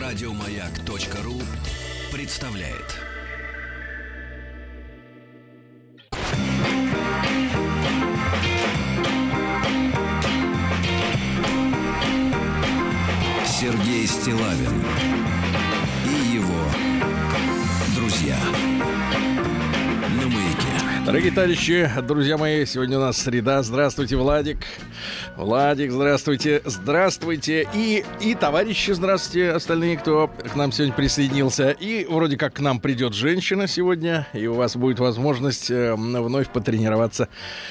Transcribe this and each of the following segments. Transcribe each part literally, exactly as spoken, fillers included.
Радиомаяк.ру представляет. Сергей Стиллавин и его друзья на Маяке. Дорогие товарищи, друзья мои, сегодня у нас среда. Здравствуйте, Владик. Владик, здравствуйте. Здравствуйте. И, и товарищи, здравствуйте, остальные, кто к нам сегодня присоединился. И вроде как к нам придет женщина сегодня, и у вас будет возможность э, вновь потренироваться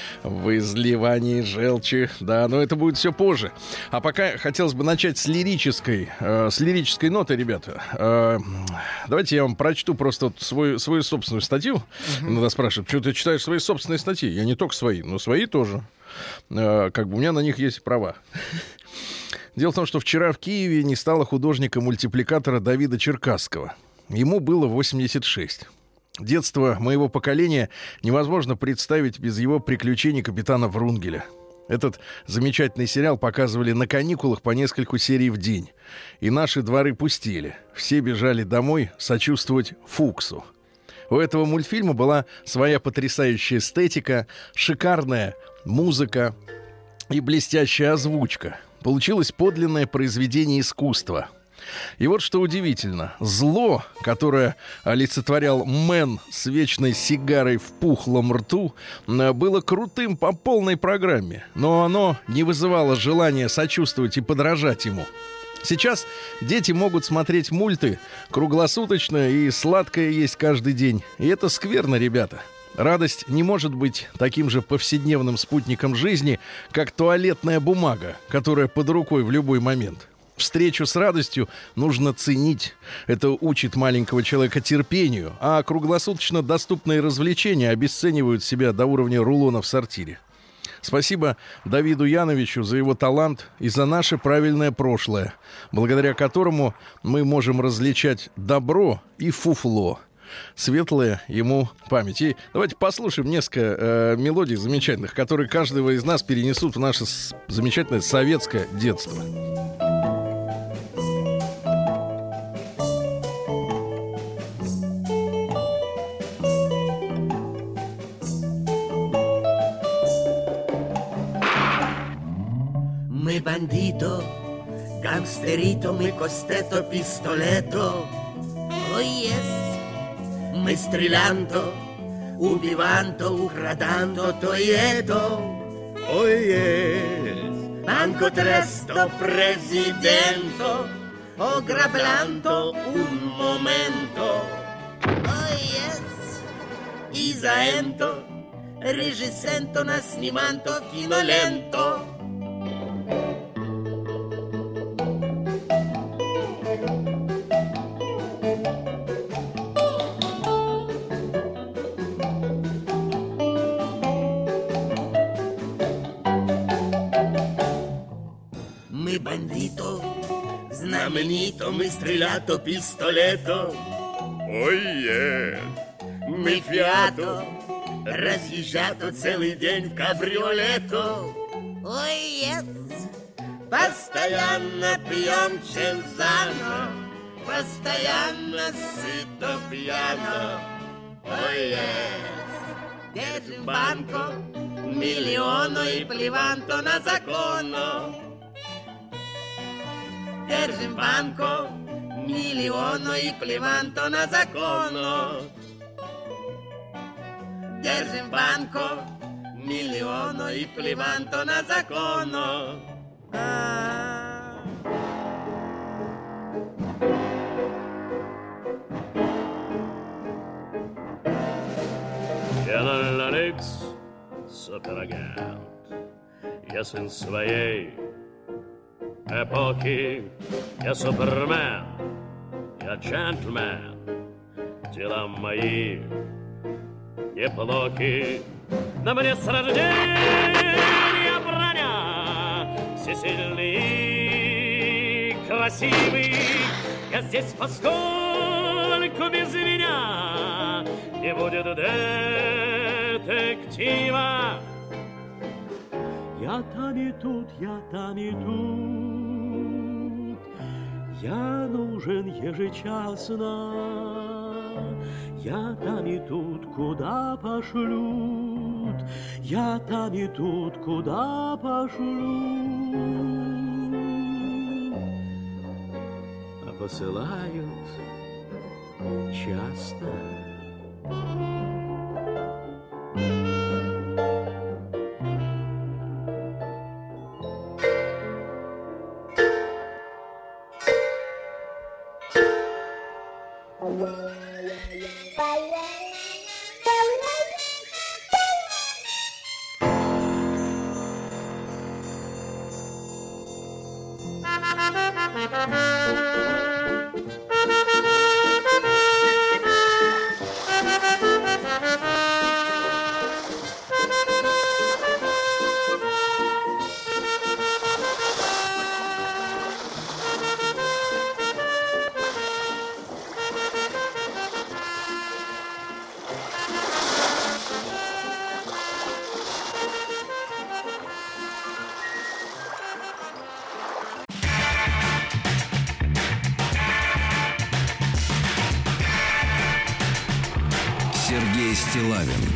в изливании желчи. Да, но это будет все позже. А пока хотелось бы начать с лирической, э, с лирической ноты, ребята. Э, давайте я вам прочту просто вот свою, свою собственную статью. Uh-huh. Иногда спрашивают, что ты читаешь свои собственные статьи? Я не только свои, но свои тоже. Э, как бы у меня на них есть права. Дело в том, что вчера в Киеве не стало художника-мультипликатора Давида Черкасского. Ему было восемьдесят шесть. Детство моего поколения невозможно представить без его приключений капитана Врунгеля. Этот замечательный сериал показывали на каникулах по нескольку серий в день. И наши дворы пустели. Все бежали домой сочувствовать Фуксу. У этого мультфильма была своя потрясающая эстетика, шикарная музыка и блестящая озвучка. Получилось подлинное произведение искусства. И вот что удивительно. Зло, которое олицетворял Мэн с вечной сигарой в пухлом рту, было крутым по полной программе. Но оно не вызывало желания сочувствовать и подражать ему. Сейчас дети могут смотреть мульты круглосуточно и сладкое есть каждый день. И это скверно, ребята. Радость не может быть таким же повседневным спутником жизни, как туалетная бумага, которая под рукой в любой момент. Встречу с радостью нужно ценить. Это учит маленького человека терпению, а круглосуточно доступные развлечения обесценивают себя до уровня рулона в сортире. Спасибо Давиду Яновичу за его талант и за наше правильное прошлое, благодаря которому мы можем различать добро и фуфло. Светлая ему память. И давайте послушаем несколько э, мелодий замечательных, которые каждого из нас перенесут в наше с- замечательное советское детство. Мы бандито, гангстерито, мы костето, пистолето. О, yes. Мы стрелянто, убиванто, украданто, то и это. О, yes. Банко тресто, президенто, ограбланто, un momento. О, yes. И за энто, режисенто, насниманто, киноленто. Мы бандито, знаменито, мы стрелято, пистолето. Ой, е. Мы фиато, разъезжато целый день в кабриолето. Ой, ес. Постоянно пьем чензано, постоянно сыто пьяно. Ой, ес. Держим банко, миллиону и плеванто на закону. Держим банко, миллиону и плеванто на закону. Держим банко, миллиону и плеванто на закону. А-а-а. Я Наликс, суперагент. Я сын своей эпохи. Я супермен, я джентльмен. Дела мои неплохи. На мне с рождения броня. Все сильные и красивые. Я здесь, поскольку без меня не будет детектива. Я там и тут, я там и тут. я нужен ежечасно. Я там и тут, куда пошлют, я там и тут, куда пошлют. А посылают часто. Сергей Стиллавин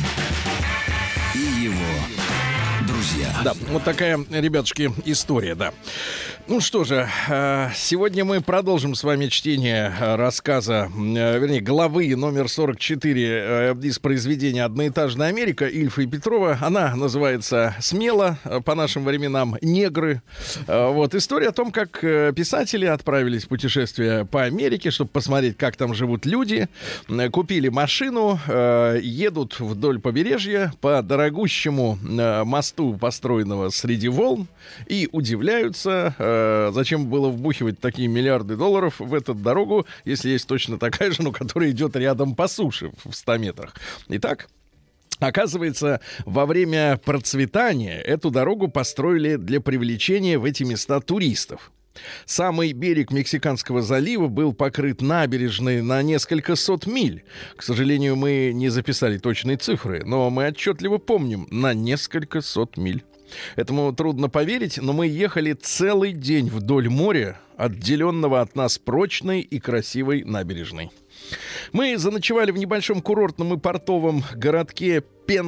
и его друзья. Да, вот такая, ребятушки, история, да. Ну что же, сегодня мы продолжим с вами чтение рассказа, вернее, главы номер сорок четыре из произведения «Одноэтажная Америка» Ильфа и Петрова. Она называется «Смело», по нашим временам «Негры». Вот, история о том, как писатели отправились в путешествие по Америке, чтобы посмотреть, как там живут люди. Купили машину, едут вдоль побережья по дорогущему мосту, построенного среди волн, и удивляются, зачем было вбухивать такие миллиарды долларов в эту дорогу, если есть точно такая же, но которая идет рядом по суше в ста метрах. Итак, оказывается, во время процветания эту дорогу построили для привлечения в эти места туристов. Самый берег Мексиканского залива был покрыт набережной на несколько сот миль. К сожалению, мы не записали точные цифры, но мы отчетливо помним, на несколько сот миль. Этому трудно поверить, но мы ехали целый день вдоль моря, отделенного от нас прочной и красивой набережной. Мы заночевали в небольшом курортном и портовом городке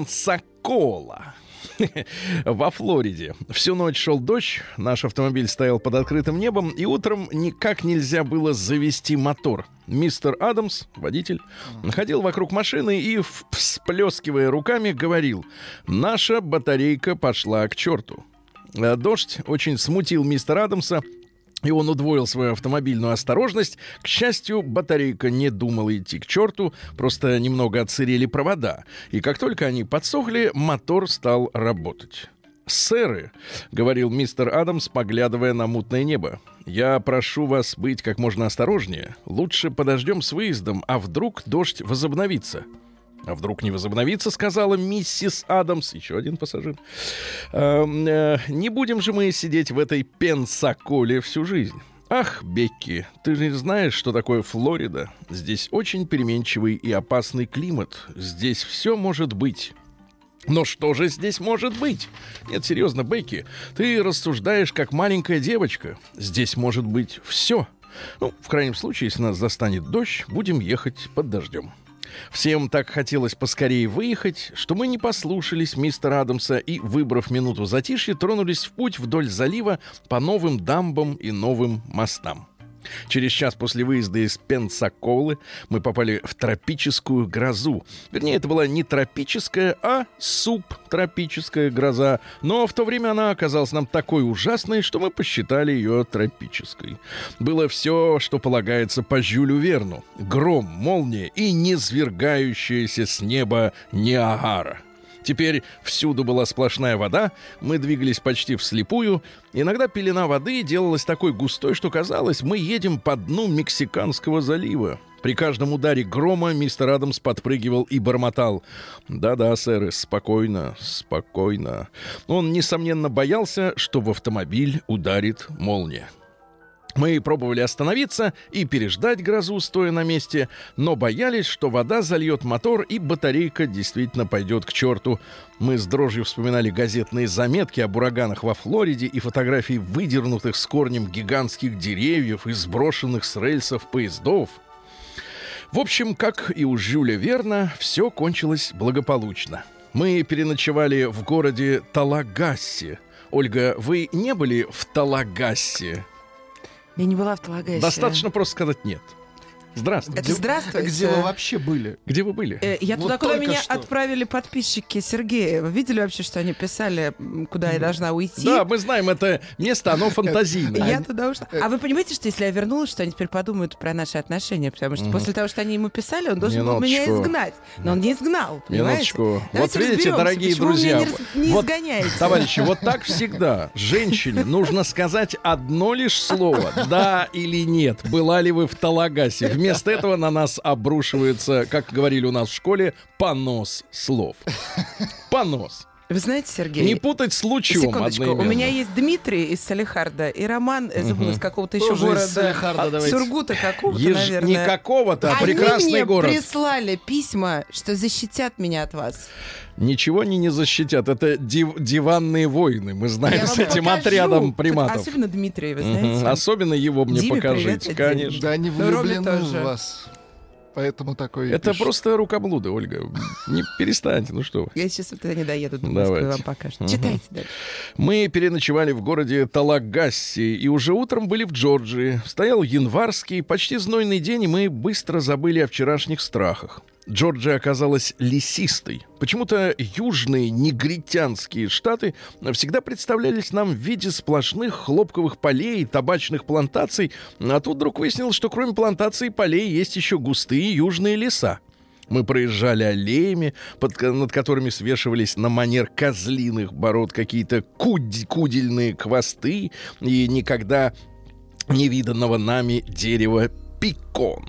Пенсакола во Флориде. Всю ночь шел дождь, наш автомобиль стоял под открытым небом, и утром никак нельзя было завести мотор. Мистер Адамс, водитель, ходил вокруг машины и, всплескивая руками, говорил: «Наша батарейка пошла к черту». Дождь очень смутил мистера Адамса, и он удвоил свою автомобильную осторожность. К счастью, батарейка не думала идти к черту, просто немного отсырели провода. И как только они подсохли, мотор стал работать. «Сэры», — говорил мистер Адамс, поглядывая на мутное небо, — «я прошу вас быть как можно осторожнее. Лучше подождем с выездом, а вдруг дождь возобновится». «А вдруг не возобновится», — сказала миссис Адамс, еще один пассажир. «Э, э, «Не будем же мы сидеть в этой Пенсаколе всю жизнь». «Ах, Бекки, ты же знаешь, что такое Флорида. Здесь очень переменчивый и опасный климат. Здесь все может быть». «Но что же здесь может быть?» «Нет, серьезно, Бекки, ты рассуждаешь как маленькая девочка. Здесь может быть все. Ну, в крайнем случае, если нас застанет дождь, будем ехать под дождем». Всем так хотелось поскорее выехать, что мы не послушались мистера Адамса и, выбрав минуту затишья, тронулись в путь вдоль залива по новым дамбам и новым мостам. Через час после выезда из Пенсаколы мы попали в тропическую грозу. Вернее, это была не тропическая, а субтропическая гроза. Но в то время она оказалась нам такой ужасной, что мы посчитали ее тропической. Было все, что полагается по Жюлю Верну: гром, молния и низвергающаяся с неба Ниагара. Теперь всюду была сплошная вода, мы двигались почти вслепую. Иногда пелена воды делалась такой густой, что казалось, мы едем по дну Мексиканского залива. При каждом ударе грома мистер Адамс подпрыгивал и бормотал: «Да-да, сэры, спокойно, спокойно». Он, несомненно, боялся, что в автомобиль ударит молния. Мы пробовали остановиться и переждать грозу, стоя на месте, но боялись, что вода зальет мотор и батарейка действительно пойдет к черту. Мы с дрожью вспоминали газетные заметки об ураганах во Флориде и фотографии выдернутых с корнем гигантских деревьев и сброшенных с рельсов поездов. В общем, как и у Жюля Верна, все кончилось благополучно. Мы переночевали в городе Талагассе. Ольга, вы не были в Талагассе? Я не была в Талагассе. Достаточно просто сказать «нет». Здравствуйте. Это здравствуйте. Где вы вообще были? Где вы были? Э, я Вот туда, куда только меня что. отправили подписчики Сергея. Вы видели вообще, что они писали, м, куда я должна уйти? Да, мы знаем, это место, оно фантазийное. Я туда ушла. А вы понимаете, что если я вернулась, что они теперь подумают про наши отношения? Потому что после того, что они ему писали, он должен был меня Минуточку. изгнать. Но он не изгнал, понимаете? Минуточку. Давайте Вот видите, разберемся, дорогие почему вы друзья, меня не, раз- не вот, изгоняете? товарищи, вот так всегда. Женщине нужно сказать одно лишь слово: да или нет. Была ли вы в Талагассе? Вместо этого на нас обрушивается, как говорили у нас в школе, понос слов. Понос. Вы знаете, Сергей... Не путать с лучом Секундочку, у одноименно. меня есть Дмитрий из Салехарда и Роман, э, забыла, из какого-то еще Тоже из города. Салехарда, а, давайте. Сургута какого-то, Еж- наверное. Не какого-то, а Они прекрасный мне город. прислали письма, что защитят меня от вас. Ничего они не защитят. Это див- диванные войны. Мы знаем Я с вам этим покажу. отрядом приматов. Особенно Дмитрий, вы Мгм. знаете. Особенно его мне Диме покажите, привет конечно. Да, они Ну, Роме влюблены тоже. в вас. Поэтому такое и Это пишут. просто рукоблуды, Ольга. Не перестаньте, ну что вы. Я сейчас вот туда не доеду до Москвы, Давайте. вам покажу. Мгм. Читайте дальше. Мы переночевали в городе Талагассе и уже утром были в Джорджии. Стоял январский, почти знойный день, и мы быстро забыли о вчерашних страхах. Джорджия оказалась лесистой. Почему-то южные негритянские штаты всегда представлялись нам в виде сплошных хлопковых полей, табачных плантаций. А тут вдруг выяснилось, что кроме плантаций и полей есть еще густые южные леса. Мы проезжали аллеями, под, над которыми свешивались на манер козлиных бород какие-то куд- кудельные хвосты и никогда невиданного нами дерева пикон.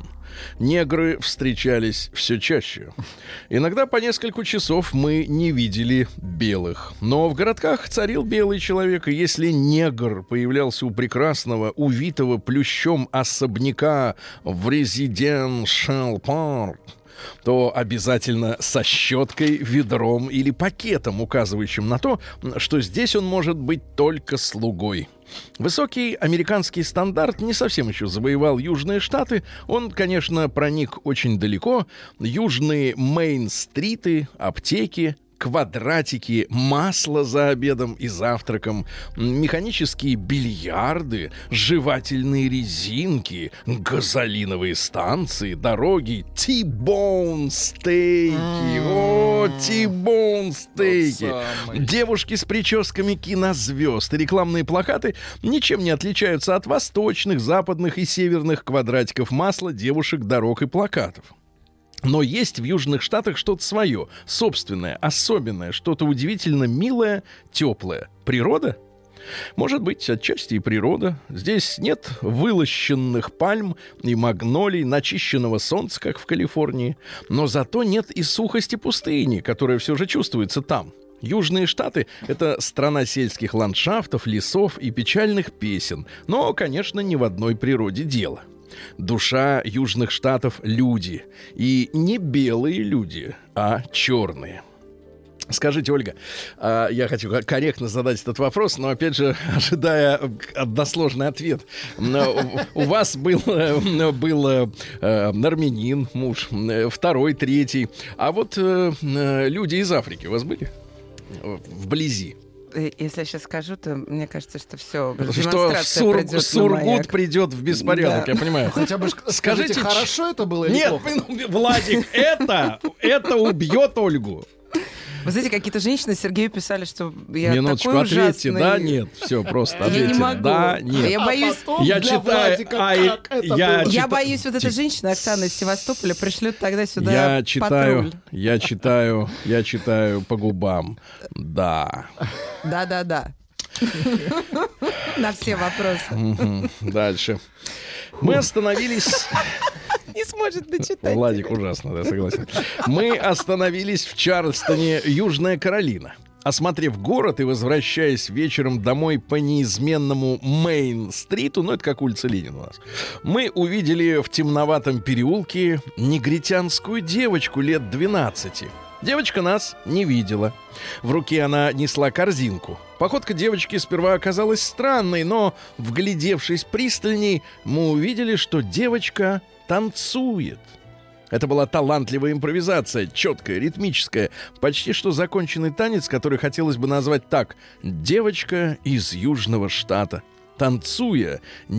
Негры встречались все чаще. Иногда по несколько часов мы не видели белых. Но в городках царил белый человек, и если негр появлялся у прекрасного, увитого плющом особняка в Резиденшал парк, то обязательно со щеткой, ведром или пакетом, указывающим на то, что здесь он может быть только слугой. Высокий американский стандарт не совсем еще завоевал Южные Штаты. Он, конечно, проник очень далеко. Южные Мейн-стриты, аптеки, квадратики, масло за обедом и завтраком, механические бильярды, жевательные резинки, газолиновые станции, дороги, ти-боун стейки. О, ти-боун стейки. Девушки с прическами кинозвезд и рекламные плакаты ничем не отличаются от восточных, западных и северных квадратиков масла, девушек, дорог и плакатов. Но есть в Южных Штатах что-то свое, собственное, особенное, что-то удивительно милое, теплое. Природа? Может быть, отчасти и природа. Здесь нет вылощенных пальм и магнолий, начищенного солнца, как в Калифорнии. Но зато нет и сухости пустыни, которая все же чувствуется там. Южные Штаты — это страна сельских ландшафтов, лесов и печальных песен. Но, конечно, не в одной природе дело. Душа Южных Штатов — люди. И не белые люди, а черные. Скажите, Ольга, а, я хочу корректно задать этот вопрос, но, опять же, ожидая односложный ответ. У вас был, был э, армянин, муж, второй, третий. А вот э, люди из Африки у вас были? Вблизи. Если я сейчас скажу, то мне кажется, что все. Что Сур, Сургут придет в беспорядок, Да. я понимаю. Хотя бы ск- скажите, Скажите, хорошо это было или Нет, плохо? ну, Владик, это, это убьет Ольгу. Вы знаете, какие-то женщины Сергею писали, что я Минуточку, такой ответьте, ужасный. да, нет, все, просто Я ответьте. не могу. Да, нет. Я боюсь, Я Для читаю, Владика а, и- как это я, было? я чита- боюсь, вот эта женщина, Оксана из Севастополя, пришлет тогда сюда я читаю, патруль. я читаю, я читаю по губам. Да. Да-да-да. На все вопросы. Мгм. Дальше. Мы остановились... Не сможет дочитать. Владик ужасно, да, согласен. Мы остановились в Чарльстоне, Южная Каролина. Осмотрев город и возвращаясь вечером домой по неизменному Мейн-стриту, ну, это как улица Ленина у нас, мы увидели в темноватом переулке негритянскую девочку лет двенадцати. Девочка нас не видела. В руке она несла корзинку. Походка девочки сперва оказалась странной, но, вглядевшись пристальней, мы увидели, что девочка танцует. Это была талантливая импровизация, четкая, ритмическая, почти что законченный танец, который хотелось бы назвать так: «Девочка из Южного штата». Танцуя,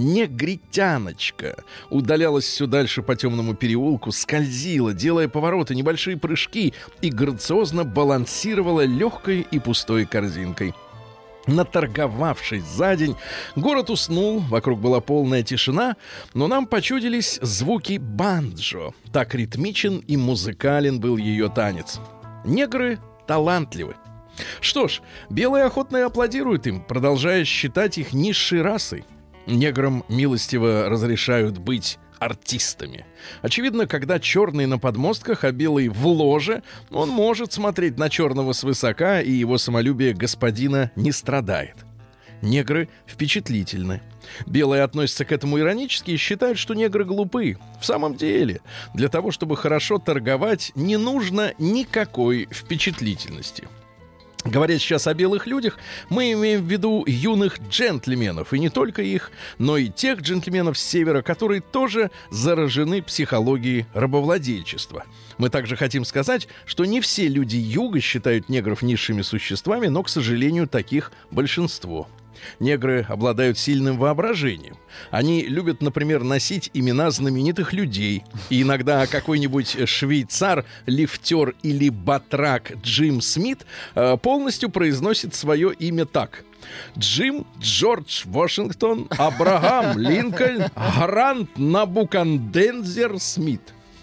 негритяночка удалялась все дальше по темному переулку, скользила, делая повороты, небольшие прыжки и грациозно балансировала легкой и пустой корзинкой. Наторговавшись за день, город уснул, вокруг была полная тишина, но нам почудились звуки банджо. Так ритмичен и музыкален был ее танец. Негры талантливы. Что ж, белые охотно аплодируют им, продолжая считать их низшей расой. Неграм милостиво разрешают быть артистами. Очевидно, когда черный на подмостках, а белый в ложе, он может смотреть на черного свысока, и его самолюбие господина не страдает. Негры впечатлительны. Белые относятся к этому иронически и считают, что негры глупы. В самом деле, для того, чтобы хорошо торговать, не нужно никакой впечатлительности. Говоря сейчас о белых людях, мы имеем в виду юных джентльменов, и не только их, но и тех джентльменов с севера, которые тоже заражены психологией рабовладельчества. Мы также хотим сказать, что не все люди юга считают негров низшими существами, но, к сожалению, таких большинство. Негры обладают сильным воображением. Они любят, например, носить имена знаменитых людей. И иногда какой-нибудь швейцар, лифтер или батрак Джим Смит э, полностью произносит свое имя так: Джим Джордж Вашингтон Абрахам Линкольн Грант Набукандензер Смит.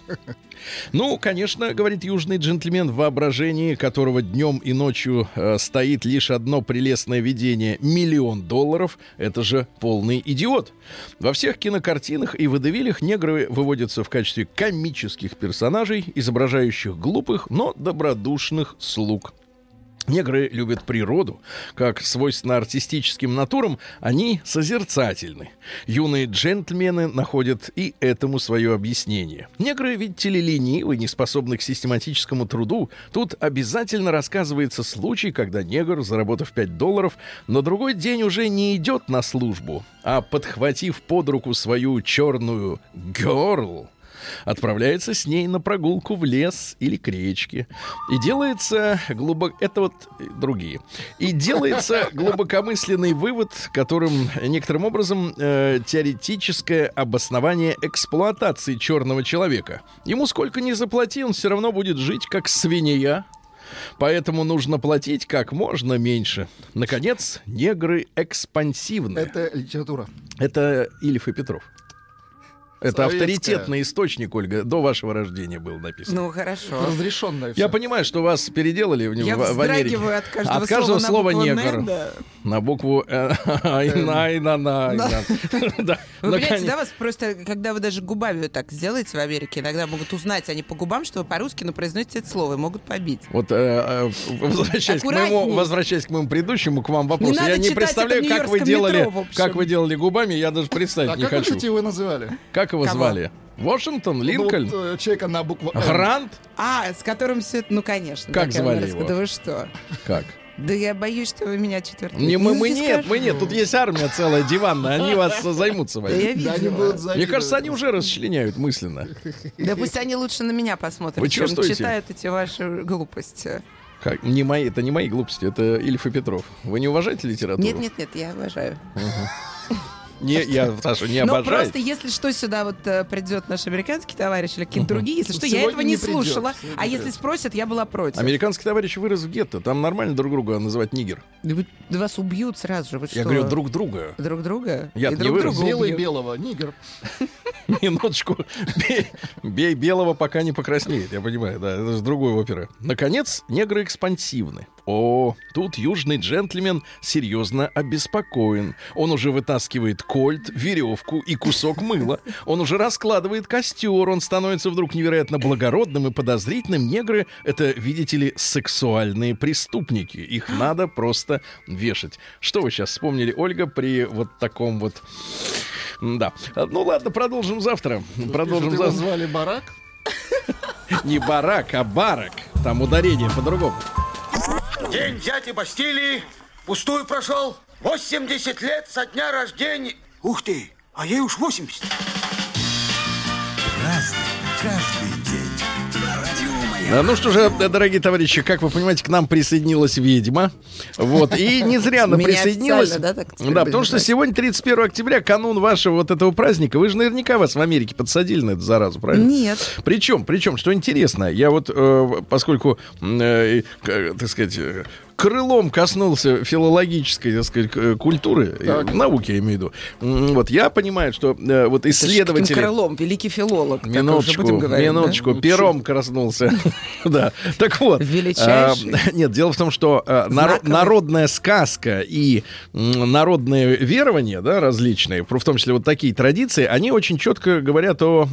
Ну, конечно, говорит южный джентльмен, в воображении которого днем и ночью э, стоит лишь одно прелестное видение — миллион долларов. Это же полный идиот. Во всех кинокартинах и водевилях негры выводятся в качестве комических персонажей, изображающих глупых, но добродушных слуг. Негры любят природу. Как свойственно артистическим натурам, они созерцательны. Юные джентльмены находят и этому свое объяснение. Негры, видите ли, ленивы, не способны к систематическому труду. Тут обязательно рассказывается случай, когда негр, заработав пять долларов, на другой день уже не идет на службу, а, подхватив под руку свою черную «герл», отправляется с ней на прогулку в лес или к речке. И делается глубоко... Это вот другие. И делается глубокомысленный вывод, которым некоторым образом э, теоретическое обоснование эксплуатации черного человека. Ему сколько ни заплати, он все равно будет жить как свинья. Поэтому нужно платить как можно меньше. Наконец, негры экспансивны. Это литература. Это Ильф и Петров. Это Советская. Авторитетный источник, Ольга, до вашего рождения был написан. Ну, хорошо. Разрешенное. Я понимаю, что вас переделали в, Я в, в Америке. вздрагиваю от каждого, от каждого слова, слова на букву негр. «Н», да. На букву «ай-на-ай-на-на». Вы понимаете, да, вас просто, когда вы даже губами так сделаете в Америке, иногда могут узнать они по губам, что вы по-русски, но произносите это слово, и могут побить. Вот э, э, возвращаясь, к моему, возвращаясь к моему предыдущему, к вам вопросу, Не я не читать представляю, это в как вы Нью-Йоркском делали, метро, в общем. как вы делали губами, я даже представить А не как хочу. вы, кстати, его называли? Как его Кого? звали? Вашингтон, Линкольн, Ну, вот, э, человека на букву «Н». Грант? А, с которым все это, ну, конечно. Как такая звали мерзкая. его? Да вы что? Как? Да я боюсь, что вы меня четвертый. Не, мы, мы не нет, скажу. мы нет, тут есть армия целая, диванная, они вас займутся Да вами. я Да, они видела. будут Мне завидовать. кажется, они уже расчленяют мысленно. Да пусть они лучше на меня посмотрят, Вы чем чувствуете? читают эти ваши глупости. Как? Не мои, это не мои глупости, это Ильф и Петров. Вы не уважаете литературу? Нет, нет, нет, я обожаю. Не, я, Саша, не Но обожаю. просто если что, сюда вот э, придет наш американский товарищ или какие-то другие, если что, я Сегодня этого не не придет, слушала. сегодня А не если придет. спросят, я была против. Американский товарищ вырос в гетто, там нормально друг друга называть нигер. Да вы- да вас убьют сразу же. Вы Я что? говорю друг друга. Друг друга? Я-то И не друг вырос. друга Белый убьют. белого, нигер. Минуточку. Бей, бей белого, пока не покраснеет. Я понимаю, да, это же другой опера. Наконец, негры экспансивны. О, тут южный джентльмен серьезно обеспокоен. Он уже вытаскивает кольт, веревку и кусок мыла. Он уже раскладывает костер. Он становится вдруг невероятно благородным и подозрительным. Негры — это, видите ли, сексуальные преступники. Их надо просто вешать. Что вы сейчас вспомнили, Ольга, при вот таком вот... Да. Ну ладно, продолжим завтра. Продолжим Его завтра. звали Барак? Не барак, а барак. Там ударение по-другому. День дяди Бастилии пустую прошел. восемьдесят лет со дня рождения. Ух ты, а ей уж восемьдесят. Разный, каждый день. Да, ну что же, дорогие товарищи, как вы понимаете, к нам присоединилась ведьма. Вот, и не зря она Меня присоединилась. официально, да, так теперь Да, будем потому что брать? сегодня тридцать первого октября, канун вашего вот этого праздника. Вы же наверняка вас в Америке подсадили на эту заразу, правильно? Нет. Причем, причем, что интересно, я вот, э, поскольку, э, э, так сказать, э, крылом коснулся филологической, так сказать, к- культуры, э, науки, я имею в виду. М, Вот я понимаю, что э, вот Это ж каким исследователи... крылом, великий филолог. так уже Минуточку, будем говорить, да? минуточку, пером коснулся. Да, так вот. Величайший. а, Нет, дело в том, что а, наро- Знаковый. народная сказка и м, народные верования, да, различные, в том числе вот такие традиции, они очень четко говорят о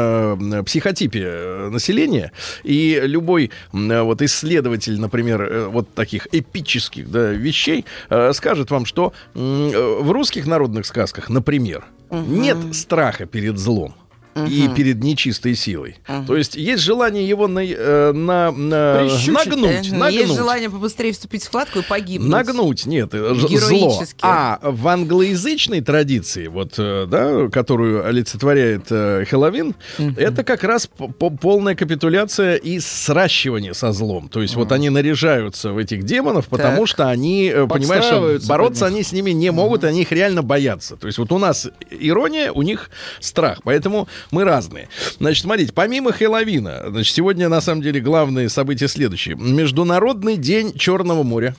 м, э, психотипе э, населения. И любой м, вот исследователь, например, э, вот таких эпических, да, вещей э, скажет вам, что м, э, в русских народных сказках, например, нет страха перед злом и перед нечистой силой. То есть есть желание его на, э, на, на- Прищучить. нагнуть, Э, нагнуть. Есть желание побыстрее вступить в схватку и погибнуть. Нагнуть, нет, э, ж- зло. Героически. А в англоязычной традиции, вот, э, да, которую олицетворяет э, Хэллоуин, это как раз п- п- полная капитуляция и сращивание со злом. То есть вот они наряжаются в этих демонов, потому Так. что они, э, понимаешь, что Подстраиваются бороться под них. они с ними не могут, и они их реально боятся. То есть вот у нас ирония, у них страх. Поэтому мы разные. Значит, смотрите, помимо Хэллоуина, значит, сегодня на самом деле главные события следующие. Международный день Черного моря.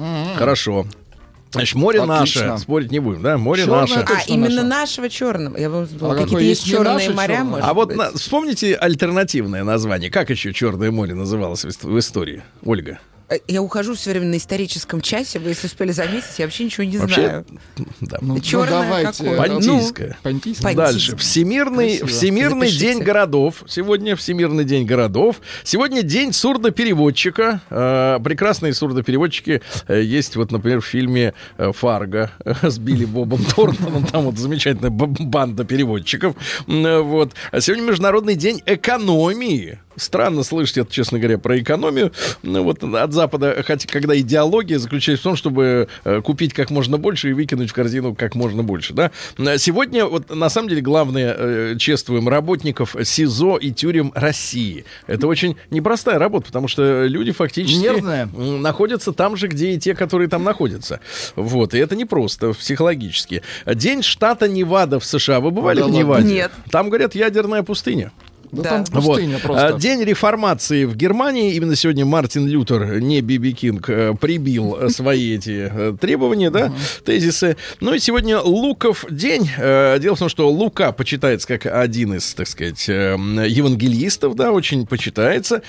Хорошо. Значит, море Отлично. наше, спорить не будем, да? Море Черное наше. А, точно именно нашего. нашего черного. Я вам думала, А какие-то какое есть есть не черные наше моря, черное? может А вот быть. на- вспомните альтернативное название. Как еще Черное море называлось в, ис- в истории, Ольга? Э, Я ухожу все время на историческом часе. Вы, если успели заметить, я вообще ничего не Вообще, знаю. да. Ну, Черное давайте. какое? Понтийское. Понтийское. Понтийское. Дальше. Всемирный, Красиво. Всемирный Запишите. день городов. Сегодня Всемирный день городов. Сегодня день сурдопереводчика. Э, прекрасные сурдопереводчики э, есть, вот, например, в фильме э, «Фарго» э, с Билли Бобом Торнтоном. Там вот замечательная б- банда переводчиков. М, э, Вот. А сегодня Международный день экономии. Странно слышать это, честно говоря, про экономию. Ну, вот от Запада, хотя когда идеология заключается в том, чтобы э, купить как можно больше и выкинуть в корзину как можно больше. Да? Э, Сегодня, вот на самом деле, главное, э, чествуем работников СИЗО и тюрем России. Это очень непростая работа, потому что люди фактически Нервная. м, находятся там же, где и те, которые там находятся. Вот. И это непросто психологически. День штата Невада в США. Вы бывали Да в ладно? Неваде? Нет. Там, говорят, ядерная пустыня. Да, Да. там пустыня Вот. просто. А, День реформации в Германии. Именно сегодня Мартин Лютер, не Биби Кинг, э, прибил э, свои эти э, требования, да, тезисы. Ну и сегодня Луков день. Э, Дело в том, что Лука почитается как один из, так сказать, э, евангелистов, да, очень почитается.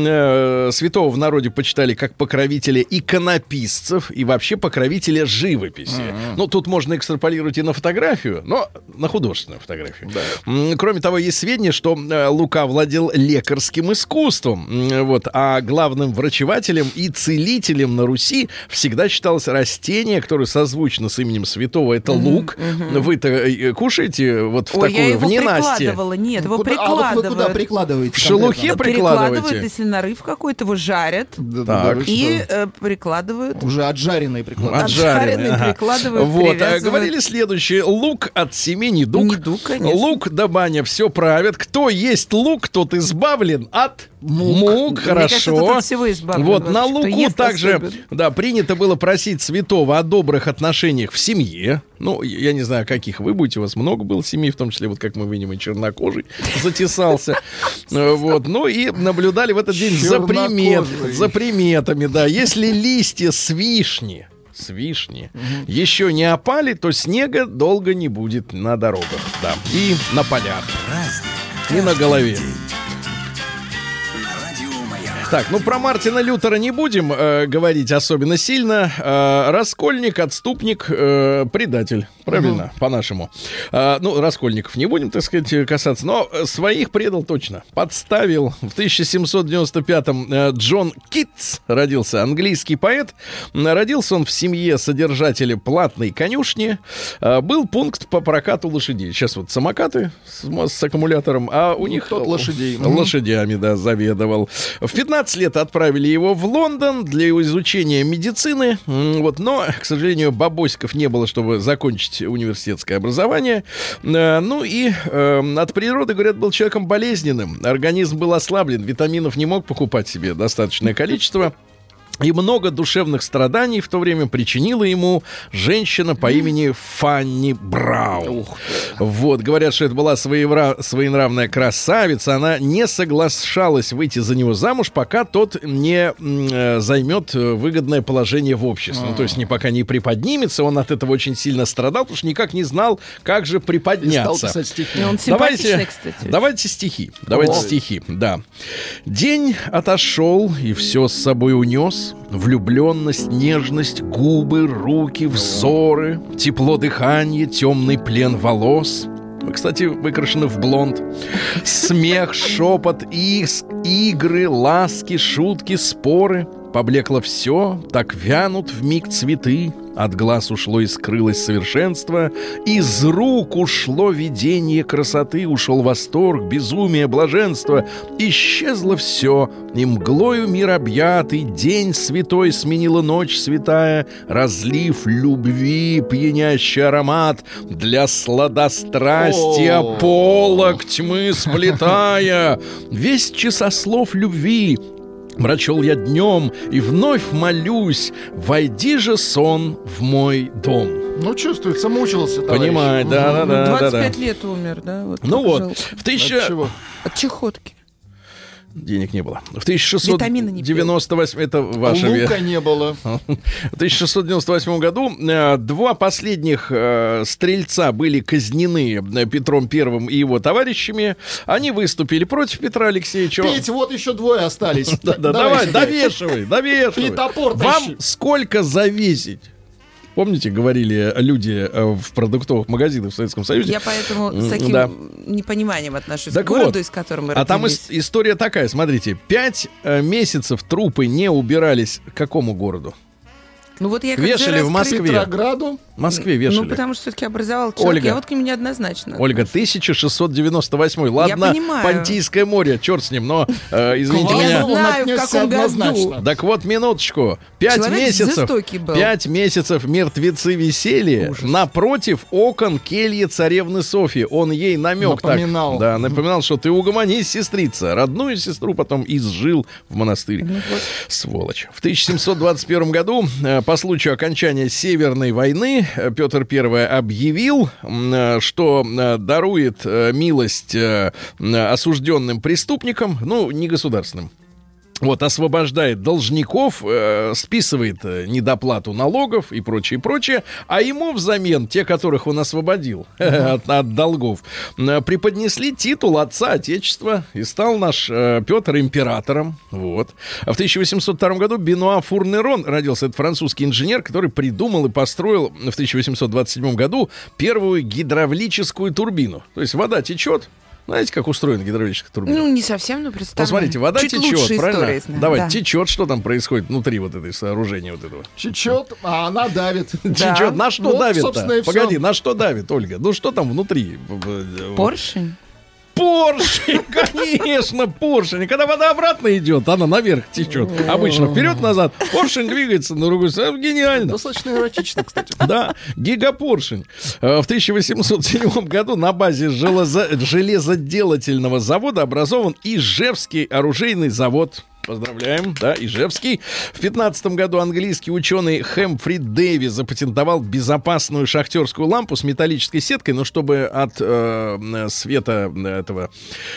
Э, Святого в народе почитали как покровителя иконописцев и вообще покровителя живописи. Ну, тут можно экстраполировать и на фотографию, но на художественную фотографию. М, Кроме того, есть сведения, что э, Лука владел лекарским искусством. М, Вот, а главным врачевателем и целителем на Руси всегда считалось растение, которое созвучно с именем святого. Это лук. Вы-то э, кушаете вот в Ой, я такую, его в ненастье? прикладывала. Нет, его Куда- а вот вы куда прикладывают. прикладываете? В шелухе конкретно? прикладываете? Перекладывают, если нарыв какой-то, его жарят. Да, да, да, Так. вы И что? э, прикладывают. Уже отжаренные прикладывают. Отжаренный, Отжаренный ага. прикладывают, Вот, а привязывают. говорили следующее. Лук от семьи недуг. Недуг, конечно. Лук да баня все правят. Кто есть лук, тот избавлен от мук. Мне кажется, Хорошо. тут от всего избавлен. Вот, Вот, на кто луку ест также, особенно. да, принято было просить святого о добрых отношениях в семье. Ну, я не знаю, каких вы будете, у вас много было семей, в том числе, вот как мы видим, и чернокожий затесался. Э, Вот, ну и наблюдали в этот день за примет, Чернокожий. за приметами, да. Если листья с вишни, с вишни еще не опали, то снега долго не будет на дорогах, да, и на полях, и на голове. Так, ну про Мартина Лютера не будем э, говорить особенно сильно. Э, раскольник, отступник, э, предатель. Правильно, uh-huh. по-нашему. Э, ну, раскольников не будем, так сказать, касаться, но своих предал точно. Подставил. В тысяча семьсот девяносто пятом э, Джон Китс родился, английский поэт. Родился он в семье содержателя платной конюшни. Э, был пункт по прокату лошадей. Сейчас вот самокаты с, с аккумулятором, а у ну, них лошадей. лошадями, да, заведовал. В пятнадцать лет отправили его в Лондон для изучения медицины. Вот, но, к сожалению, бабосиков не было, чтобы закончить университетское образование. Ну и э, от природы, говорят, был человеком болезненным. Организм был ослаблен, витаминов не мог покупать себе достаточное количество. И много душевных страданий в то время причинила ему женщина по имени Фанни Браун. Вот, говорят, что это была своевра... своенравная красавица. Она не соглашалась выйти за него замуж, пока тот не э, займет выгодное положение в обществе. Ну, то есть, не пока не приподнимется. Он от этого очень сильно страдал, потому что никак не знал, как же приподняться. Он симпатичный, кстати. Давайте стихи. Давайте О. стихи, да. День отошел и все с собой унес. Влюбленность, нежность, губы, руки, взоры, тепло дыхания, темный плен волос. Вы, кстати, выкрашены в блонд. Смех, шепот, иск, игры, ласки, шутки, споры. Поблекло все, так вянут вмиг цветы. От глаз ушло и скрылось совершенство. Из рук ушло видение красоты. Ушел восторг, безумие, блаженство. Исчезло все, и мглою мир объятый. День святой сменила ночь святая. Разлив любви, пьянящий аромат. Для сладострастия полог тьмы сплетая. Весь часослов любви прочел я днем и вновь молюсь, войди же сон в мой дом. Ну, чувствуется, мучился, товарищ. Понимаю, да, да, да. двадцать да, пять да. лет умер, да? Вот, ну вот, жалко. в тысяча... От чего? От чехотки. Денег не было. В тысяча шестьсот девяносто восьмом... Это ваша... Лука не было. В тысяча шестьсот девяносто восьмом году э, два последних э, стрельца были казнены Петром Первым и его товарищами. Они выступили против Петра Алексеевича. Петь, вот еще двое остались. Давай, довешивай, довешивай. И топор Вам тащи. сколько завесить? Помните, говорили люди в продуктовых магазинах в Советском Союзе? Я поэтому с таким да. непониманием отношусь так к городу, вот. из которого мы А там родились. ис- история такая, смотрите. Пять э, месяцев трупы не убирались к какому городу? Ну вот я Вешали в Москве. Петрограду. В Москве вешали. Ну, потому что все-таки образовал человек. Ольга. Я вот к нему неоднозначно. Ольга, тысяча шестьсот девяносто восьмой. Ладно, понимаю. Понтийское море, черт с ним, но, э, извините Я меня. знаю, в отнесся каком году. однозначно. Так вот, минуточку. Пять Человек месяцев, жестокий был. пять месяцев мертвецы висели напротив окон кельи царевны Софьи. Он ей намек Напоминал. так. Да, напоминал, что ты угомонись, сестрица. Родную сестру потом изжил в монастырь. Ну Сволочь. В тысяча семьсот двадцать первом году, э, по случаю окончания Северной войны, э, Петр Первый объявил, э, что э, дарует э, милость э, осужденным преступникам, ну, не государственным. Вот, освобождает должников, э, списывает э, недоплату налогов и прочее, прочее. А ему взамен, те, которых он освободил от, от долгов, э, преподнесли титул отца Отечества. И стал наш э, Петр императором. Вот. А в тысяча восемьсот втором году Бенуа Фурнерон родился. Это французский инженер, который придумал и построил в тысяча восемьсот двадцать седьмом году первую гидравлическую турбину. То есть вода течет. Знаете, как устроена гидравлическая турбина? Ну, не совсем, но представляю. Посмотрите, вода Чуть течет, лучше правильно? истории знаю, Давай, да. течет, что там происходит внутри вот этой сооружения вот этого. Чечет, а она давит. Да. Течет, на что Вот, давит-то? собственно, и всё. Погоди, на что давит, Ольга? Ну что там внутри? Поршень? Поршень, конечно, поршень. Когда вода обратно идет, она наверх течет. Обычно вперед-назад. Поршень двигается на другую сторону. Гениально. Достаточно эротично, кстати. Да, гигапоршень. Э, В тысяча восемьсот седьмом году на базе железо- железоделательного завода образован Ижевский оружейный завод. Поздравляем, да, Ижевский. В пятнадцатом году английский ученый Хэмфри Дэви запатентовал безопасную шахтерскую лампу с металлической сеткой, но чтобы от э, света этого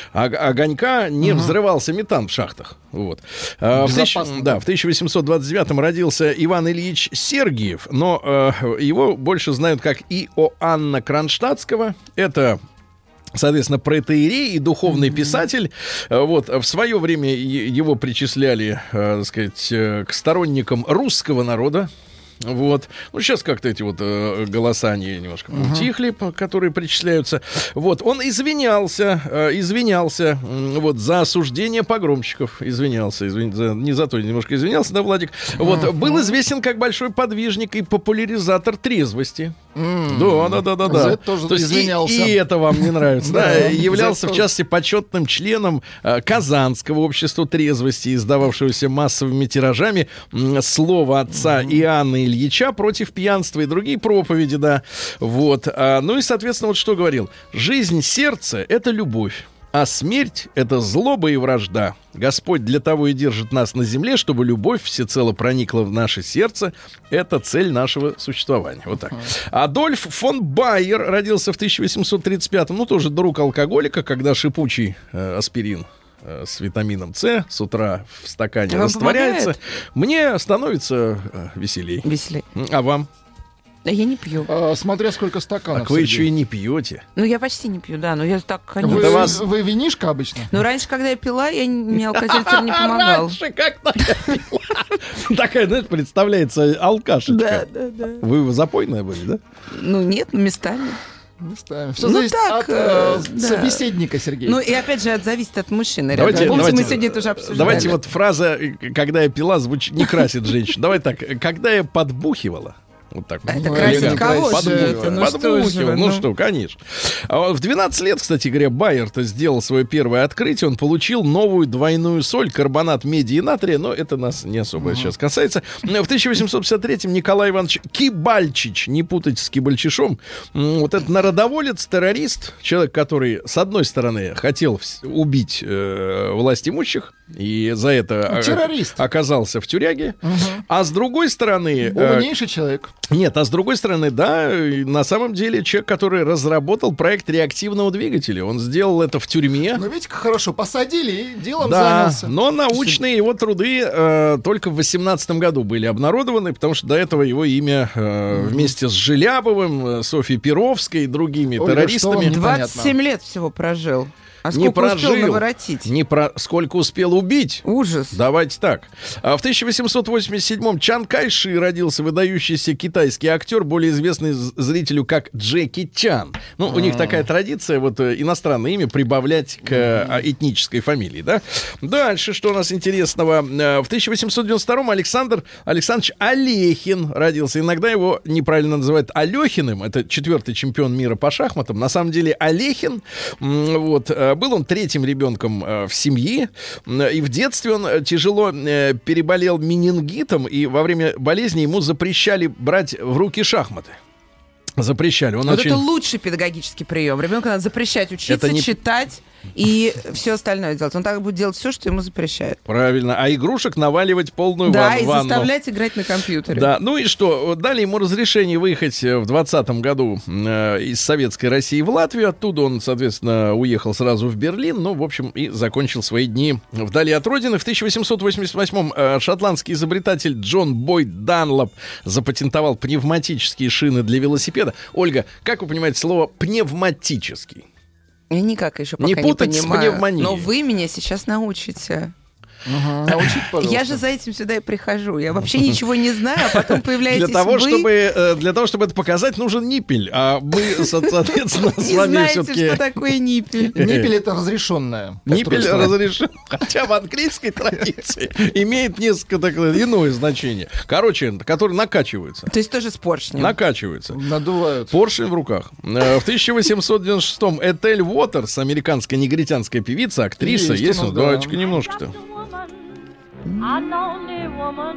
огонька не угу. взрывался метан в шахтах. Вот. В, тысяч, да, в тысяча восемьсот двадцать девятом родился Иван Ильич Сергиев, но э, его больше знают как Иоанна Кронштадтского. Это, соответственно, протоиерей и духовный mm-hmm. писатель. Вот, в свое время его причисляли, э, так сказать, э, к сторонникам русского народа. Вот. Ну, сейчас как-то эти вот э, голоса, они немножко uh-huh. утихли, по, которые причисляются. Вот. Он извинялся, э, извинялся э, вот, за осуждение погромщиков. Извинялся, извин... за... не за то, немножко извинялся, да, Владик? Вот. Uh-huh. Был известен как большой подвижник и популяризатор трезвости. Mm. Да, да, да, да, да. То есть извинялся. И, и это вам не нравится. Да, являлся, в частности, почетным членом э, Казанского общества трезвости, издававшегося массовыми тиражами э, «Слово отца Иоанна Ильича против пьянства» и другие проповеди, да. Вот. А, ну и, соответственно, вот что говорил. Жизнь сердца — это любовь. А смерть — это злоба и вражда. Господь для того и держит нас на земле, чтобы любовь всецело проникла в наше сердце. Это цель нашего существования. Вот так. Адольф фон Байер родился в тысяча восемьсот тридцать пятом. Ну, тоже друг алкоголика, когда шипучий э, аспирин э, с витамином С с утра в стакане вам растворяется. Помогает? Мне становится э, веселей. Веселей. А вам? Да я не пью. А, смотря сколько стаканов. Так вы Сергей. Еще и не пьете. Ну, я почти не пью, да. Но я так, конечно... Вы, вас... вы винишко обычно? Ну, раньше, когда я пила, я, мне алкозельцер не помогал. Раньше, когда я пила. Такая, знаешь, представляется алкашечка. Да, да, да. Вы запойная были, да? Ну, нет, местами. Местами. Все зависит от э, собеседника, Сергей. Ну, и опять же, зависит от мужчины. Давайте, помните, мы сегодня это уже обсуждали. Давайте вот фраза «когда я пила» звучит, не красит женщину. Давай так, «когда я подбухивала». Вот так вот. Это красит кого же это? Ну, что же вы, ну, ну что, конечно. А в двенадцать лет, кстати говоря, Байер-то сделал свое первое открытие. Он получил новую двойную соль, карбонат меди и натрия, но это нас не особо uh-huh. сейчас касается. В тысяча восемьсот пятьдесят третьем Николай Иванович Кибальчич, не путать с Кибальчишом, вот этот народоволец, террорист, человек, который, с одной стороны, хотел убить э, власть имущих, и за это террорист. Оказался в тюряге, uh-huh. а с другой стороны... Умнейший э, человек. Нет, а с другой стороны, да, на самом деле человек, который разработал проект реактивного двигателя. Он сделал это в тюрьме. Ну, видите, как хорошо, посадили и делом да, занялся. Но научные его труды э, только в восемнадцатом году были обнародованы, потому что до этого его имя э, mm-hmm. вместе с Желябовым, Софьей Перовской и другими Ольга, террористами... двадцать семь лет всего прожил. А сколько не прожил, успел наворотить? Не про... Сколько успел убить? Ужас. Давайте так. А в тысяча восемьсот восемьдесят седьмом Чан Кайши родился выдающийся китайский актер, более известный зрителю как Джеки Чан. Ну, у них такая традиция, вот иностранное имя прибавлять к а, этнической фамилии, да? Дальше, что у нас интересного. В тысяча восемьсот девяносто втором Александр Александрович Алехин родился. Иногда его неправильно называют Алехиным. Это четвертый чемпион мира по шахматам. На самом деле Алехин, вот, был он третьим ребенком э, в семье, и в детстве он тяжело э, переболел менингитом, и во время болезни ему запрещали брать в руки шахматы. Запрещали. Он вот очень... это лучший педагогический прием. Ребенку надо запрещать учиться, не... читать и все остальное делать. Он так будет делать все, что ему запрещают. Правильно. А игрушек наваливать полную да, ван- и ванну. заставлять играть на компьютере. Да. Ну и что? Дали ему разрешение выехать в двадцатом году э, из Советской России в Латвию. Оттуда он, соответственно, уехал сразу в Берлин. Ну, в общем, и закончил свои дни вдали от родины. В тысяча восемьсот восемьдесят восьмом э, шотландский изобретатель Джон Бойд Данлоп запатентовал пневматические шины для велосипеда. Ольга, как вы понимаете слово «пневматический»? Я никак еще пока не, не путать понимаю. С пневмонией. Но вы меня сейчас научите. Угу. Научить, пожалуйста. Я же за этим сюда и прихожу. Я вообще ничего не знаю, а потом появляетесь для того, вы. Чтобы, для того, чтобы это показать, нужен ниппель. А мы, соответственно, с вами знаете, все-таки... что такое ниппель. Ниппель — это разрешенное. Ниппель разрешен. Хотя в английской традиции имеет несколько такое иное значение. Короче, которые накачиваются. То есть тоже с поршнем. Накачиваются. Надувают. Поршень в руках. В тысяча восемьсот девяносто шестом Этель Уотерс, американская негритянская певица, актриса. Есть, есть у нас? Давайте-ка немножко-то.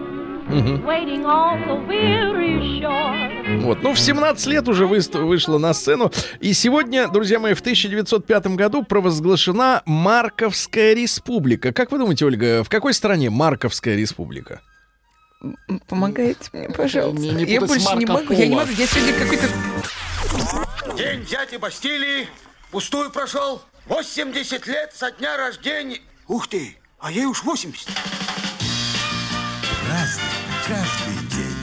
Вот. Ну, в семнадцать лет уже вы, вышла на сцену. И сегодня, друзья мои, в тысяча девятьсот пятом году провозглашена Марковская республика. Как вы думаете, Ольга, в какой стране Марковская республика? Помогайте мне, пожалуйста. Не, не я больше не могу. Я не могу. Я сегодня какой-то... День дяди Бастилии пустую прошел. восемьдесят лет со дня рождения. Ух ты, а ей уж восемьдесят. Разный, каждый день.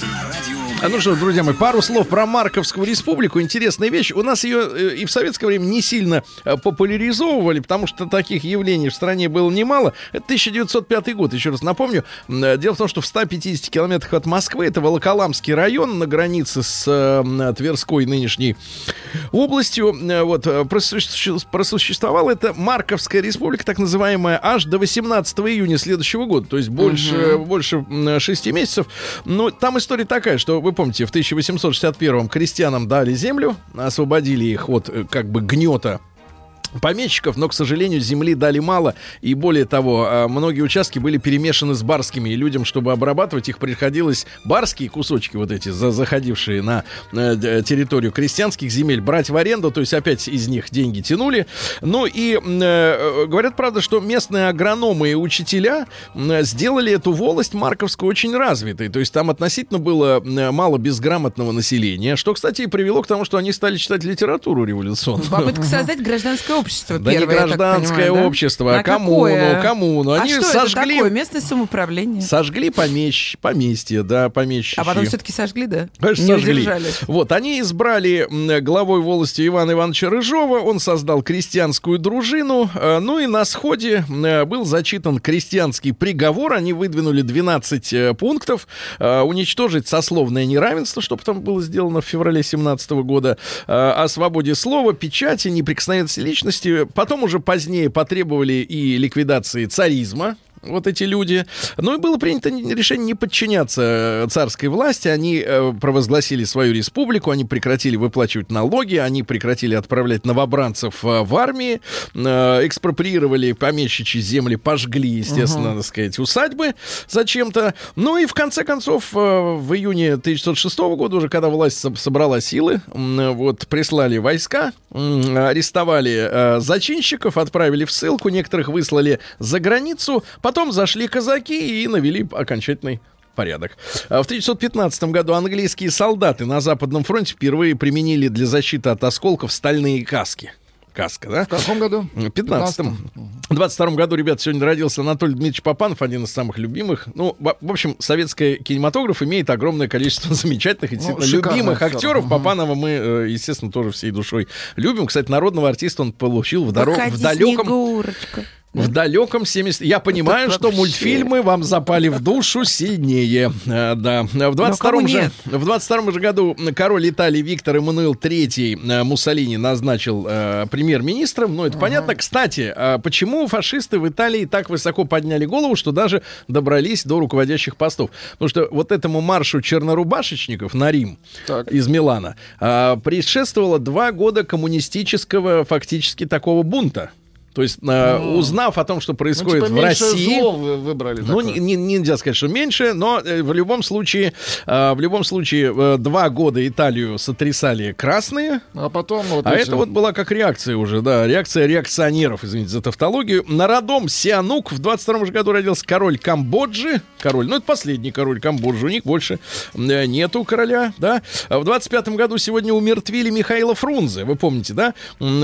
А ну что, друзья мои, пару слов про Марковскую республику. Интересная вещь. У нас ее э, и в советское время не сильно э, популяризовывали, потому что таких явлений в стране было немало. Это тысяча девятьсот пятый год, еще раз напомню. Э, дело в том, что в ста пятидесяти километрах от Москвы, это Волоколамский район, на границе с э, Тверской нынешней областью, э, вот, просуще, просуществовала эта Марковская республика, так называемая, аж до восемнадцатого июня следующего года. То есть больше, угу. больше шести месяцев. Но там история такая, что вы помните, в тысяча восемьсот шестьдесят первом крестьянам дали землю, освободили их от как бы гнета помещиков, но, к сожалению, земли дали мало, и более того, многие участки были перемешаны с барскими, и людям, чтобы обрабатывать их, приходилось барские кусочки, вот эти, заходившие на территорию крестьянских земель, брать в аренду, то есть опять из них деньги тянули. Ну и э, говорят, правда, что местные агрономы и учителя сделали эту волость Марковскую очень развитой, то есть там относительно было мало безграмотного населения, что, кстати, и привело к тому, что они стали читать литературу революционную. Попытка создать гражданское общество. Общество да первое, не гражданское понимаю, общество, да? а коммуну, какое? коммуну. Они а что сожгли, это такое? Местное самоуправление. Сожгли помещ, поместье, да, помещичьи. А потом все-таки сожгли, да? Конечно, не сожгли. удержали. Вот, они избрали главой волости Ивана Ивановича Рыжова, он создал крестьянскую дружину, ну и на сходе был зачитан крестьянский приговор, они выдвинули двенадцать пунктов, уничтожить сословное неравенство, что потом было сделано в феврале семнадцатого года, о свободе слова, печати, неприкосновенности личности. Потом уже позднее потребовали и ликвидации царизма. Вот эти люди. Ну и было принято решение не подчиняться царской власти. Они э, провозгласили свою республику, они прекратили выплачивать налоги, они прекратили отправлять новобранцев э, в армии, э, экспроприировали помещичьи земли, пожгли, естественно, uh-huh. так сказать, усадьбы зачем-то. Ну и в конце концов, э, в июне тысяча девятьсот шестого года, уже когда власть со- собрала силы, э, вот, прислали войска, э, арестовали э, зачинщиков, отправили в ссылку, некоторых выслали за границу. Потом зашли казаки и навели окончательный порядок. В тысяча девятьсот пятнадцатом году английские солдаты на Западном фронте впервые применили для защиты от осколков стальные каски. Каска, да? В каком году? В пятнадцатом. В двадцать втором году, ребят, сегодня родился Анатолий Дмитриевич Папанов, один из самых любимых. Ну, в общем, советский кинематограф имеет огромное количество замечательных и действительно ну, любимых актеров. Папанова мы, естественно, тоже всей душой любим. Кстати, народного артиста он получил в, дорог... в далеком... Снегурочка. В далеком семидесятом... Я понимаю, что мультфильмы вам запали в душу сильнее. А, да. В двадцать втором же, в двадцать втором же году король Италии Виктор Эммануил третий Муссолини назначил э, премьер-министром. Ну, это uh-huh. понятно. Кстати, а почему фашисты в Италии так высоко подняли голову, что даже добрались до руководящих постов? Потому что вот этому маршу чернорубашечников на Рим так. из Милана э, предшествовало два года коммунистического фактически такого бунта. То есть, э, узнав о том, что происходит ну, типа в России, зло вы выбрали. Ну, не, не, нельзя сказать, что меньше, но э, в любом случае, э, в любом случае, э, два года Италию сотрясали красные, а потом, вот а эти... это вот была как реакция уже, да, реакция реакционеров, извините за тавтологию. Народом Сианук в двадцать втором же году родился король Камбоджи, король, ну это последний король Камбоджи, у них больше э, нету короля, да. В двадцать пятом году сегодня умертвили Михаила Фрунзе, вы помните, да?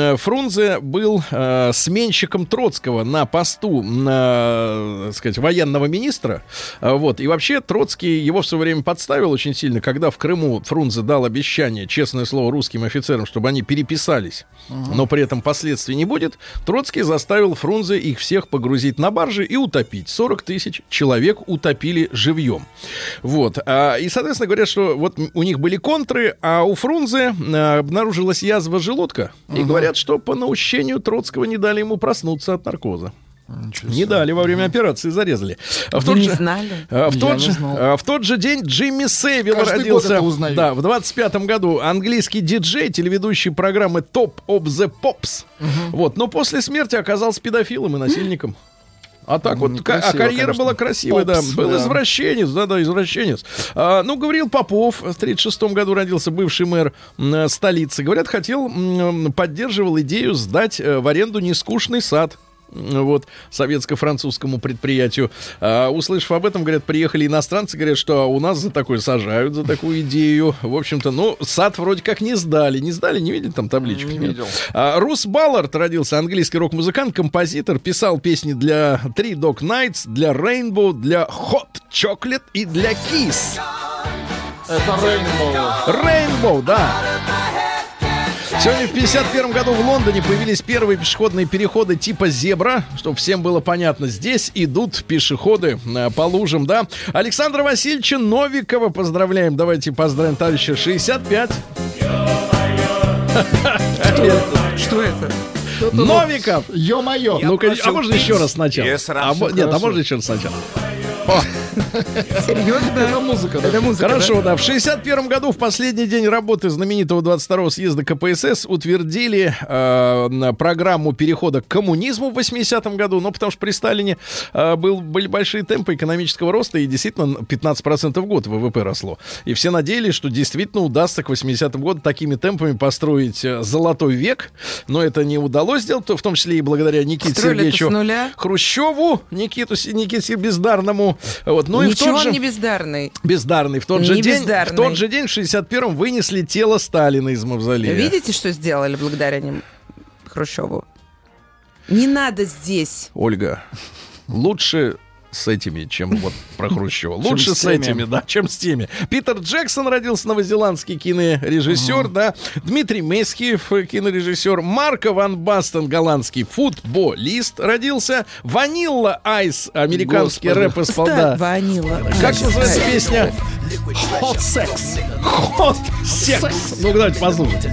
Фрунзе был э, сменщиком Сменщиком Троцкого на посту, на, так сказать, военного министра. Вот. И вообще Троцкий его в свое время подставил очень сильно, когда в Крыму Фрунзе дал обещание, честное слово, русским офицерам, чтобы они переписались, uh-huh. но при этом последствий не будет. Троцкий заставил Фрунзе их всех погрузить на баржи и утопить. сорок тысяч человек утопили живьем. Вот. И, соответственно, говорят, что вот у них были контры, а у Фрунзе обнаружилась язва желудка. Uh-huh. И говорят, что по наущению Троцкого не дали ему проснуться от наркоза. Не дали, во время операции зарезали. В тот, не же, знали. В, тот же, в тот же день Джимми Сейвилл родился. Да, в двадцать пятом году английский диджей, телеведущий программы Top of the Pops. Угу. Вот, но после смерти оказался педофилом и насильником. А так вот, а карьера конечно. была красивая, Попс, да. Был да. извращенец, да-да, извращенец. А, ну, говорил Попов, в тридцать шестом году родился, бывший мэр м, столицы. Говорят, хотел, м, поддерживал идею сдать в аренду нескучный сад. Вот, советско-французскому предприятию. А, услышав об этом, говорят, приехали иностранцы, говорят, что у нас за такое сажают, за такую идею. В общем-то, ну, сад вроде как не сдали. Не сдали, не видели там табличку? Не видел. А, Рус Баллард родился, английский рок-музыкант, композитор, писал песни для Three Dog Nights, для Rainbow, для Hot Chocolate и для Kiss. Это Rainbow. Rainbow, да. Сегодня в пятьдесят первом году в Лондоне появились первые пешеходные переходы типа зебра, чтобы всем было понятно. Здесь идут пешеходы э, по лужам, да. Александра Васильевича Новикова поздравляем. Давайте поздравим товарища. шестьдесят пять. Что это? Новиков! Ё-моё! Ну-ка, а можно еще раз сначала? А, нет, а можно еще раз сначала? Серьезно? Это музыка, да? Это музыка, Хорошо, да. да. В шестьдесят первом году, в последний день работы знаменитого двадцать второго съезда ка пэ эс эс, утвердили э, программу перехода к коммунизму в восьмидесятом году. Ну, потому что при Сталине э, был, были большие темпы экономического роста, и действительно пятнадцать процентов в год вэ вэ пэ росло. И все надеялись, что действительно удастся к восьмидесятым году такими темпами построить золотой век. Но это не удалось сделать, в том числе и благодаря Никите Строили Сергеевичу Хрущеву, Никиту, Никите Бездарному. Вот. Ну, и в Ничего тот же... он не бездарный. Бездарный. В тот, не же день, бездарный. в тот же день, в шестьдесят первом, вынесли тело Сталина из мавзолея. Видите, что сделали благодаря ним Хрущеву? Не надо здесь. Ольга, лучше с этими, чем вот про Хрущева. Лучше с этими, да, чем с теми. Питер Джексон родился, новозеландский кинорежиссер, uh-huh. да. Дмитрий Месхиев, кинорежиссер. Марко Ван Бастен, голландский футболист, родился. Ванилла Айс, американский рэп исполнил. Да. Ванилла. Как называется песня? Hot Sex. Hot Sex. Ну, давайте послушайте.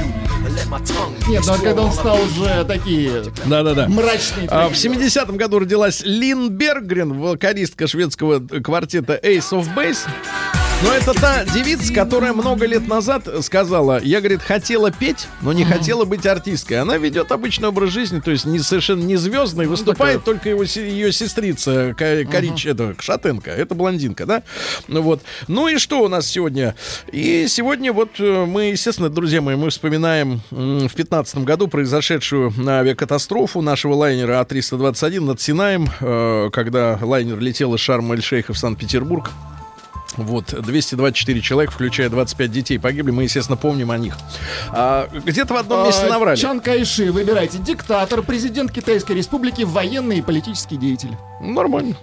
Нет, ну а когда он стал уже такие да-да-да. мрачные. А, в семидесятом году родилась Лин Бергрен, вокалистка шведского квартета Ace of Base. Но это та девица, которая много лет назад сказала, я, говорит, хотела петь, но не mm-hmm. хотела быть артисткой. Она ведет обычный образ жизни, то есть не, совершенно не звездный, выступает ну, только его, ее сестрица, Корич, uh-huh. это Шатенко, это блондинка, да? Ну, вот. Ну и что у нас сегодня? И сегодня вот мы, естественно, друзья мои, мы вспоминаем в пятнадцатом году произошедшую авиакатастрофу нашего лайнера А триста двадцать один над Синаем, когда лайнер летел из Шарм-эль-Шейха в Санкт-Петербург. Вот, двести двадцать четыре человека, включая двадцать пять детей, погибли. Мы, естественно, помним о них. А, где-то в одном месте наврали. Чан Кайши, выбирайте. Диктатор, президент Китайской Республики, военный и политический деятель. Нормально.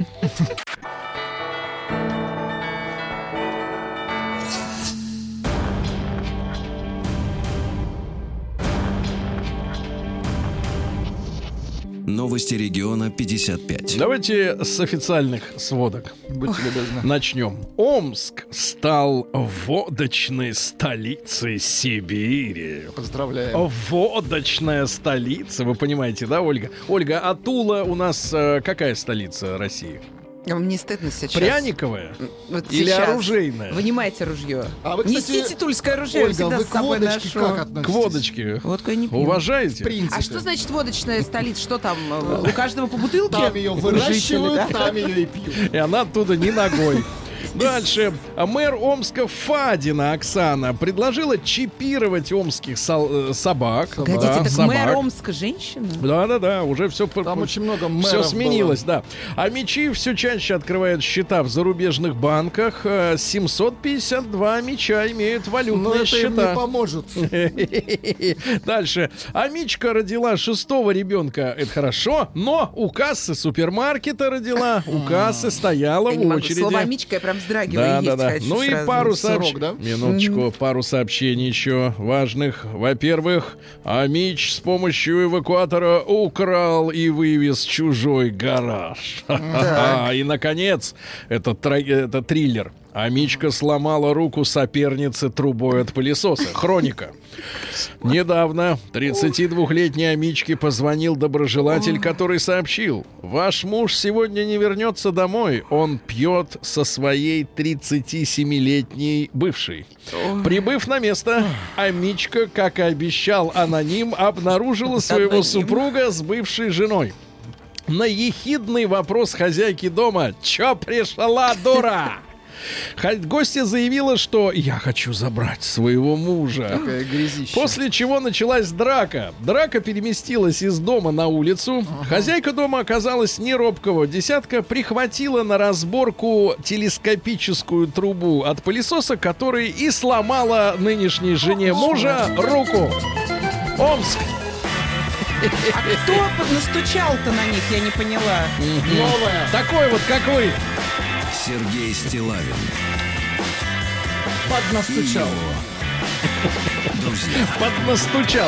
Новости региона пятьдесят пять. Давайте с официальных сводок. Будьте любезны. Начнем. Омск стал водочной столицей Сибири. Поздравляем. Водочная столица, вы понимаете, да, Ольга? Ольга, а Тула у нас э, какая столица России? Вам не стыдно сейчас? Пряниковая? Вот или сейчас. Оружейная? Вынимайте ружье. А вы, кстати, несите тульское ружье, Ольга, всегда вы с собой к водочке ношу. как относитесь? К водочке. Водку я не пью. Уважаете? А что значит водочная столица? Что там? У каждого по бутылке? Там ее выращивают, Жители, да? там ее и пьют. И она оттуда ни ногой. Дальше. Мэр Омска Фадина Оксана предложила чипировать омских сол- собак. Погодите, да, так собак. мэр Омска женщина? Да-да-да, уже все, Там очень много мэров все сменилось, было. да. А мечи все чаще открывают счета в зарубежных банках. семьсот пятьдесят два меча имеют валютные Но это счета. им не поможет. Дальше. Амичка родила шестого ребенка. Это хорошо, но у кассы супермаркета родила. У кассы стояла Я в не могу. очереди. Слово «амичка» я прям вздрагиваю. Да, есть да, да. хочу Ну и сразу. пару Сырок, сообщений. да? Минуточку, mm-hmm. пару сообщений еще важных. Во-первых, Амич с помощью эвакуатора украл и вывез чужой гараж. И, наконец, это, тро- это триллер. Амичка сломала руку соперницы трубой от пылесоса. Хроника. Недавно тридцатидвухлетней Амичке позвонил доброжелатель, который сообщил: ваш муж сегодня не вернется домой. Он пьет со своей тридцатисемилетней бывшей. Прибыв на место, Амичка, как и обещал аноним, обнаружила своего Аноним. супруга с бывшей женой. на ехидный вопрос хозяйки дома: «Чё пришла, дура?» Гостья заявила, что «я хочу забрать своего мужа». Какая грязища. После чего началась драка. Драка переместилась из дома на улицу. Ага. Хозяйка дома оказалась не робкого десятка, прихватила на разборку телескопическую трубу от пылесоса, которая и сломала нынешней жене мужа руку. Омск. А кто настучал-то на них, я не поняла. Новая. Такой вот, как вы. Сергей Стиллавин. Поднастучал. Друзья. Поднастучало.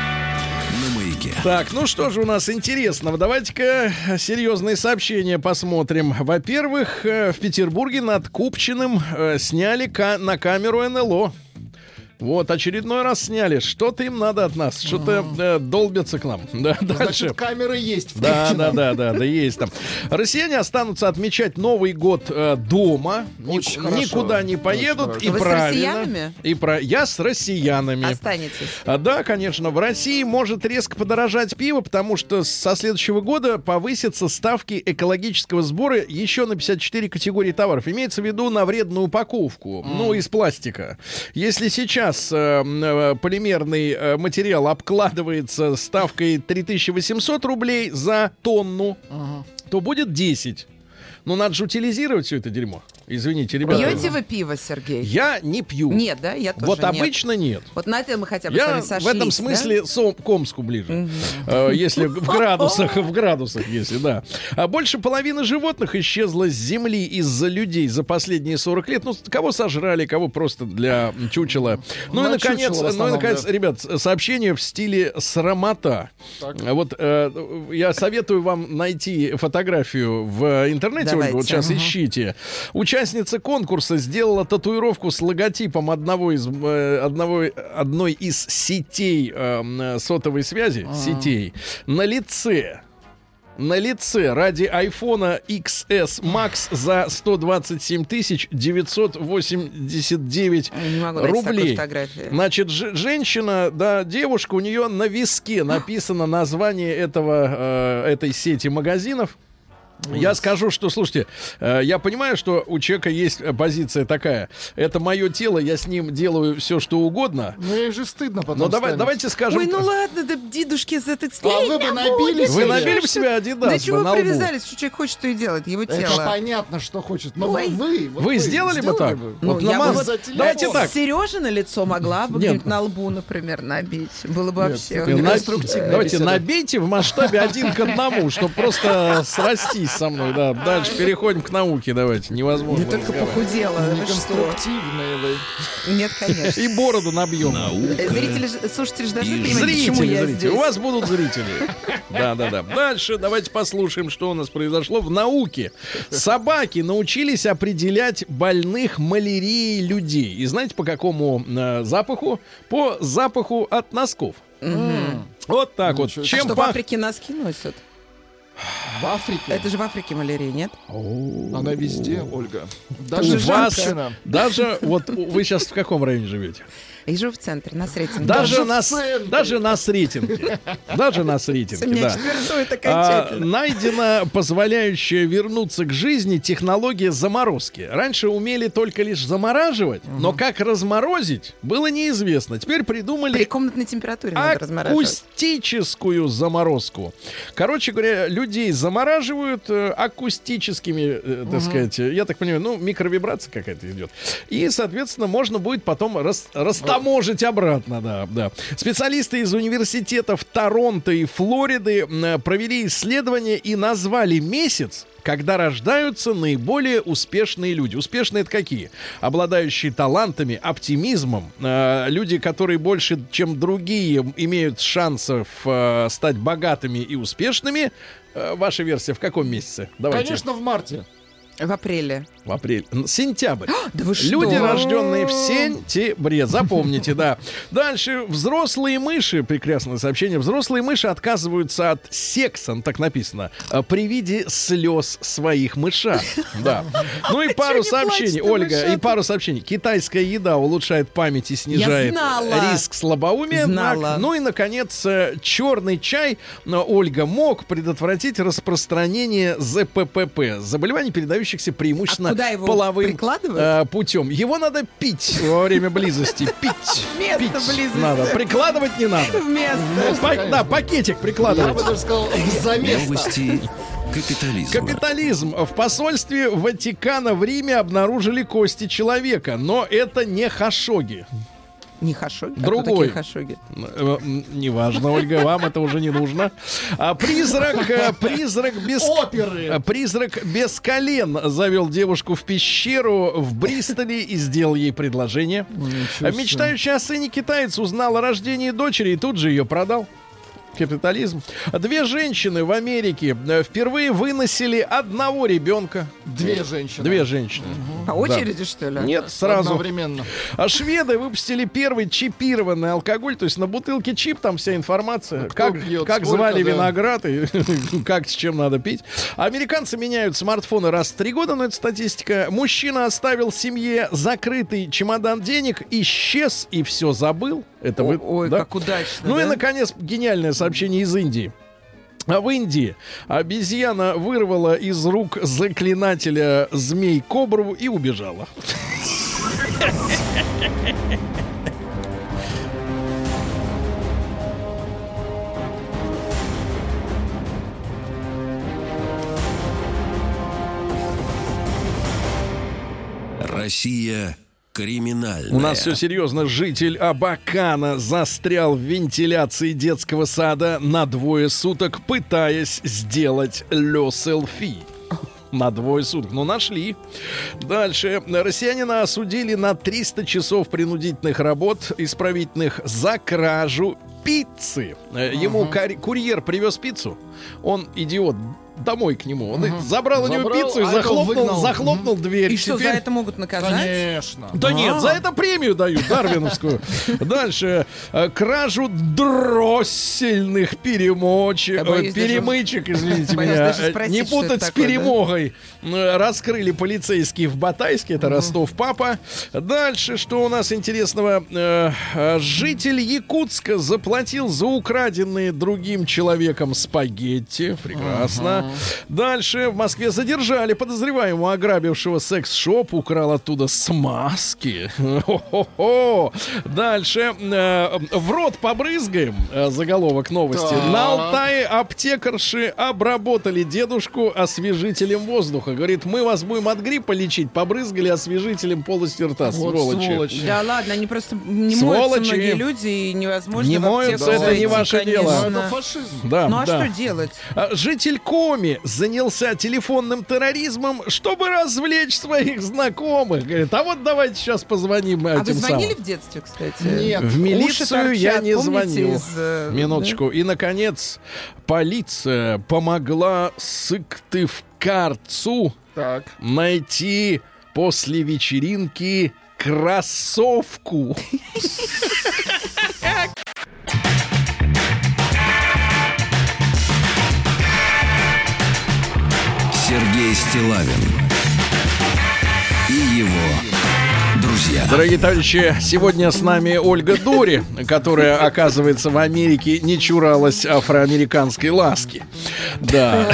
На маяке. Так, ну что же у нас интересного? Давайте-ка серьезные сообщения посмотрим. Во-первых, в Петербурге над Купчиным сняли ка- на камеру эн эл о. Вот, очередной раз сняли. Что-то им надо от нас. Что-то э, долбятся к нам. Да, Значит, дальше. камеры есть в Да, Купчино. да, да, да, да, есть там. Россияне останутся отмечать Новый год э, дома. Очень Ник- хорошо. никуда не поедут. Очень И Вы с правильно. россиянами? И про... Я с россиянами. Останетесь. А, да, конечно. В России может резко подорожать пиво, потому что со следующего года повысятся ставки экологического сбора еще на пятьдесят четыре категории товаров. Имеется в виду на вредную упаковку, mm. ну, из пластика. Если сейчас э, э, полимерный э, материал обкладывается ставкой три тысячи восемьсот рублей за тонну, uh-huh. то будет десять. Но надо же утилизировать все это дерьмо. Извините, ребята. Пьете вы пиво, Сергей? Я не пью. Нет, да? Я тоже Вот нет. обычно нет. Вот на это мы хотя бы Я с вами сошлись, в этом да? смысле сом, к Омску ближе. Э, если в градусах, в градусах, если, да. А больше половины животных исчезло с земли из-за людей за последние сорок лет. Ну, кого сожрали, кого просто для чучела. Ну и, На наконец, чучело в ну и, основном, наконец, да. ребят, сообщение в стиле срамота. Так. Вот э, я советую вам найти фотографию в интернете, Давайте. Ольга, вот сейчас Ага. ищите. Участница конкурса сделала татуировку с логотипом одного из, э, одного, одной из сетей э, сотовой связи, А-а-а. сетей, на лице. На лице ради айфона икс эс Max за сто двадцать семь тысяч девятьсот восемьдесят девять Не могу найти такую рублей. фотографию. Значит, ж- женщина, да, девушка, у нее на виске написано название этого, э, этой сети магазинов. Я скажу, что, слушайте, э, я понимаю, что у человека есть позиция такая. Это мое тело, я с ним делаю все, что угодно. Ну, ей же стыдно потом Но давай, станет. давайте скажем... Ой, ну ладно, да дедушки за этот А вы бы набили Вы себе? набили в себя Adidas Да чего на вы лбу? привязались? Что человек хочет, то и делает. Его Это тело. понятно, что хочет. Но Ой. вы... вот Вы сделали бы так? бы? Ну, Вот я намаз- бы вот за телефон. Давайте так. Сережа на лицо могла бы Нет. где-нибудь на лбу, например, набить. Было бы Нет, вообще... это На- конструктивная Давайте беседа. набейте в масштабе один к одному, чтобы просто срастись со мной. Да. Дальше переходим к науке. Давайте. Невозможно. Не только разговаривать. похудела. Вы что? Неконструктивные вы. Нет, конечно. И бороду набьем. Э, Зрители, ж- слушатели же должны И понимать, почему Зрители, я зрители. здесь. У вас будут зрители. Да, да, да. Дальше давайте послушаем, что у нас произошло в науке. Собаки научились определять больных малярией людей. И знаете, по какому э, запаху? По запаху от носков. Вот так вот. Ничего А Чем что, в пах... Африке носки носят? В Африке. Это же в Африке малярия, нет? Она везде, Ольга. У Даже вас женщина. даже вот вы сейчас в каком районе живете? Я живу в центре, на Сретенке. Даже, Даже в на, центре. даже на Сретенке. Даже на Сретенке, Меня да. четвертует А, окончательно. найдена позволяющая вернуться к жизни технология заморозки. Раньше умели только лишь замораживать, но как разморозить, было неизвестно. Теперь При придумали комнатной температуре надо размораживать. акустическую заморозку. Короче говоря, людей замораживают э, акустическими, э, так сказать, э, я так понимаю, ну, микровибрация какая-то идет. И, соответственно, можно будет потом рас, растаможить обратно, да, да. Специалисты из университетов Торонто и Флориды э, провели исследование и назвали месяц, когда рождаются наиболее успешные люди. Успешные это какие? Обладающие талантами, оптимизмом, э, люди, которые больше, чем другие, имеют шансов э, стать богатыми и успешными. Э, ваша версия в каком месяце? Давайте. Конечно, в марте. В апреле. В апреле. Сентябрь. Да вы что? Люди, рожденные в сентябре. Запомните, да. Дальше. Взрослые мыши, прекрасное сообщение, взрослые мыши отказываются от секса, так написано, при виде слез своих мышат. Да. Ну и пару сообщений, Ольга, и пару сообщений. Китайская еда улучшает память и снижает риск слабоумия. Знала. Ну и, наконец, черный чай, Ольга, мог предотвратить распространение зэ пэ пэ пэ, заболеваний, передающихся преимущественно а куда его половым э, путем. Его надо пить во время близости. Пить. Вместо пить близости. Надо. Прикладывать не надо. Вместо. Па- да, пакетик прикладывать. Я бы даже сказал, за место. Новости капитализма. Капитализм. В посольстве Ватикана в Риме обнаружили кости человека, но это не Хашоги. Не Хашоги? Другой. А Хашоги? Неважно, Ольга, вам это уже не нужно. А призрак, призрак без... Оперы. Призрак без колен завел девушку в пещеру в Бристоле и сделал ей предложение. Мечтающий о сыне китаец узнал о рождении дочери и тут же ее продал. Капитализм. Две женщины в Америке впервые выносили одного ребенка. Две женщины. Две женщины. По очереди, что ли? Нет, сразу. Одновременно. А шведы выпустили первый чипированный алкоголь, то есть на бутылке чип, там вся информация, Кто как, пьет, как сколько, звали да. виноград и как с чем надо пить. Американцы меняют смартфоны раз в три года, но это статистика. Мужчина оставил семье закрытый чемодан денег, исчез и все забыл. Это вы, Ой, да? как удачно. Ну да? и, наконец, гениальное сообщение из Индии. А в Индии обезьяна вырвала из рук заклинателя змей-кобру и убежала. Россия криминальная. У нас все серьезно. Житель Абакана застрял в вентиляции детского сада на двое суток, пытаясь сделать лё-селфи. На двое суток. Ну, нашли. Дальше. Россиянина осудили на триста часов принудительных работ исправительных за кражу пиццы. Uh-huh. Ему кар- курьер привез пиццу. Он, идиот, домой к нему. Он uh-huh. забрал у него Забрал, пиццу и а захлопнул, захлопнул uh-huh. дверь. И что, Теперь... за это могут наказать? Конечно. Да А-а-а. нет, за это премию дают, дарвиновскую. Дальше. Кражу дроссельных перемочек, перемычек, извините меня, не путать с перемогой. Раскрыли полицейские в Батайске, это Ростов-Папа. Дальше, что у нас интересного? Житель Якутска заплатил за украденные другим человеком спагетти. Прекрасно. Дальше в Москве задержали подозреваемого, ограбившего секс-шоп, украл оттуда смазки. Хо-хо-хо. Дальше. Э, в рот побрызгаем. Э, заголовок новости. Да. На Алтае аптекарши обработали дедушку освежителем воздуха. Говорит, мы вас будем от гриппа лечить. Побрызгали освежителем полости рта. Вот Сволочи. сволочи. Да ладно, они просто не Сволочи. моются многие люди, и невозможно Не в аптеку моются, это зайти, не ваше конечно. дело. Это фашизм. Да, Ну а да. что делать? А, Житель Коми занялся телефонным терроризмом, чтобы развлечь своих знакомых. Говорит, а вот давайте сейчас позвоним А этим вы звонили самым. в детстве, кстати? Нет. В милицию Уши я торчат, не помните, звонил. из, э, Минуточку. И, наконец, полиция помогла Сыктывкарцу Так. найти после вечеринки кроссовку. Сергей Стиллавин и его друзья. Дорогие товарищи, сегодня с нами Ольга Дури, которая, оказывается, в Америке не чуралась афроамериканской ласки. Да.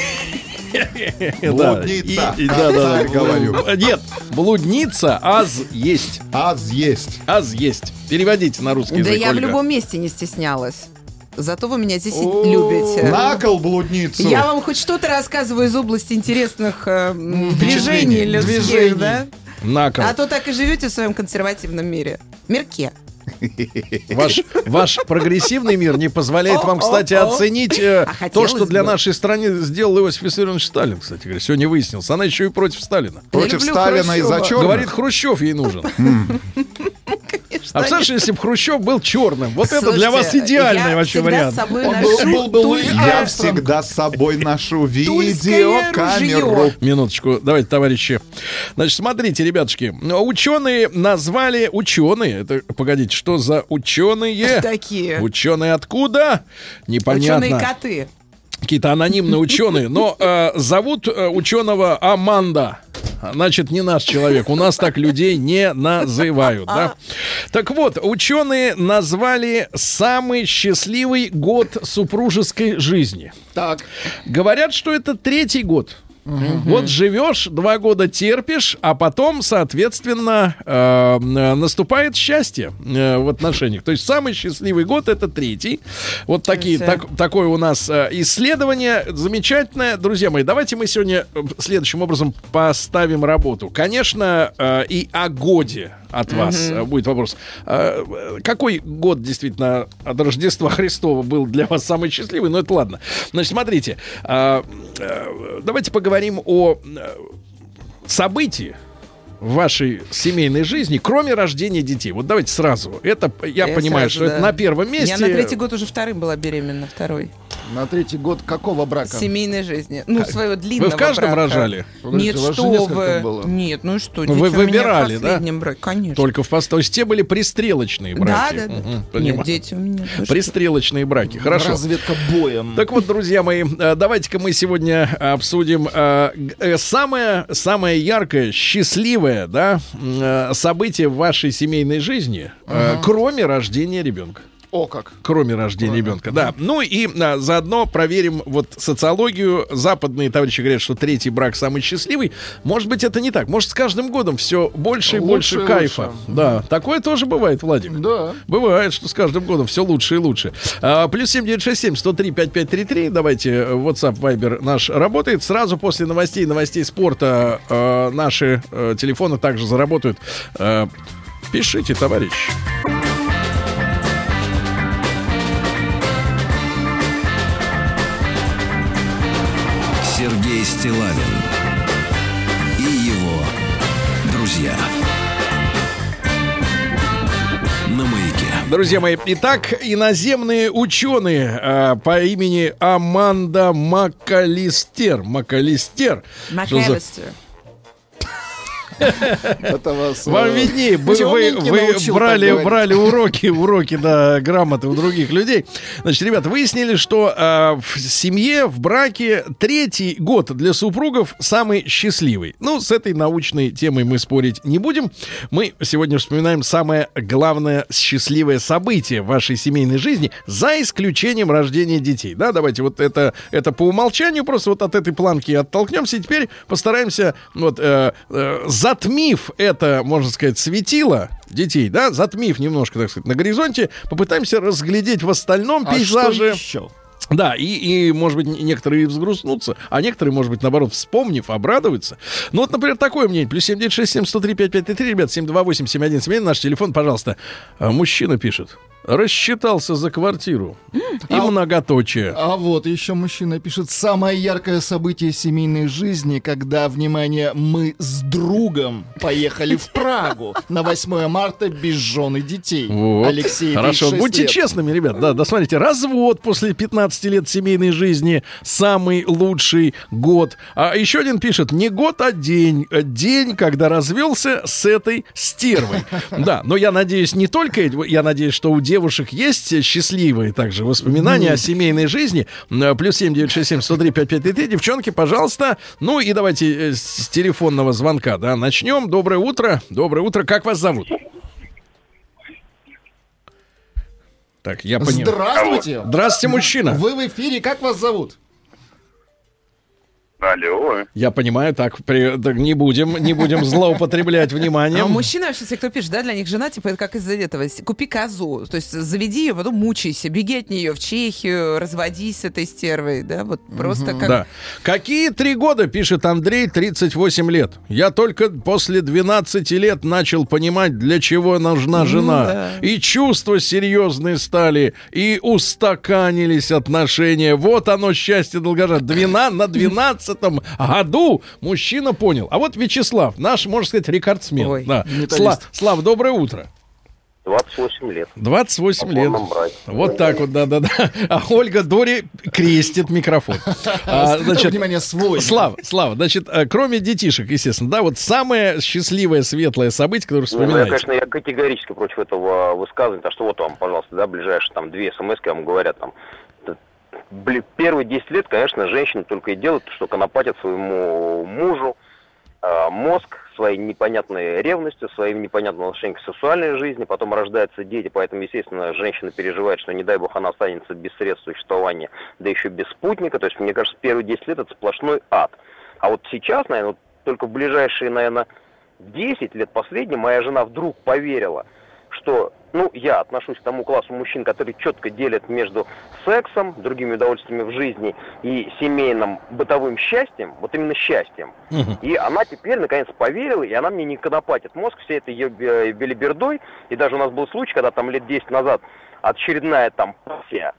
Блудница, И- и- как да, да, царь да. говорю. Нет, блудница, аз есть. Аз есть. Аз есть. Переводите на русский Да язык, я в Ольга. любом месте не стеснялась. Зато вы меня здесь и О, любите. На кол блудницу. Я вам хоть что-то рассказываю из области интересных э, м, движений людских, Движений. да? На кол. А то так и живете в своем консервативном мире. Мирке. Ваш, ваш прогрессивный мир не позволяет вам, кстати, О-о-о. оценить э, А то, хотелось что для бы. нашей страны сделал Иосиф Виссарионович Сталин, кстати говоря. Сегодня выяснилось. Она еще и против Сталина. Против люблю Сталина Хрущева. из-за черных. Говорит, Хрущев ей нужен. А представляешь, если бы Хрущев был черным? Вот это Слушайте, для вас идеальный я вообще всегда вариант. с собой Он ношу был, был, был Луи тульское- Я Армстронг. всегда с собой ношу Тульское видеокамеру. ружье. Минуточку, давайте, товарищи. Значит, смотрите, ребятушки, ученые назвали ученые. Это, погодите, что за ученые? Такие. Ученые откуда? Непонятно. Ученые коты. Какие-то анонимные ученые, но э, зовут э, ученого Аманда. Значит, не наш человек. У нас так людей не называют, да? Так вот, ученые назвали самый счастливый год супружеской жизни. Так. Говорят, что это третий год. Вот живешь, два года терпишь, а потом, соответственно, э, наступает счастье э, в отношениях. То есть самый счастливый год — это третий. Вот такие, так, такое у нас э, исследование замечательное. Друзья мои, давайте мы сегодня э, следующим образом поставим работу. Конечно, э, и о годе от вас э, будет вопрос. Э, какой год действительно от Рождества Христова был для вас самый счастливый? Ну, это ладно. Значит, смотрите, э, э, давайте поговорим о э, событии в вашей семейной жизни, кроме рождения детей. Вот давайте сразу. Это, я, Я понимаю, сразу, что это да. на первом месте. Я на третий год уже вторым была беременна, второй. На третий год какого брака? Семейной жизни. Ну, своего длинного Вы в каждом брака. рожали? Подождите, Нет, у вас же что несколько вы. было. Нет, ну и что? Ну, вы дети у меня выбирали, в да? последнем браке, конечно. Только в пост... То есть те были пристрелочные браки. Да, да, да. Мгм, понимаю. Нет, дети у меня. Ну, что? Пристрелочные браки. Хорошо. Разведка боем. Так вот, друзья мои, э, давайте-ка мы сегодня обсудим э, г- э, самое, самое яркое, счастливое, да, м, э, событие в вашей семейной жизни, э, кроме рождения ребенка. О, как. Кроме рождения ребенка, да. Ну и а, заодно проверим вот социологию. Западные товарищи говорят, что третий брак самый счастливый. Может быть, это не так. Может, с каждым годом все больше и Лучше больше и кайфа. лучше. Да, такое тоже бывает, Владик. Да. Бывает, что с каждым годом все лучше и лучше. А, плюс семь девять шесть семь сто три пять пять три три. Давайте, э, WhatsApp, Viber наш работает. Сразу после новостей, новостей спорта э, наши э, телефоны также заработают. Э, пишите, товарищ. Сергей Стиллавин и его друзья. На маяке. Друзья мои, итак, иноземные ученые э, по имени Аманда МакАлистер. МакАлистер. Что за- МакАлистер. Это вас... Вам э, виднее, вы, вы, темненький вы научил так брали, говорить. брали уроки, уроки, да, грамоты у других людей. Значит, ребята, выяснили, что э, в семье, в браке третий год для супругов самый счастливый. Ну, с этой научной темой мы спорить не будем. Мы сегодня вспоминаем самое главное счастливое событие в вашей семейной жизни, за исключением рождения детей. Да, давайте вот это, это по умолчанию, просто вот от этой планки оттолкнемся. И теперь постараемся вот э, э, затмив это, можно сказать, светило детей, да, затмив немножко, так сказать, на горизонте, попытаемся разглядеть в остальном А пейзаже. что еще? Да, и, и, может быть, некоторые взгрустнутся, а некоторые, может быть, наоборот, вспомнив, обрадуются. Ну, вот, например, такое мнение. Плюс семь девять шесть семь сто три пять пять три три, ребят, семь два восемь семь один семь один, наш телефон, пожалуйста. А, мужчина пишет. Рассчитался за квартиру. И А- многоточие. А вот еще мужчина пишет: самое яркое событие семейной жизни, когда, внимание, мы с другом поехали в Прагу на восьмое марта без жен и детей. Вот. Алексей, Хорошо, тридцать шесть будьте лет. честными, ребят. Да, да, смотрите, развод после пятнадцати лет семейной жизни самый лучший год. А еще один пишет: не год, а день. День, когда развелся с этой стервой. Да, но я надеюсь, не только эти, я надеюсь, что у девушек есть счастливые также воспоминания о семейной жизни. Плюс семь девять шесть семь сто три пять пять три три. Девчонки, пожалуйста. Ну и давайте с телефонного звонка, да, начнем. Доброе утро. Доброе утро. Как вас зовут? Так, я понял. Здравствуйте. Здравствуйте, мужчина. Вы в эфире, как вас зовут? Алло. Я понимаю, так, при- так не будем, не будем злоупотреблять вниманием. А мужчина вообще, все, кто пишет, да, для них жена, типа, это как из-за этого. с- Купи козу. То есть заведи ее, потом мучайся, беги от нее в Чехию, разводись с этой стервой, да, вот просто как... Да. Какие три года, пишет Андрей, тридцать восемь лет. Я только после двенадцати лет начал понимать, для чего нужна жена. да. И чувства серьезные стали, и устаканились отношения. Вот оно, счастье долгожданное. Двена... На двенадцатом году мужчина понял. А вот Вячеслав, наш, можно сказать, рекордсмен. Ой, Да. металлист. Сла- Слав, доброе утро. двадцать восемь лет. двадцать восемь лет. Вот так вот, да-да-да. А Ольга Дори крестит микрофон. А, значит, внимание, свой. Слава, Слава, значит, кроме детишек, естественно, да, вот самое счастливое, светлое событие, которое вспоминаете. Ну, я, конечно, я категорически против этого высказывания, потому что вот вам, пожалуйста, да, ближайшие там две смс-ки вам говорят там, первые десять лет, конечно, женщины только и делают, что конопатят своему мужу э, мозг своей непонятной ревностью, своим непонятным отношением к сексуальной жизни, потом рождаются дети, поэтому, естественно, женщина переживает, что, не дай бог, она останется без средств существования, да еще без спутника. То есть, мне кажется, первые десять лет это сплошной ад. А вот сейчас, наверное, вот только в ближайшие, наверное, десять лет последние моя жена вдруг поверила, что, ну, я отношусь к тому классу мужчин, которые четко делят между сексом, другими удовольствиями в жизни и семейным бытовым счастьем, вот именно счастьем. Uh-huh. И она теперь, наконец, поверила, и она мне не конопатит мозг всей этой ее белибердой. И даже у нас был случай, когда там лет десять назад очередная там пассия,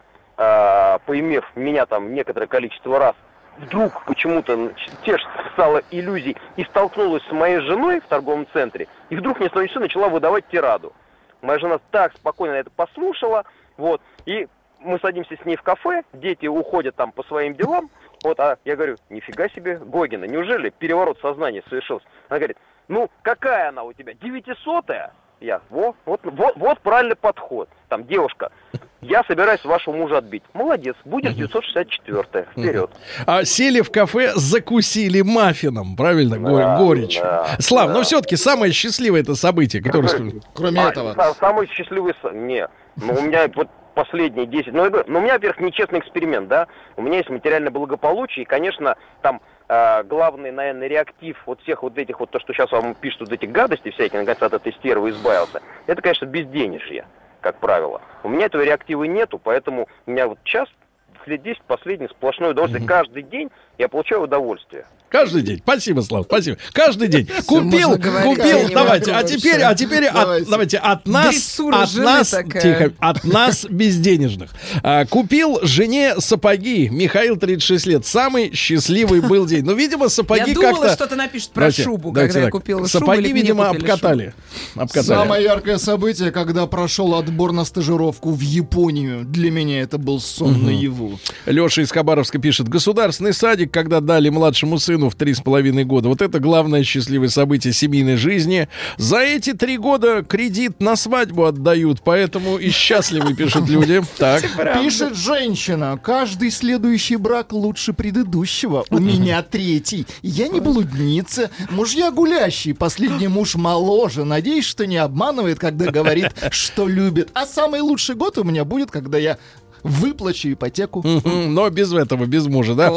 э, поимев меня там некоторое количество раз, вдруг почему-то стала иллюзий и столкнулась с моей женой в торговом центре, и вдруг мне с начала выдавать тираду. Моя жена так спокойно это послушала, вот, и мы садимся с ней в кафе, дети уходят там по своим делам, вот, а я говорю, нифига себе, Гогина, неужели переворот сознания совершился? Она говорит, ну, какая она у тебя, девятисотая? Я, во, вот, вот, вот правильный подход. Там, девушка, я собираюсь вашего мужа отбить. Молодец, будешь девятьсот шестьдесят четвёртая. Вперед. А сели в кафе, закусили маффином, правильно? Да, горечь. Да, Слав, да. но все-таки самое счастливое это событие, которое... Кроме а, этого. Самый счастливый... Не, ну у меня вот последние десять... Ну, ну, у меня, во-первых, нечестный эксперимент, да? У меня есть материальное благополучие, и, конечно, там... главный, наверное, реактив вот всех вот этих вот, то, что сейчас вам пишут, вот эти гадости всякие, наконец, от этой стервы избавился, это, конечно, безденежье, как правило. У меня этого реактива нету, поэтому у меня вот час, лет десять последний сплошное удовольствие. Mm-hmm. Каждый день я получаю удовольствие. Каждый день. Спасибо, Слав, спасибо. Каждый день. Купил, купил, давайте. А теперь, а теперь от, давайте от нас, от нас, тихо, от нас безденежных. А, купил жене сапоги. Михаил, тридцать шесть лет. Самый счастливый был день. Ну, видимо, сапоги как-то... Я думала, что-то напишет про давайте, шубу, давайте когда так. я купила шубу. Сапоги, видимо, обкатали. обкатали. Самое яркое событие, когда прошел отбор на стажировку в Японию. Для меня это был сон угу. наяву. Леша из Хабаровска пишет. Государственный садик, когда дали младшему сыну в три с половиной года. Вот это главное счастливое событие семейной жизни. За эти три года кредит на свадьбу отдают, поэтому и счастливы, пишут люди. Так. Пишет женщина. Каждый следующий брак лучше предыдущего. У меня третий. Я не блудница. Мужья гулящие. Последний муж моложе. Надеюсь, что не обманывает, когда говорит, что любит. А самый лучший год у меня будет, когда я выплачу ипотеку. Но без этого, без мужа, да?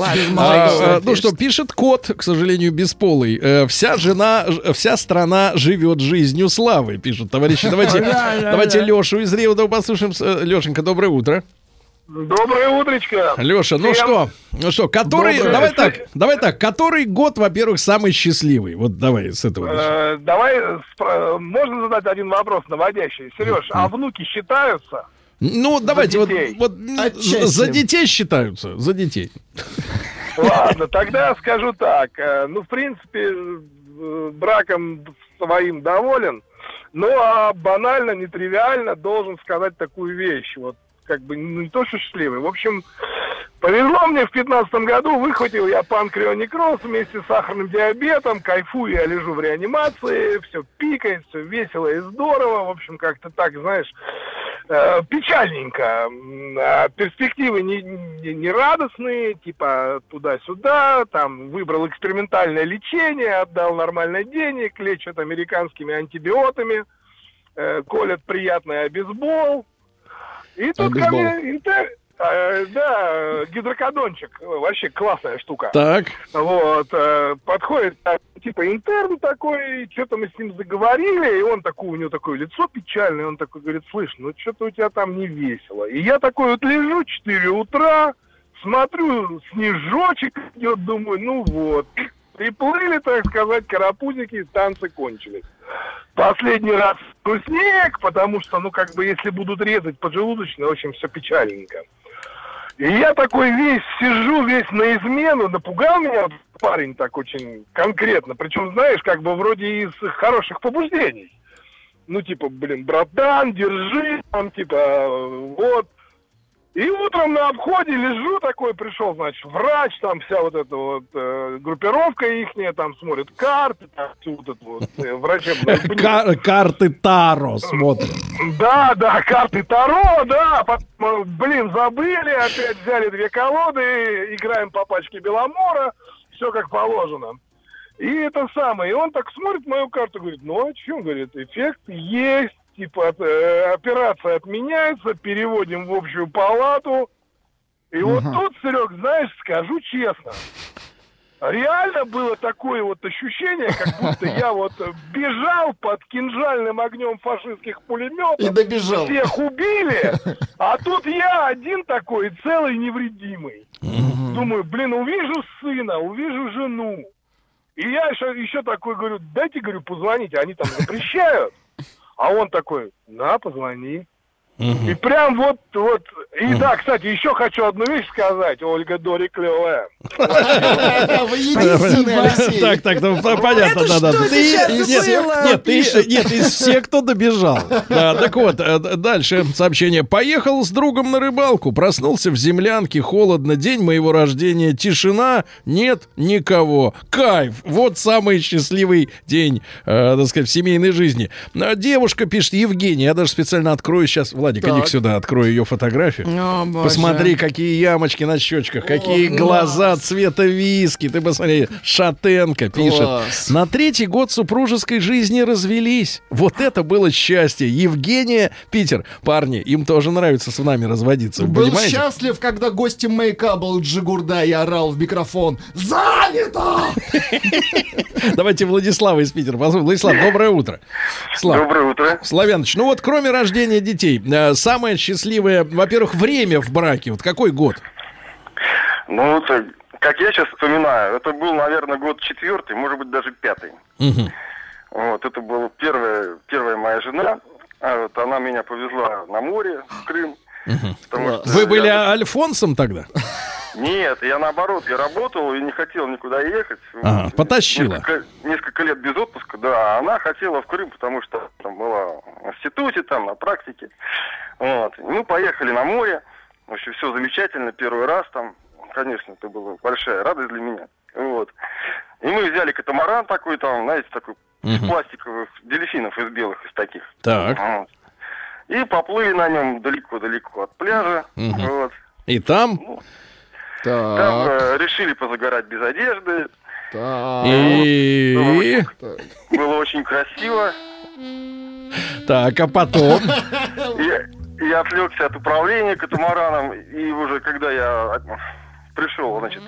А, а, ну что, пишет кот, к сожалению, бесполый. Э, вся жена, вся страна живет жизнью славы, пишут товарищи. Давайте, давайте Лешу из Ревдова послушаем. Лешенька, доброе утро. Доброе утречко. Леша, ну что, ну что, который, доброе. давай так, давай так, который год, во-первых, самый счастливый? Вот давай с этого. Э, давай, спро- можно задать один вопрос наводящий. Сереж, а внуки считаются? Ну, давайте, вот, вот за детей считаются, за детей. Ладно, тогда скажу так. Ну, в принципе, браком своим доволен, ну, а банально, нетривиально должен сказать такую вещь. Вот, как бы, ну, не то, что счастливый. В общем, повезло мне в пятнадцатом году, выхватил я панкреонекроз вместе с сахарным диабетом, кайфую, я лежу в реанимации, все пикает, все весело и здорово. В общем, как-то так, знаешь... печальненько. Перспективы не, не, не радостные, типа туда-сюда, там выбрал экспериментальное лечение, отдал нормально денег, лечат американскими антибиотами, э, колят приятный обезбол. И тут ко мне интер... э, да, гидрокодончик, вообще классная штука. Так. Вот, э, подходит типа интерн такой, что-то мы с ним заговорили, и он такой, у него такое лицо печальное, он такой говорит, слышь, ну что-то у тебя там не весело. И я такой вот лежу, четыре утра, смотрю, снежочек идет, думаю, ну вот. Приплыли, так сказать, карапузики, танцы кончились. Последний раз снег, потому что, ну как бы, если будут резать поджелудочно, в общем, все печальненько. И я такой весь сижу, весь на измену, напугал меня парень так очень конкретно, причем, знаешь, как бы вроде из хороших побуждений. ну, типа, блин, братан, держи, там, типа, вот. И утром на обходе лежу такой, пришел, значит, врач, там вся вот эта вот э, группировка ихняя, там смотрит карты, там всю вот эту вот э, врачебную... Кар- карты Таро смотрят. Да, да, карты Таро, да, потом, блин, забыли, опять взяли две колоды, играем по пачке Беломора, все как положено. И это самое, и он так смотрит мою карту, говорит, ну а что, говорит, эффект есть. Типа, от, э, операция отменяется, переводим в общую палату. И uh-huh. вот тут, Серег, знаешь, скажу честно, реально было такое вот ощущение, как будто я вот бежал под кинжальным огнем фашистских пулеметов. И добежал. Всех убили, а тут я один такой, целый, невредимый. Uh-huh. Думаю, блин, увижу сына, увижу жену. И я еще, еще такой говорю, дайте, говорю, позвоните, они там запрещают. А он такой, на, позвони. Угу. И прям вот, вот. И угу. да, кстати, еще хочу одну вещь сказать. Ольга Дори клевая. Вы единственный, Алексей. Так, так, ну понятно, да, да. Нет, ты нет, из всех, кто добежал. Да, так вот, дальше сообщение. Поехал с другом на рыбалку, проснулся в землянке, холодно, день моего рождения, тишина, нет никого. Кайф, вот самый счастливый день, так сказать, в семейной жизни. Девушка пишет, Евгения, я даже специально открою сейчас, Владик, иди сюда, открою ее фотографию. О, посмотри, какие ямочки на щечках, какие О, глаза класс. Цвета виски. Ты посмотри, шатенка пишет. Класс. На третий год супружеской жизни развелись. Вот это было счастье. Евгения, Питер. Парни, им тоже нравится с нами разводиться. Был понимаете? Счастлив, когда гостем маяка был Джигурда и орал в микрофон: «Занято!» Давайте Владислава из Питера. Владислав, доброе утро. Слав. Доброе утро. Славяныч, ну вот кроме рождения детей, самое счастливое, во-первых, время в браке. Вот какой год? Ну, вот, как я сейчас вспоминаю, это был, наверное, год четвертый, может быть, даже пятый. Угу. Вот, это была первая, первая моя жена. А вот она меня повезла на море, в Крым. Угу. Вы были я... Альфонсом тогда? Нет, я наоборот, я работал и не хотел никуда ехать. Ага, потащила. Несколько, несколько лет без отпуска, да. Она хотела в Крым, потому что там была в институте, там, на практике. Вот. Мы поехали на море. В общем, все замечательно, первый раз там. Конечно, это была большая радость для меня. Вот. И мы взяли катамаран такой, там, знаете, такой, угу. из пластиковых дельфинов, из белых, из таких. Так. Вот. И поплыли на нем далеко-далеко от пляжа. Угу. Вот. И там... Ну, так. Там э, решили позагорать без одежды. Так. И... Было очень, было очень красиво. Так, а потом... Я, я отвлекся от управления катамараном, и уже когда я пришел, значит,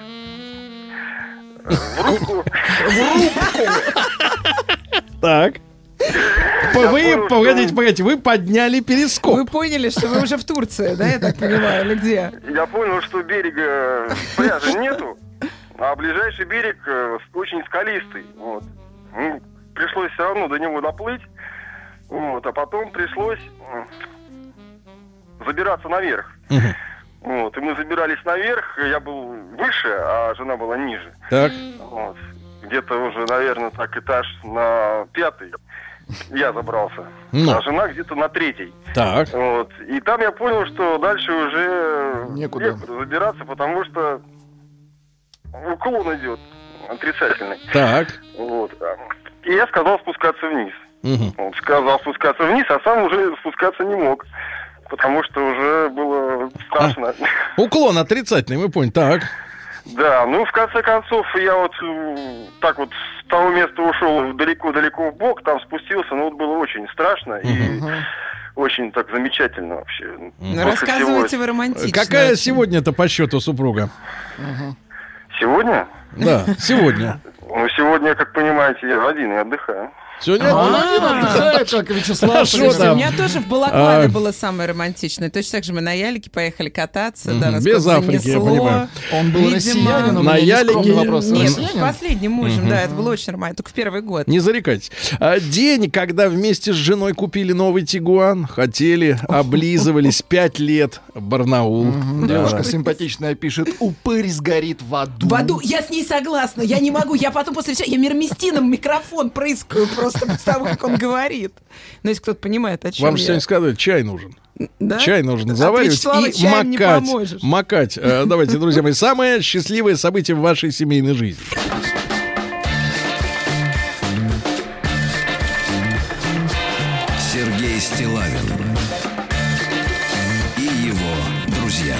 в рубку... В рубку! Так. Вы, погодите, погодите, вы подняли перископ. Вы поняли, что вы уже в Турции, да, я так понимаю, или где? Я понял, что берега пляжа нету, а ближайший берег очень скалистый. Вот. Ну, пришлось все равно до него доплыть, вот, а потом пришлось забираться наверх. Угу. Вот, и мы забирались наверх, я был выше, а жена была ниже. Так. Вот. Где-то уже, наверное, так этаж на пятый я забрался, ну. а жена где-то на третий. Так. Вот. И там я понял, что дальше уже некуда, некуда забираться, потому что уклон идет отрицательный. Так. Вот. И я сказал спускаться вниз. Угу. Вот, сказал спускаться вниз, а сам уже спускаться не мог, потому что уже было страшно. А, уклон отрицательный, мы поняли. Так. Да, ну в конце концов я вот так вот с того места ушел далеко-далеко в бок, там спустился, но вот было очень страшно и uh-huh. очень так замечательно вообще. Uh-huh. Рассказывайте всего... вы романтично. Какая очень. Сегодня-то по счету супруга? Uh-huh. Сегодня? Да, сегодня. Ну сегодня, как понимаете, я один и отдыхаю. Сегодня он один отдыхает, как Вячеслав. У меня тоже в Балаклаве было самое романтичное. Точно так же мы на ялике поехали кататься. Без Африки, я понимаю. Он был россиянин. На ялике? Нет, с последним мужем, да, это было очень романтично. Только в первый год. Не зарекайтесь. День, когда вместе с женой купили новый Тигуан, хотели, облизывались пять лет. Барнаул. Девушка симпатичная пишет: упырь сгорит в аду. В аду? Я с ней согласна. Я не могу. Я потом после... Я мирмистином микрофон прыскаю просто. просто потому, как он говорит. Но если кто-то понимает, о чем Вам я. же сегодня сказали, чай нужен. Да? Чай нужно От заваривать Вячеслава и чаем не макать. поможешь. Макать. Э, Давайте, друзья мои, самое счастливое событие в вашей семейной жизни. Сергей Стиллавин и его друзья.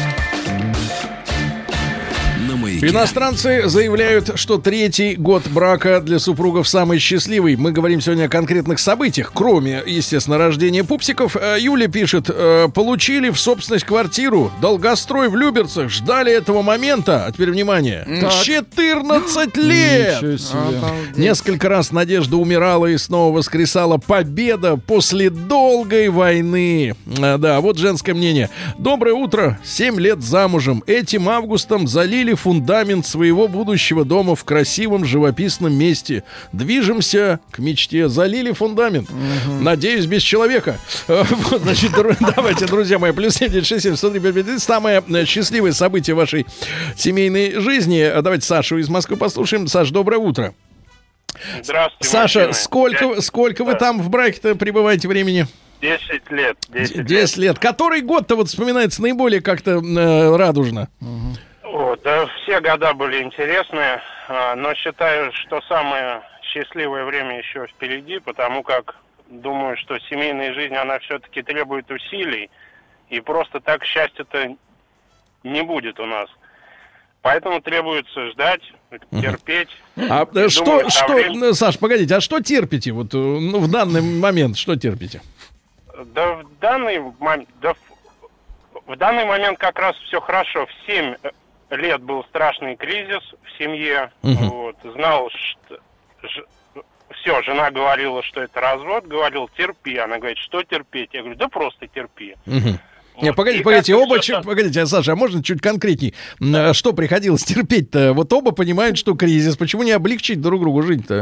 На маяке. Иностранцы заявляют, что третий год брака для супругов самый счастливый. Мы говорим сегодня о конкретных событиях, кроме, естественно, рождения пупсиков. Э, Юля пишет, э, получили в собственность квартиру, долгострой в Люберцах, ждали этого момента. А теперь внимание. Так. четырнадцать лет! Ничего себе. Обалдеть. Несколько раз Надежда умирала и снова воскресала. Победа после долгой войны. А, да, вот женское мнение. Доброе утро. Семь лет замужем. Этим августом залили фундамент своего будущего дома в красивом живописном месте. Движемся к мечте. Залили фундамент. Угу. Надеюсь, без человека. Вот, значит, давайте, друзья мои, плюс семь девять шесть семь сто три пять пять. Самое счастливое событие вашей семейной жизни. Давайте Сашу из Москвы послушаем. Саш, доброе утро. Здравствуйте, Саша, мужчины. сколько, Десять- сколько вы да. там в браке-то пребываете времени? Десять лет. Десять Десять лет. Который год-то вот вспоминается наиболее как-то э, радужно? Вот, да, все года были интересные, а, но считаю, что самое счастливое время еще впереди, потому как думаю, что семейная жизнь, она все-таки требует усилий, и просто так счастья-то не будет у нас. Поэтому требуется ждать, терпеть. А И что, думаю, что, со временем- Саш, погодите, а что терпите? Вот, э, ну, в данный момент что терпите? Да в данный момент, да в, в данный момент как раз все хорошо. В семь лет был страшный кризис в семье. Мгм. Вот, знал, что ж- все, жена говорила, что это развод, говорил, терпи. Она говорит, что терпеть? Я говорю, да просто терпи. Мгм. Вот. Не, погодите, И погодите, как-то оба, всё чуть- погодите, а, Саша, а можно чуть конкретней? М, а Что приходилось терпеть-то? Вот оба понимают, что кризис. Почему не облегчить друг другу жить-то?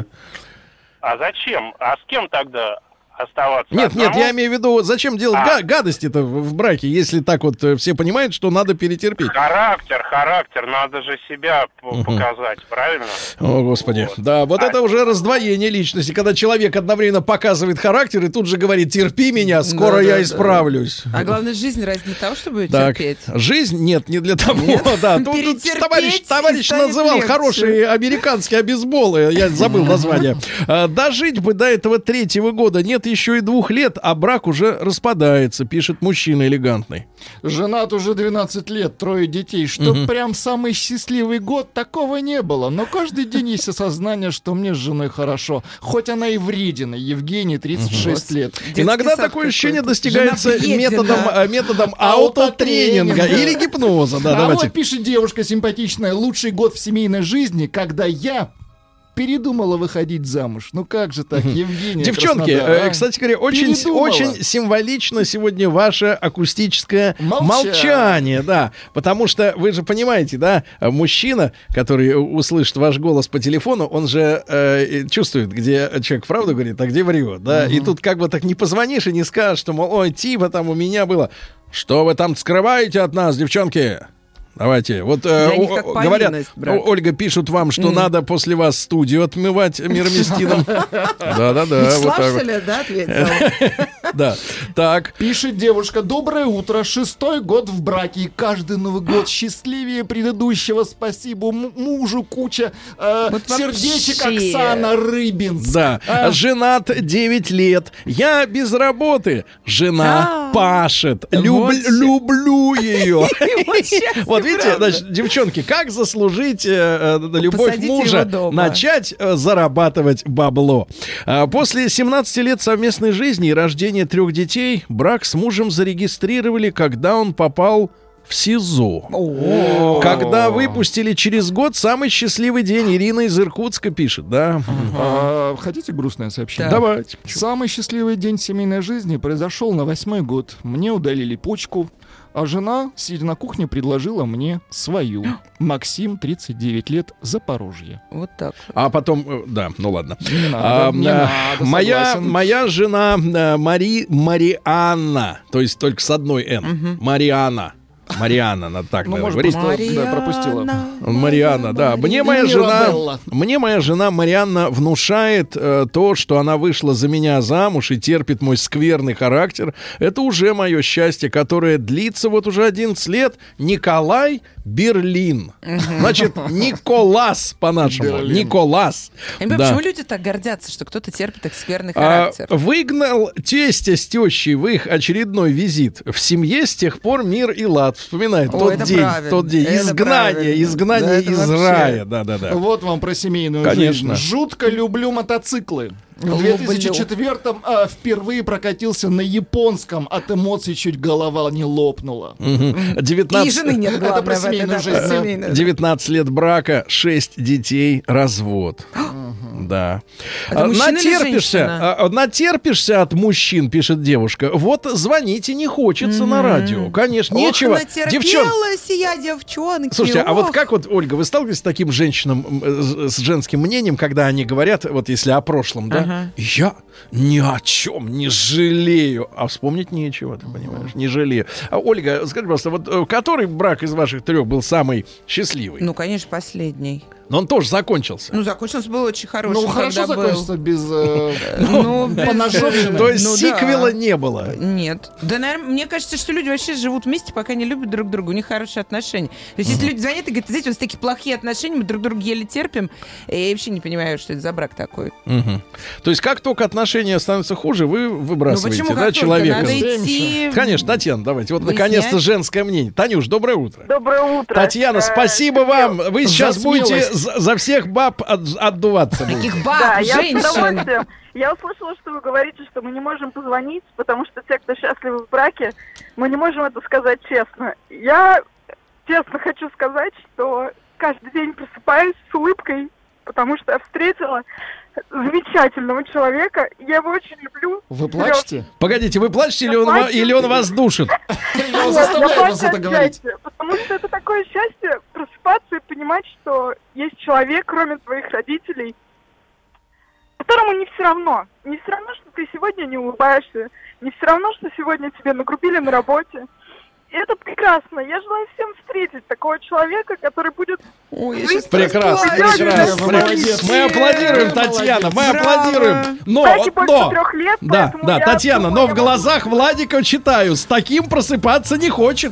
А зачем? А с кем тогда оставаться? Нет, нет, одному? я имею в виду, вот зачем делать А. га- гадости-то в в браке, если так вот э, все понимают, что надо перетерпеть? Характер, характер, надо же себя п- Мгм. показать, правильно? О, Господи. Вот. Да, вот А- это уже раздвоение личности, когда человек одновременно показывает характер и тут же говорит, терпи меня, скоро Да, я да, исправлюсь. А главное, жизнь ради для того, чтобы Так, терпеть. жизнь нет, не для того, да. Тут- тут Перетерпеть товарищ, и товарищ станет называл легче. хорошие американские обезболы, я забыл название. А, Дожить бы до этого третьего года, нет еще и двух лет, а брак уже распадается, пишет мужчина элегантный. Женат уже двенадцать лет, трое детей. Что Мгм. прям самый счастливый год, такого не было. Но каждый день есть осознание, что мне с женой хорошо. Хоть она и вредина. Евгений, тридцать шесть лет. Детский Иногда сад такое ощущение какой-то. достигается Жена вредина. методом, э, методом аутотренинга Аутотренинга. или гипноза. Да, А давайте. вот пишет девушка симпатичная. Лучший год в семейной жизни, когда я передумала выходить замуж. Ну как же так, Евгений? Девчонки, Краснодар, э, а? кстати говоря, очень, Передумала. очень символично сегодня ваше акустическое Молчание. молчание, да, потому что вы же понимаете, да, мужчина, который услышит ваш голос по телефону, он же э, чувствует, где человек правду говорит, а где врет, да, и тут как бы так не позвонишь и не скажешь, что, мол, ой, типа там у меня было, что вы там скрываете от нас, девчонки? Давайте. Вот э, Для них о- как о- говорят, повинность, брат. О- Ольга, пишут вам, что Мгм. надо после вас студию отмывать мироместином. Да-да-да. вот Вячеслав, так что вот. ли, да, ответил? Да. Так. Пишет девушка, доброе утро, шестой год в браке, и каждый Новый год счастливее предыдущего, спасибо м- мужу, куча э, Вот сердечек, вообще. Оксана Рыбинск. Да. А? Женат девять лет. Я без работы. Жена А. пашет. Люб- Вот. Люблю ее. Вот счастье, Вот видите, правда. значит, девчонки, как заслужить э, э, любовь Посадите мужа, его дома. начать э, зарабатывать бабло. А, После семнадцати лет совместной жизни и рождения трех детей брак с мужем зарегистрировали, когда он попал в СИЗО. О. Когда выпустили через год, самый счастливый день. Ирина из Иркутска пишет, да? А, хотите грустное сообщение? Да. Давайте. Самый счастливый день семейной жизни произошел на восьмой год. Мне удалили почку, а жена, сидя на кухне, предложила мне свою. Максим, тридцать девять лет, Запорожье. Вот так. А потом, э, да, ну ладно. Не надо, А, не а, надо, моя, согласен. моя жена э, Мари, Марианна, то есть только с одной «н». Мгм. Марианна. Марианна, надо так Ну, наверное, может, говорить. просто, да, пропустила. Марианна, да. Мне моя И жена, Мирабелла. мне моя жена Марианна внушает э, то, что она вышла за меня замуж и терпит мой скверный характер. Это уже мое счастье, которое длится вот уже одиннадцать лет. Николай Берлин. Значит, Николас по-нашему. Берлин. Николас. Я не понимаю, Да. почему люди так гордятся, что кто-то терпит их скверный А, характер. выгнал тестя с тещей в их очередной визит. В семье с тех пор мир и лад. Вспоминает О, тот это день, правильно. тот день. Это Изгнание, правильно. изгнание Да, это из вообще. рая. Да-да-да. Вот вам про семейную Конечно. жизнь. Жутко люблю мотоциклы. В две тысячи четвёртом а, впервые прокатился на японском. От эмоций чуть голова не лопнула. Мгм. девятнадцать И жены нет, Это главное, про в этой, семейную да, жизнь, про да. семейную. девятнадцать лет брака, шесть детей, развод. Да. Это А, мужчина или натерпишься, женщина? а, натерпишься от мужчин, пишет девушка. Вот звоните не хочется на радио. Конечно, нечего. Ох, натерпелась Девчон, я, девчонки. слушайте, а вот ох. как вот, Ольга, вы сталкиваетесь с таким женщинам, м, с с женским мнением, когда они говорят, вот если о прошлом, да, Ага. я ни о чем не жалею, а вспомнить нечего, ты понимаешь, не жалею. А, Ольга, скажи, пожалуйста, вот э, который брак из ваших трех был самый счастливый? Ну, конечно, последний. Но он тоже закончился. Ну, закончился был очень хороший. Ну, хорошо когда был. закончится без э, Ну, без- поножовщины. То есть ну, сиквела да. не было. Нет. Да, наверное, мне кажется, что люди вообще живут вместе, пока не любят друг друга. У них хорошие отношения. То есть, если люди звонят и говорят, знаете, у нас такие плохие отношения, мы друг друга еле терпим, я вообще не понимаю, что это за брак такой. Мгм. То есть как только отношения становятся хуже, вы выбрасываете, ну, почему да, как только? человека? Надо идти... Конечно, Татьяна, давайте. Вот выяснять. наконец-то женское мнение. Танюш, доброе утро. Доброе утро. Татьяна, Э, спасибо вам. Вы За сейчас будете смелость. за, за всех баб от- отдуваться. будете. Таких баб, Да, я с женщин. удовольствием. Я услышала, что вы говорите, что мы не можем позвонить, потому что те, кто счастливы в браке, мы не можем это сказать честно. Я честно хочу сказать, что каждый день просыпаюсь с улыбкой, потому что я встретила замечательного человека. Я его очень люблю. Вы плачете? Погодите, вы плачете или Я он, ва- плачу. или он вас душит? Я Нет, заставляю я вас плачу это от говорить. счастья, потому что это такое счастье просыпаться и понимать, что есть человек, кроме твоих родителей, которому не все равно. Не все равно, что ты сегодня не улыбаешься, не все равно, что сегодня тебе нагрубили на работе. И это прекрасно. Я желаю всем встретить такого человека, который будет... Ой, я жить сейчас Прекрасно, расплачу. прекрасно. Вы молодец. Мы аплодируем, Татьяна, мы Браво. аплодируем. Но, Браке больше но, трех лет, да, поэтому да, я Татьяна, думаю, но я в могу- глазах Владика читаю, с таким просыпаться не хочет.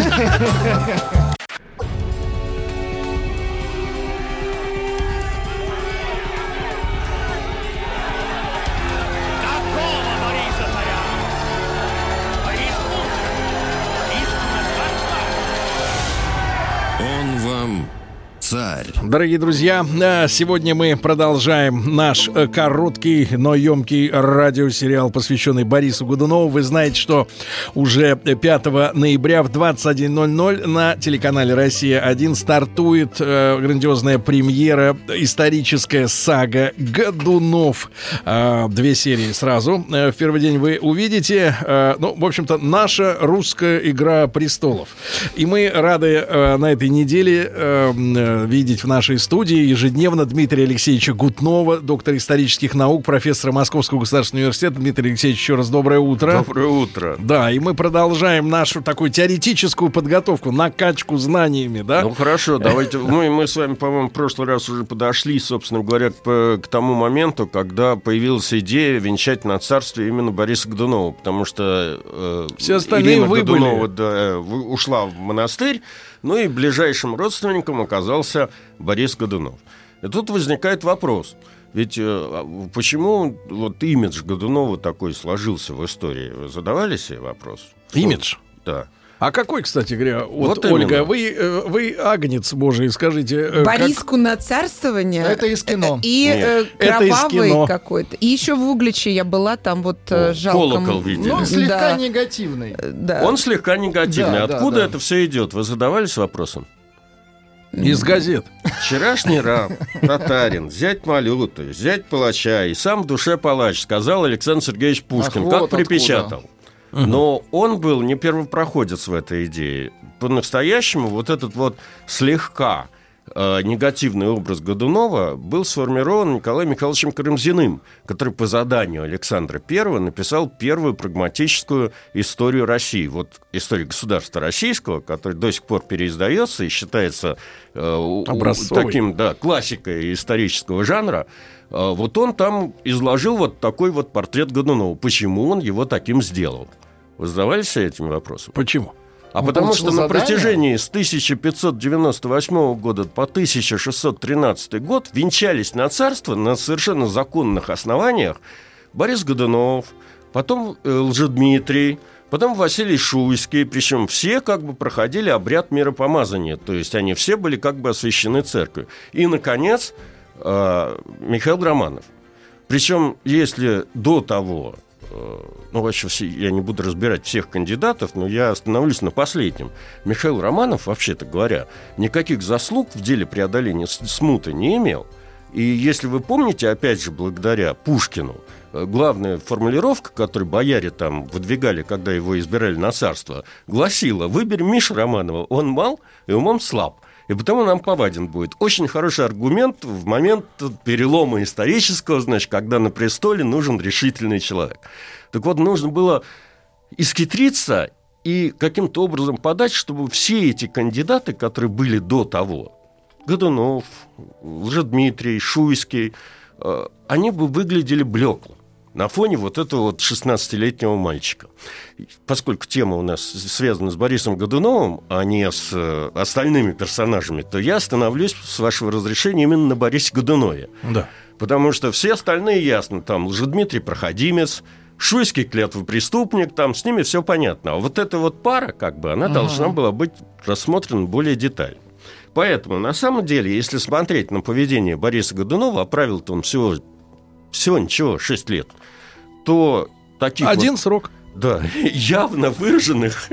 Он вам царь. Дорогие друзья, э, сегодня мы продолжаем наш э, короткий, но емкий радиосериал, посвященный Борису Годунову. Вы знаете, что уже пятого ноября в двадцать один ноль ноль на телеканале «Россия один» стартует э, грандиозная премьера, историческая сага «Годунов». Э, две серии сразу. Э, в первый день вы увидите, э, ну, в общем-то, наша русская «Игра престолов». И мы рады э, на этой неделе э, э, видеть в нашей студии ежедневно Дмитрия Алексеевича Гутнова, доктора исторических наук, профессора Московского государственного университета. Дмитрий Алексеевич, еще раз доброе утро. Доброе утро. Да, и мы продолжаем нашу такую теоретическую подготовку, накачку знаниями, да? Ну хорошо, давайте. Мы, мы с вами, по-моему, в прошлый раз уже подошли, собственно говоря, к, к тому моменту, когда появилась идея венчать на царствие именно Бориса Годунова, потому что э, Все остальные Ирина выбыли. Годунова да, в- ушла в монастырь, ну и ближайшим родственником оказался Борис Годунов. И тут возникает вопрос. Ведь э, почему вот имидж Годунова такой сложился в истории? Вы задавали себе вопрос? Имидж? Да. А какой, кстати говоря, вот, Вот Ольга, именно. вы, э, вы агнец Божий, скажите. э, как- Бориску на царствование. Это из кино. И Нет, э, это из кровавый кино. какой-то. И еще в Угличе я была, там вот э, О, жалко. колокол видели. Ну, слегка Да. негативный. Да. Он слегка негативный. Да, да, Откуда да. это все идет? Вы задавались вопросом? Из газет. Вчерашний раб, татарин, зять Малюты, зять палача и сам в душе палач, сказал Александр Сергеевич Пушкин, Ах, как вот припечатал. Но он был не первопроходец в этой идее. По-настоящему вот этот вот слегка э, негативный образ Годунова был сформирован Николаем Михайловичем Карамзиным, который по заданию Александра Первого написал первую прагматическую историю России. Вот история государства российского, которая до сих пор переиздается и считается э, таким, да, классикой исторического жанра. Э, вот он там изложил вот такой вот портрет Годунова. Почему он его таким сделал? Вы задавались этим вопросом? Почему? А ну, потому что на протяжении с тысяча пятьсот девяносто восьмого года по тысяча шестьсот тринадцатый год венчались на царство на совершенно законных основаниях Борис Годунов, потом э, Лжедмитрий, потом Василий Шуйский, причем все как бы проходили обряд миропомазания, то есть они все были как бы освящены церковью. И, наконец, э, Михаил Романов. Причем, если до того... Ну, вообще, все, я не буду разбирать всех кандидатов, но я остановлюсь на последнем. Михаил Романов, вообще-то говоря, никаких заслуг в деле преодоления смуты не имел. И если вы помните, опять же, благодаря Пушкину, главная формулировка, которую бояре там выдвигали, когда его избирали на царство, гласила: «Выбери Мишу Романова, он мал и умом слаб, и потому нам поваден будет». Очень хороший аргумент в момент перелома исторического, значит, когда на престоле нужен решительный человек. Так вот, нужно было исхитриться и каким-то образом подать, чтобы все эти кандидаты, которые были до того, Годунов, Лжедмитрий, Шуйский, они бы выглядели блекло на фоне вот этого вот шестнадцатилетнего мальчика. Поскольку тема у нас связана с Борисом Годуновым, а не с остальными персонажами, то я остановлюсь, с вашего разрешения, именно на Борисе Годунове. Да. Потому что все остальные ясно. Там Лжедмитрий проходимец, Шуйский клятвопреступник, там с ними все понятно. А вот эта вот пара, как бы, она uh-huh. должна была быть рассмотрена более детально. Поэтому, на самом деле, если смотреть на поведение Бориса Годунова, а правил-то он всего, всего ничего, шесть лет, то таких Один вот, срок. Да, явно выраженных,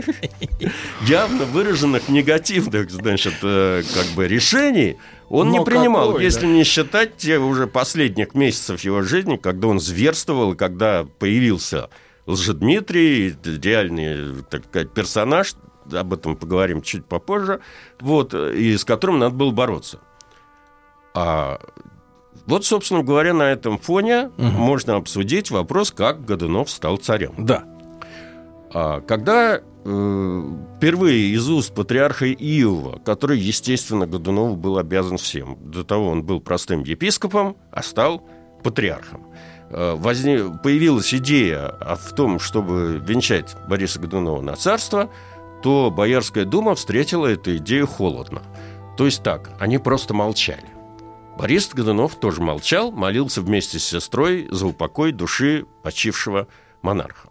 явно выраженных негативных, значит, как бы решений он Но не принимал, какой, если да? не считать те уже последних месяцев его жизни, когда он зверствовал, и когда появился Лжедмитрий, реальный, так сказать, персонаж, об этом поговорим чуть попозже, вот, и с которым надо было бороться. А вот, собственно говоря, на этом фоне угу. можно обсудить вопрос, как Годунов стал царем. Да. А когда э, впервые из уст патриарха Иова, который, естественно, Годунову был обязан всем, до того он был простым епископом, а стал патриархом, э, возне... появилась идея в том, чтобы венчать Бориса Годунова на царство, то Боярская дума встретила эту идею холодно. То есть так, они просто молчали. Борис Годунов тоже молчал, молился вместе с сестрой за упокой души почившего монарха.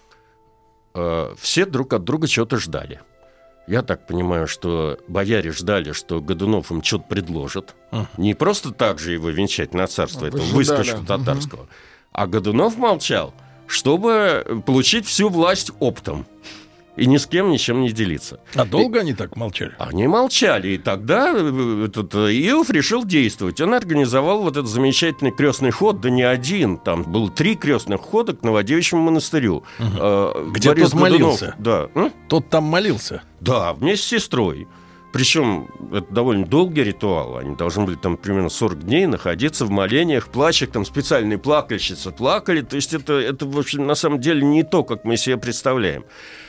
Все друг от друга чего-то ждали. Я так понимаю, что бояре ждали, что Годунов им что-то предложит. Uh. Не просто так же его венчать на царство, это выскочку татарского. Uh-huh. А Годунов молчал, чтобы получить всю власть оптом. И ни с кем ничем не делиться. А долго и... они так молчали? Они молчали. И тогда этот Иов решил действовать. Он организовал вот этот замечательный крестный ход, да не один. Там было три крестных хода к Новодевичьему монастырю. Угу. Где Борис тот Годунов, молился? Да. Тот там молился? Да, вместе с сестрой. Причем это довольно долгий ритуал. Они должны были там примерно сорок дней находиться в молениях, плачах. Там специальные плакальщицы плакали. То есть это, это в общем, на самом деле не то, как мы себе представляем.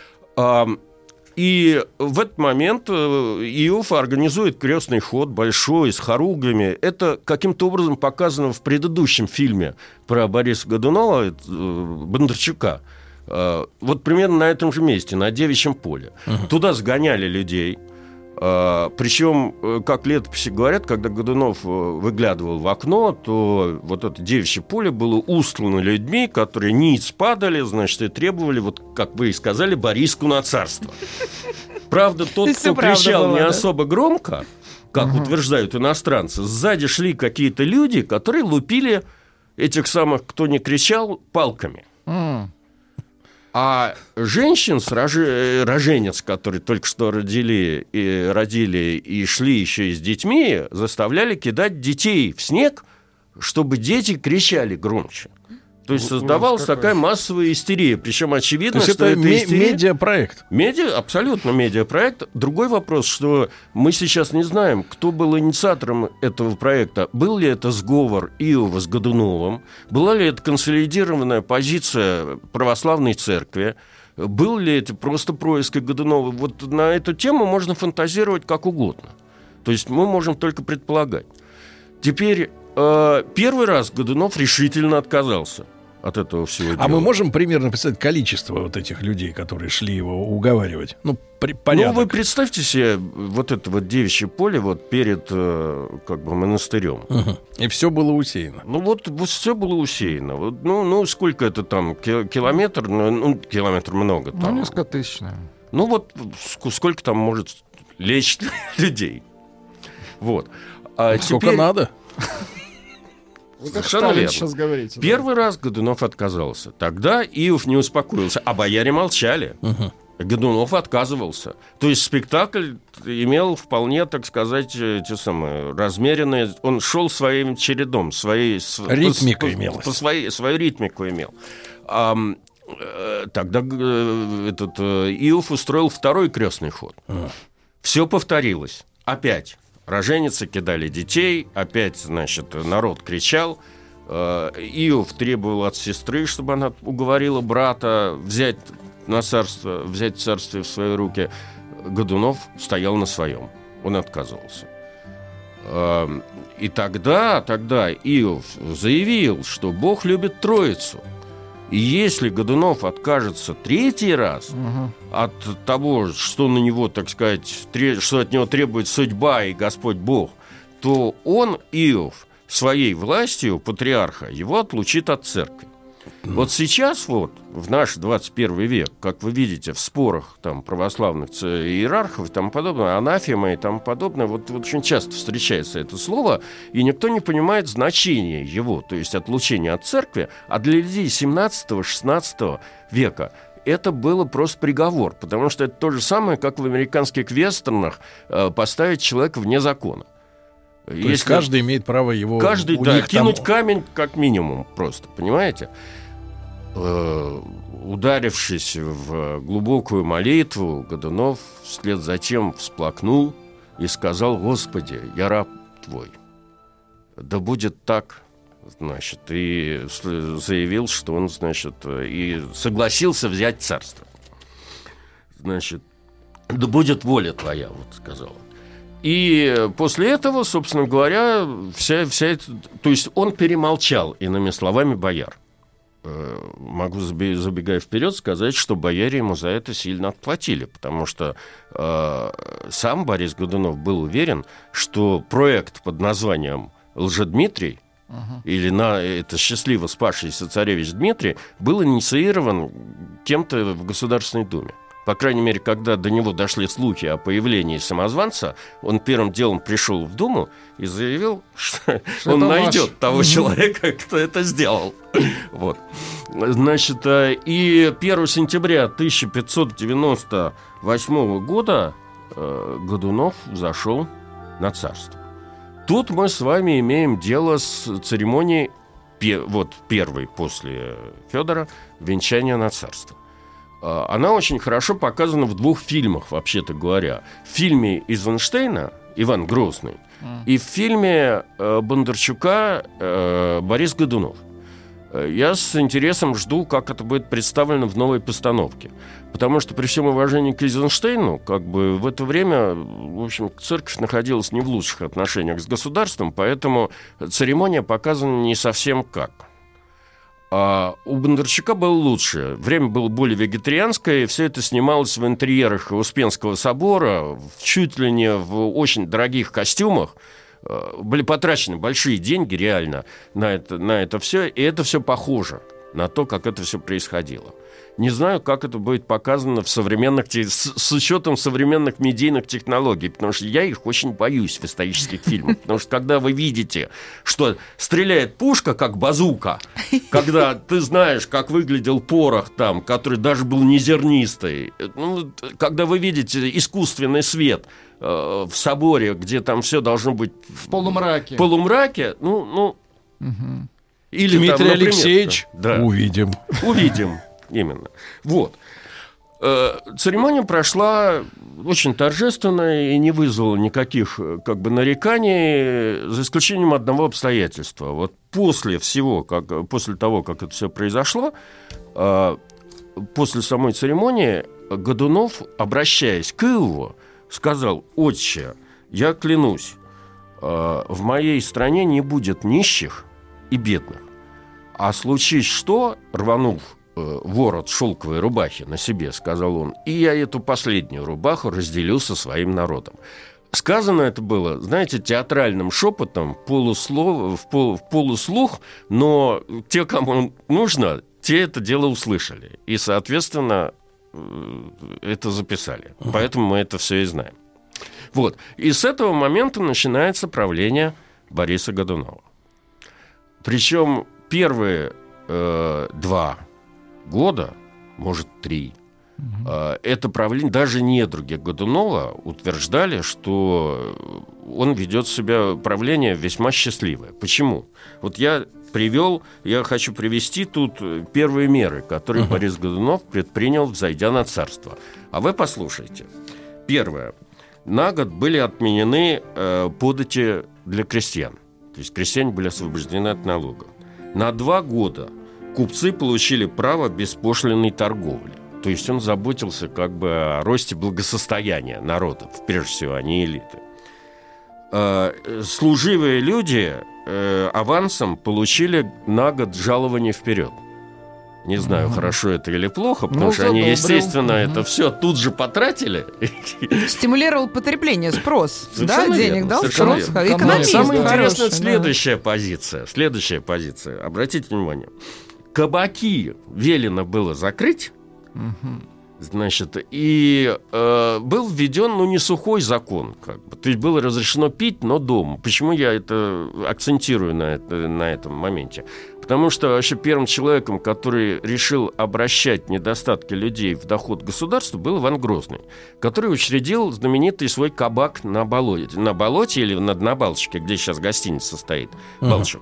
И в этот момент Иов организует крестный ход большой, с хоругвями. Это каким-то образом показано в предыдущем фильме про Бориса Годунова, Бондарчука. Вот примерно на этом же месте, на Девичьем поле. Uh-huh. Туда сгоняли людей. Причем, как летописи говорят, когда Годунов выглядывал в окно, то вот это Девичье поле было устлано людьми, которые ниц падали, значит, и требовали, вот как вы и сказали, Бориску на царство. Правда, тот, кто кричал не особо громко, как утверждают иностранцы, сзади шли какие-то люди, которые лупили этих самых, кто не кричал, палками. А женщин, рожи, роженец, которые только что родили и, родили и шли еще и с детьми, заставляли кидать детей в снег, чтобы дети кричали громче. То есть создавалась такая массовая истерия. Причем очевидно, То есть что это это ме- истерия... медиапроект. Медиа, абсолютно медиапроект. Другой вопрос, что мы сейчас не знаем, кто был инициатором этого проекта. Был ли это сговор Иова с Годуновым? Была ли это консолидированная позиция православной церкви? Был ли это просто происки Годунова? Вот на эту тему можно фантазировать как угодно. То есть мы можем только предполагать. Теперь э, первый раз Годунов решительно отказался от этого всего дела. А мы можем примерно представить количество вот этих людей, которые шли его уговаривать? Ну, при, порядок. Ну, вы представьте себе вот это вот девичье поле вот перед э, как бы монастырем. Угу. И все было усеяно. Ну, вот, вот все было усеяно. Вот, ну, ну, сколько это там? Ки- километр? Ну, ну, километр много. Там. Ну, несколько тысяч, наверное. Ну, вот ск- сколько там может лечь людей. Вот. А сколько теперь... надо? Вы как Совершенно Сталин верно. сейчас говорите. Первый раз Годунов отказался. Тогда Иов не успокоился, а бояре молчали. Угу. Годунов отказывался. То есть спектакль имел вполне, так сказать, те самые размеренные. Он шел своим чередом, своей ритмика по, имелась. По своей, свою ритмику имел. А, э, тогда э, этот э, Иов устроил второй крестный ход. Uh. Все повторилось. Опять. Роженицы кидали детей, опять, значит, народ кричал. Иов требовал от сестры, чтобы она уговорила брата взять на царство, взять царствие в свои руки. Годунов стоял на своем, он отказывался. И тогда, тогда Иов заявил, что Бог любит Троицу. И если Годунов откажется третий раз угу. от того, что на него, так сказать, тре- что от него требует судьба и Господь Бог, то он, Иов, своей властью патриарха его отлучит от церкви. Mm. Вот сейчас вот, в наш двадцать первый век, как вы видите, в спорах там, православных иерархов и тому подобное, анафема и тому подобное, вот, вот очень часто встречается это слово, и никто не понимает значения его, то есть отлучения от церкви, а для людей семнадцатого-шестнадцатого века это было просто приговор, потому что это то же самое, как в американских вестернах э, поставить человека вне закона. То Если есть каждый имеет право его... Каждый, да, кинуть там... камень как минимум просто, понимаете? Э, ударившись в глубокую молитву, Годунов вслед за тем всплакнул и сказал: «Господи, я раб Твой, да будет так». Значит, и заявил, что он, значит, и согласился взять царство. Значит, да будет воля Твоя, вот сказал он. И после этого, собственно говоря, вся, вся эта... То есть он перемолчал, иными словами, бояр. Могу, забегая вперед, сказать, что бояре ему за это сильно отплатили, потому что э, сам Борис Годунов был уверен, что проект под названием «Лжедмитрий», uh-huh. или на это «Счастливо спасшийся царевич Дмитрий» был инициирован кем-то в Государственной Думе. По крайней мере, когда до него дошли слухи о появлении самозванца, он первым делом пришел в Думу и заявил, что, что он найдет ваш... того человека, кто это сделал. Вот. Значит, и первого сентября тысяча пятьсот девяносто восьмого года Годунов взошел на царство. Тут мы с вами имеем дело с церемонией, вот первой после Федора, венчания на царство. Она очень хорошо показана в двух фильмах, вообще-то говоря. В фильме Эйзенштейна «Иван Грозный» mm. и в фильме э, Бондарчука э, «Борис Годунов». Я с интересом жду, как это будет представлено в новой постановке. Потому что при всем уважении к Эйзенштейну, как бы в это время, в общем, церковь находилась не в лучших отношениях с государством, поэтому церемония показана не совсем как. А у Бондарчука было лучше. Время было более вегетарианское, и все это снималось в интерьерах Успенского собора, чуть ли не в очень дорогих костюмах. Были потрачены большие деньги реально на это, на это все, и это все похоже на то, как это все происходило. Не знаю, как это будет показано в современных, с, с учетом современных медийных технологий, потому что я их очень боюсь в исторических фильмах. Потому что когда вы видите, что стреляет пушка, как базука, когда ты знаешь, как выглядел порох там, который даже был не зернистый, ну, когда вы видите искусственный свет э, в соборе, где там все должно быть в полумраке, в полумраке, ну, ну угу. Или Дмитрий там, например, Алексеевич, да, увидим. Увидим, именно. Вот. Церемония прошла очень торжественно и не вызвала никаких как бы нареканий, за исключением одного обстоятельства. Вот после всего, как, после того, как это все произошло, после самой церемонии Годунов, обращаясь к Иову, сказал: «Отче, я клянусь, в моей стране не будет нищих и бедных. А случись что, рванув ворот шелковой рубахи на себе, сказал он, и я эту последнюю рубаху разделю со своим народом». Сказано это было, знаете, театральным шепотом, полуслов, в, пол, в полуслух, но те, кому нужно, те это дело услышали. И, соответственно, это записали. Uh-huh. Поэтому мы это все и знаем. Вот. И с этого момента начинается правление Бориса Годунова. Причем первые э, два года, может, три, uh-huh. э, это правление, даже недруги Годунова утверждали, что он ведет себя, правление весьма счастливое. Почему? Вот я привел, я хочу привести тут первые меры, которые uh-huh. Борис Годунов предпринял, взойдя на царство. А вы послушайте. Первое. На год были отменены э, подати для крестьян. То есть крестьяне были освобождены от налогов. На два года купцы получили право беспошлинной торговли. То есть он заботился как бы о росте благосостояния народа, прежде всего, а не элиты. Э, служивые люди э, авансом получили на год жалование вперед. Не знаю, угу. хорошо это или плохо, потому ну, что они, естественно, угу. это все тут же потратили. Стимулировал потребление, спрос. Совершенно да, денег верно, дал, спрос. Экономист. Самое хороший, интересное, да. следующая позиция. Следующая позиция. Обратите внимание. Кабаки велено было закрыть. Угу. Значит, и э, был введен, ну, не сухой закон, как бы. То есть было разрешено пить, но дома. Почему я это акцентирую на, это, на этом моменте? Потому что вообще первым человеком, который решил обращать недостатки людей в доход государства, был Иван Грозный, который учредил знаменитый свой кабак на болоте, на болоте или на, на Балчике, где сейчас гостиница стоит, uh-huh. Балчик.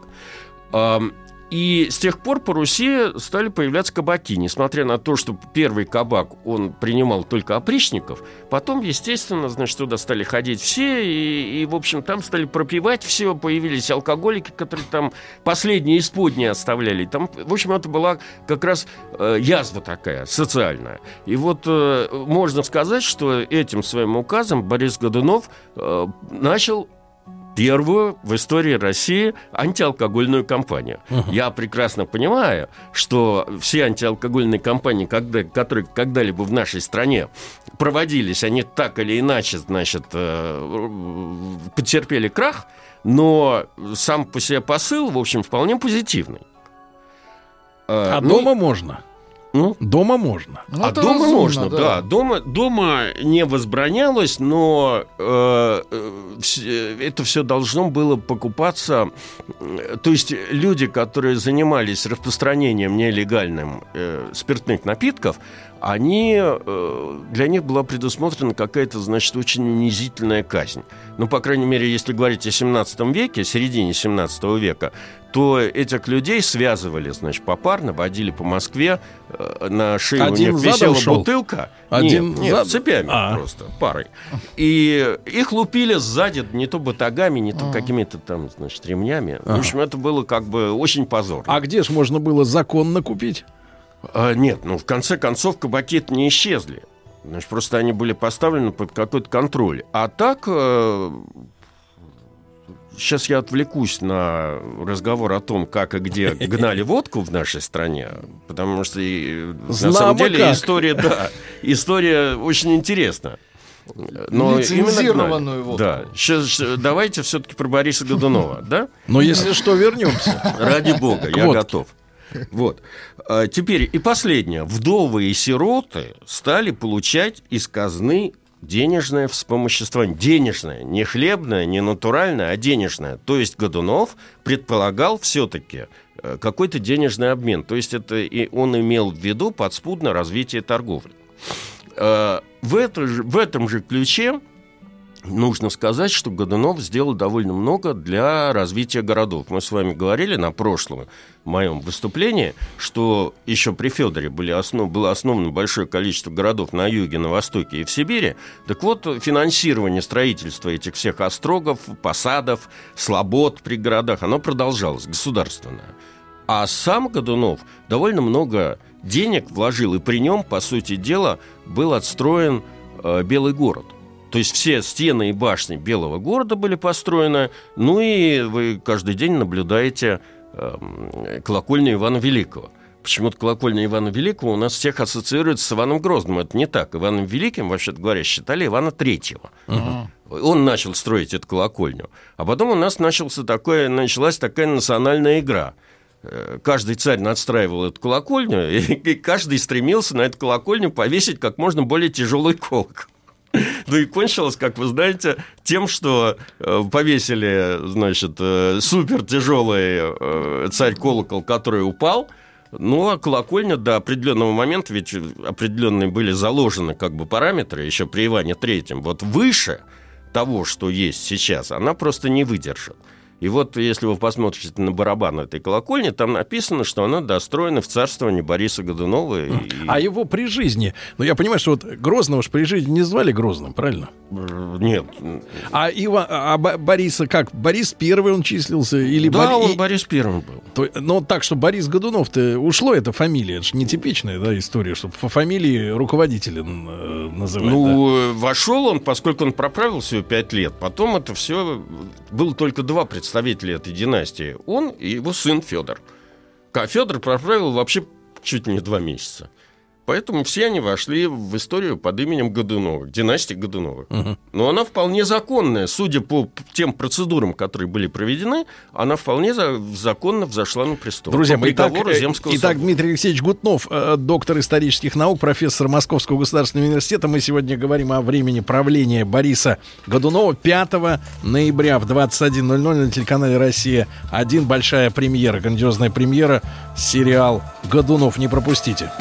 И с тех пор по Руси стали появляться кабаки. Несмотря на то, что первый кабак, он принимал только опричников, потом, естественно, значит, туда стали ходить все, и, и, в общем, там стали пропивать все, появились алкоголики, которые там последние исподние оставляли. Там, в общем, это была как раз э, язва такая, социальная. И вот э, можно сказать, что этим своим указом Борис Годунов э, начал первую в истории России антиалкогольную кампанию. Uh-huh. Я прекрасно понимаю, что все антиалкогольные кампании, когда, которые когда-либо в нашей стране проводились, они так или иначе, значит, потерпели крах, но сам по себе посыл, в общем, вполне позитивный. А ну, дома можно? Ну? Дома можно. Ну, а дома разумно, можно, да. да. Дома, дома не возбранялось, но э, э, это все должно было покупаться. То есть люди, которые занимались распространением нелегальным э, спиртных напитков, они, э, для них была предусмотрена какая-то, значит, очень унизительная казнь. Ну, по крайней мере, если говорить о семнадцатом веке, середине семнадцатого века, то этих людей связывали, значит, попарно, водили по Москве, э, на шее Один у них висела шел. бутылка. Один нет, нет, зад... цепями а. просто, парой. И их лупили сзади не то батагами, не то а. какими-то там, значит, ремнями. А. В общем, это было как бы очень позорно. А где же можно было законно купить? А, нет, ну, в конце концов, кабаки-то не исчезли. Значит, просто они были поставлены под какой-то контроль. А так... Э, сейчас я отвлекусь на разговор о том, как и где гнали водку в нашей стране, потому что на самом деле история, да, история очень интересна. Но лицензированную водку. Да. Сейчас, давайте все-таки про Бориса Годунова, да? Но если что, вернемся. Ради бога, я готов. Вот. А теперь и последнее. Вдовы и сироты стали получать из казны денежное вспомоществование. Денежное, не хлебное, не натуральное, а денежное. То есть Годунов предполагал все-таки какой-то денежный обмен. То есть это и он имел в виду подспудное развитие торговли. В, это же, в этом же ключе нужно сказать, что Годунов сделал довольно много для развития городов. Мы с вами говорили на прошлом моем выступлении, что еще при Федоре были основ... было основано большое количество городов на юге, на востоке и в Сибири. Так вот, финансирование строительства этих всех острогов, посадов, слобод при городах, оно продолжалось, государственное. А сам Годунов довольно много денег вложил, и при нем, по сути дела, был отстроен э, Белый город. То есть все стены и башни Белого города были построены, ну и вы каждый день наблюдаете э, колокольню Ивана Великого. Почему-то колокольня Ивана Великого у нас всех ассоциируется с Иваном Грозным. Это не так. Иваном Великим, вообще-то говоря, считали Ивана Третьего. Uh-huh. Он начал строить эту колокольню. А потом у нас начался такое, началась такая национальная игра. Каждый царь надстраивал эту колокольню, и каждый стремился на эту колокольню повесить как можно более тяжелый колокол. Ну и кончилось, как вы знаете, тем, что э, повесили, значит, э, супер тяжелый э, царь-колокол, который упал. Ну, а колокольня до определенного момента, ведь определенные были заложены как бы параметры еще при Иване Третьем. Вот выше того, что есть сейчас, она просто не выдержит. И вот, если вы посмотрите на барабан этой колокольни, там написано, что она достроена в царствовании Бориса Годунова. И... А его при жизни, ну, я понимаю, что вот Грозного же при жизни не звали Грозным, правильно? Нет. А, Ива... а Бориса как? Борис Первый он числился? Или да, Бори... он Борис Первым был. То... Но так, что Борис Годунов-то ушло, эта фамилия. Это же нетипичная, да, история, чтобы по фамилии руководителя называть. Ну, да. Вошел он, поскольку он проправил всего пять лет. Потом это все... Было только два представителя. Представители этой династии, он и его сын Федор. А Федор проправил вообще чуть ли не два месяца. Поэтому все они вошли в историю под именем Годуновых, династии Годуновых. Угу. Но она вполне законная. Судя по тем процедурам, которые были проведены, она вполне за- законно взошла на престол. Друзья по мои, итак, Земского итак, собора. Дмитрий Алексеевич Гутнов, доктор исторических наук, профессор Московского государственного университета. Мы сегодня говорим о времени правления Бориса Годунова. пятого ноября в двадцать один ноль ноль на телеканале «Россия-один». Большая премьера, грандиозная премьера. Сериал «Годунов». Не пропустите.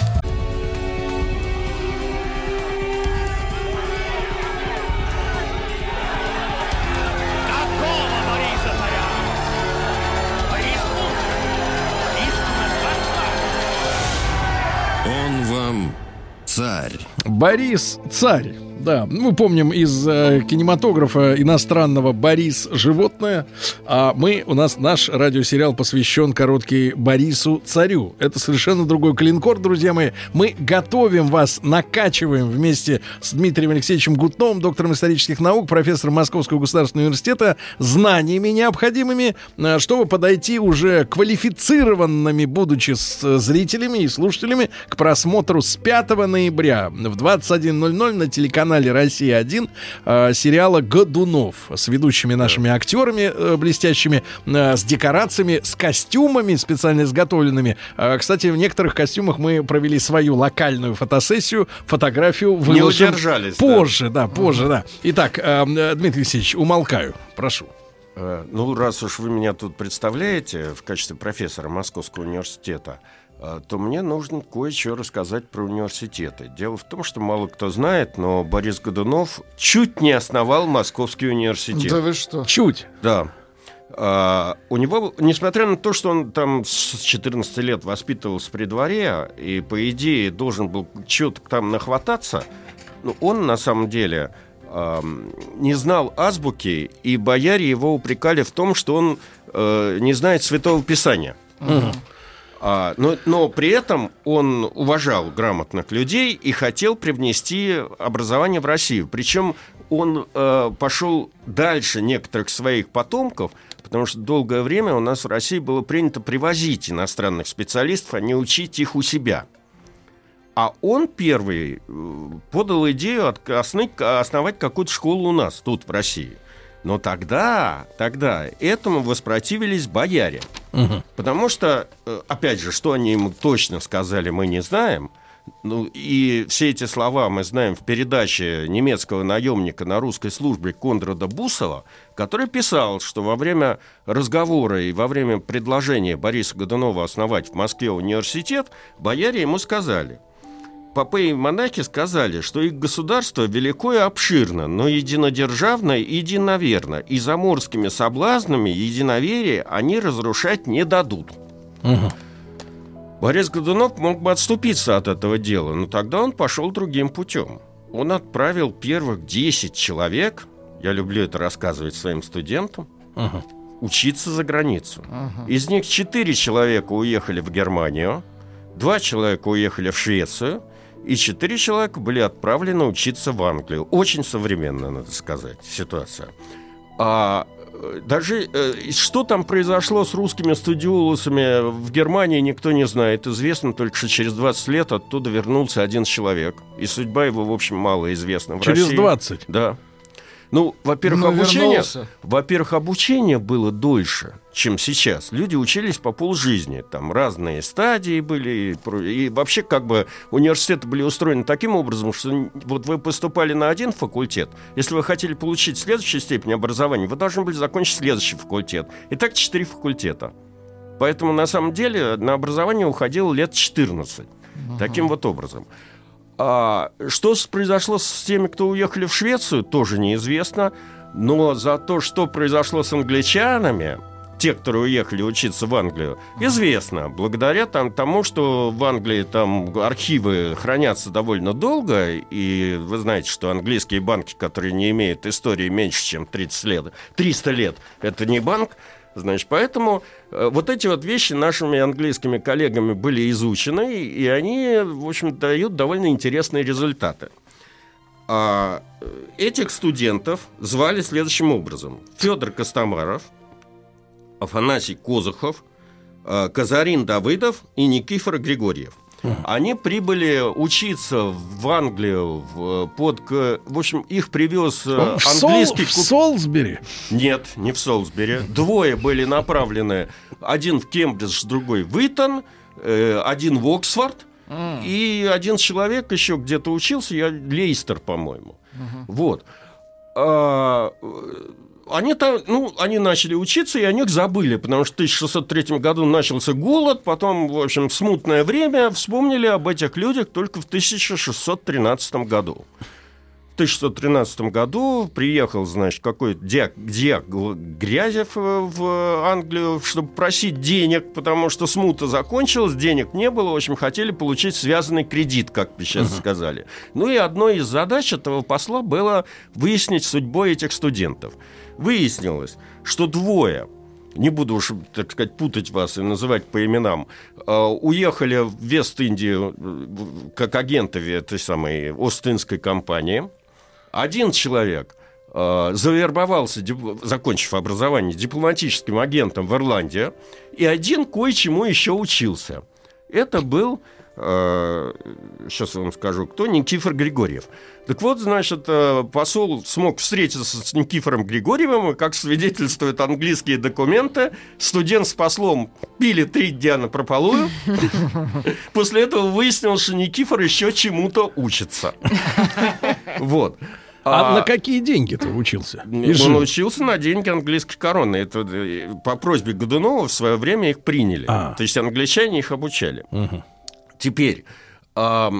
Царь. Борис Царь. Да, мы помним из э, кинематографа иностранного «Борис животное», а мы, у нас наш радиосериал посвящен короткий Борису Царю. Это совершенно другой калинкор, друзья мои. Мы готовим вас, накачиваем вместе с Дмитрием Алексеевичем Гутновым, доктором исторических наук, профессором Московского государственного университета, знаниями необходимыми, чтобы подойти уже квалифицированными, будучи с зрителями и слушателями, к просмотру с пятого ноября в двадцать один ноль ноль на телеканале «Россия-один» э, сериала «Годунов» с ведущими нашими актерами э, блестящими, э, с декорациями, с костюмами специально изготовленными. Э, кстати, в некоторых костюмах мы провели свою локальную фотосессию, фотографию выложим не удержались, позже, да, да позже, да. Итак, э, Дмитрий Алексеевич, умолкаю, прошу. Э, ну, раз уж вы меня тут представляете в качестве профессора Московского университета, то мне нужно кое-что рассказать про университеты. Дело в том, что мало кто знает, но Борис Годунов чуть не основал Московский университет. Да вы что? Чуть? Да. А, у него, несмотря на то, что он там с четырнадцати лет воспитывался при дворе и, по идее, должен был чего-то там нахвататься, ну, он на самом деле э, не знал азбуки, и бояре его упрекали в том, что он э, не знает Святого Писания. Угу. А, но, но при этом он уважал грамотных людей и хотел привнести образование в Россию. Причем он э, пошел дальше некоторых своих потомков, потому что долгое время у нас в России было принято привозить иностранных специалистов, а не учить их у себя. А он первый подал идею основать какую-то школу у нас, тут, в России. Но тогда, тогда этому воспротивились бояре. Угу. Потому что, опять же, что они ему точно сказали, мы не знаем. Ну, и все эти слова мы знаем в передаче немецкого наемника на русской службе Конрада Бусова, который писал, что во время разговора и во время предложения Бориса Годунова основать в Москве университет, бояре ему сказали: попы и монахи сказали, что их государство велико и обширно, но единодержавно и единоверно, и заморскими соблазнами единоверие они разрушать не дадут. Угу. Борис Годунов мог бы отступиться от этого дела, но тогда он пошел другим путем. Он отправил первых десять человек, я люблю это рассказывать своим студентам, угу. учиться за границу. Угу. Из них четыре человека уехали в Германию, два человека уехали в Швецию, и четыре человека были отправлены учиться в Англию. Очень современная, надо сказать, ситуация. А даже э, что там произошло с русскими студиолусами в Германии, никто не знает. Известно только, что через двадцать лет оттуда вернулся один человек. И судьба его, в общем, мало известна в через России. двадцать? Да. Ну, во-первых, обучение, во-первых, обучение было дольше, чем сейчас. Люди учились по полжизни. Там разные стадии были. И вообще, как бы, университеты были устроены таким образом, что вот вы поступали на один факультет. Если вы хотели получить следующую степень образования, вы должны были закончить следующий факультет. И так четыре факультета. Поэтому, на самом деле, на образование уходило лет четырнадцать. Uh-huh. Таким вот образом. А что произошло с теми, кто уехали в Швецию, тоже неизвестно. Но за то, что произошло с англичанами, те, которые уехали учиться в Англию, известно. Благодаря там, тому, что в Англии там архивы хранятся довольно долго. И вы знаете, что английские банки, которые не имеют истории меньше, чем тридцать лет, триста лет, это не банк. Значит, поэтому э, вот эти вот вещи нашими английскими коллегами были изучены, и они, в общем, дают довольно интересные результаты. А этих студентов звали следующим образом: Федор Костомаров, Афанасий Козухов, э, Казарин Давыдов и Никифор Григорьев. Они прибыли учиться в Англию в, под... В общем, их привез в английский... Сол, в Солсбери? Нет, не в Солсбери. Двое были направлены. Один в Кембридж, другой в Итон, э, один в Оксфорд. Mm. И один человек еще где-то учился, я Лейстер, по-моему. Uh-huh. Вот. А, они, там, ну, они начали учиться, и о них забыли, потому что в тысяча шестьсот третьем году начался голод, потом, в общем, в смутное время вспомнили об этих людях только в тысяча шестьсот тринадцатом году. В тысяча шестьсот тринадцатом году приехал, значит, какой-то диак, диак Грязев в Англию, чтобы просить денег, потому что смута закончилась, денег не было, в общем, хотели получить связанный кредит, как бы сейчас uh-huh. сказали. Ну и одной из задач этого посла было выяснить судьбу этих студентов. Выяснилось, что двое, не буду уж, так сказать, путать вас и называть по именам, уехали в Вест-Индию как агенты этой самой Ост-Индской компании. Один человек э, завербовался, дип- закончив образование, дипломатическим агентом в Ирландии, и один кое-чему еще учился. Это был, э, сейчас я вам скажу, кто, Никифор Григорьев. Так вот, значит, э, посол смог встретиться с Никифором Григорьевым, и, как свидетельствуют английские документы, студент с послом пили три дня напропалую. После этого выяснилось, что Никифор еще чему-то учится. Вот. А, а на какие деньги ты учился? Он учился на деньги английской короны. Это по просьбе Годунова в свое время их приняли. А. То есть англичане их обучали. Угу. Теперь, а,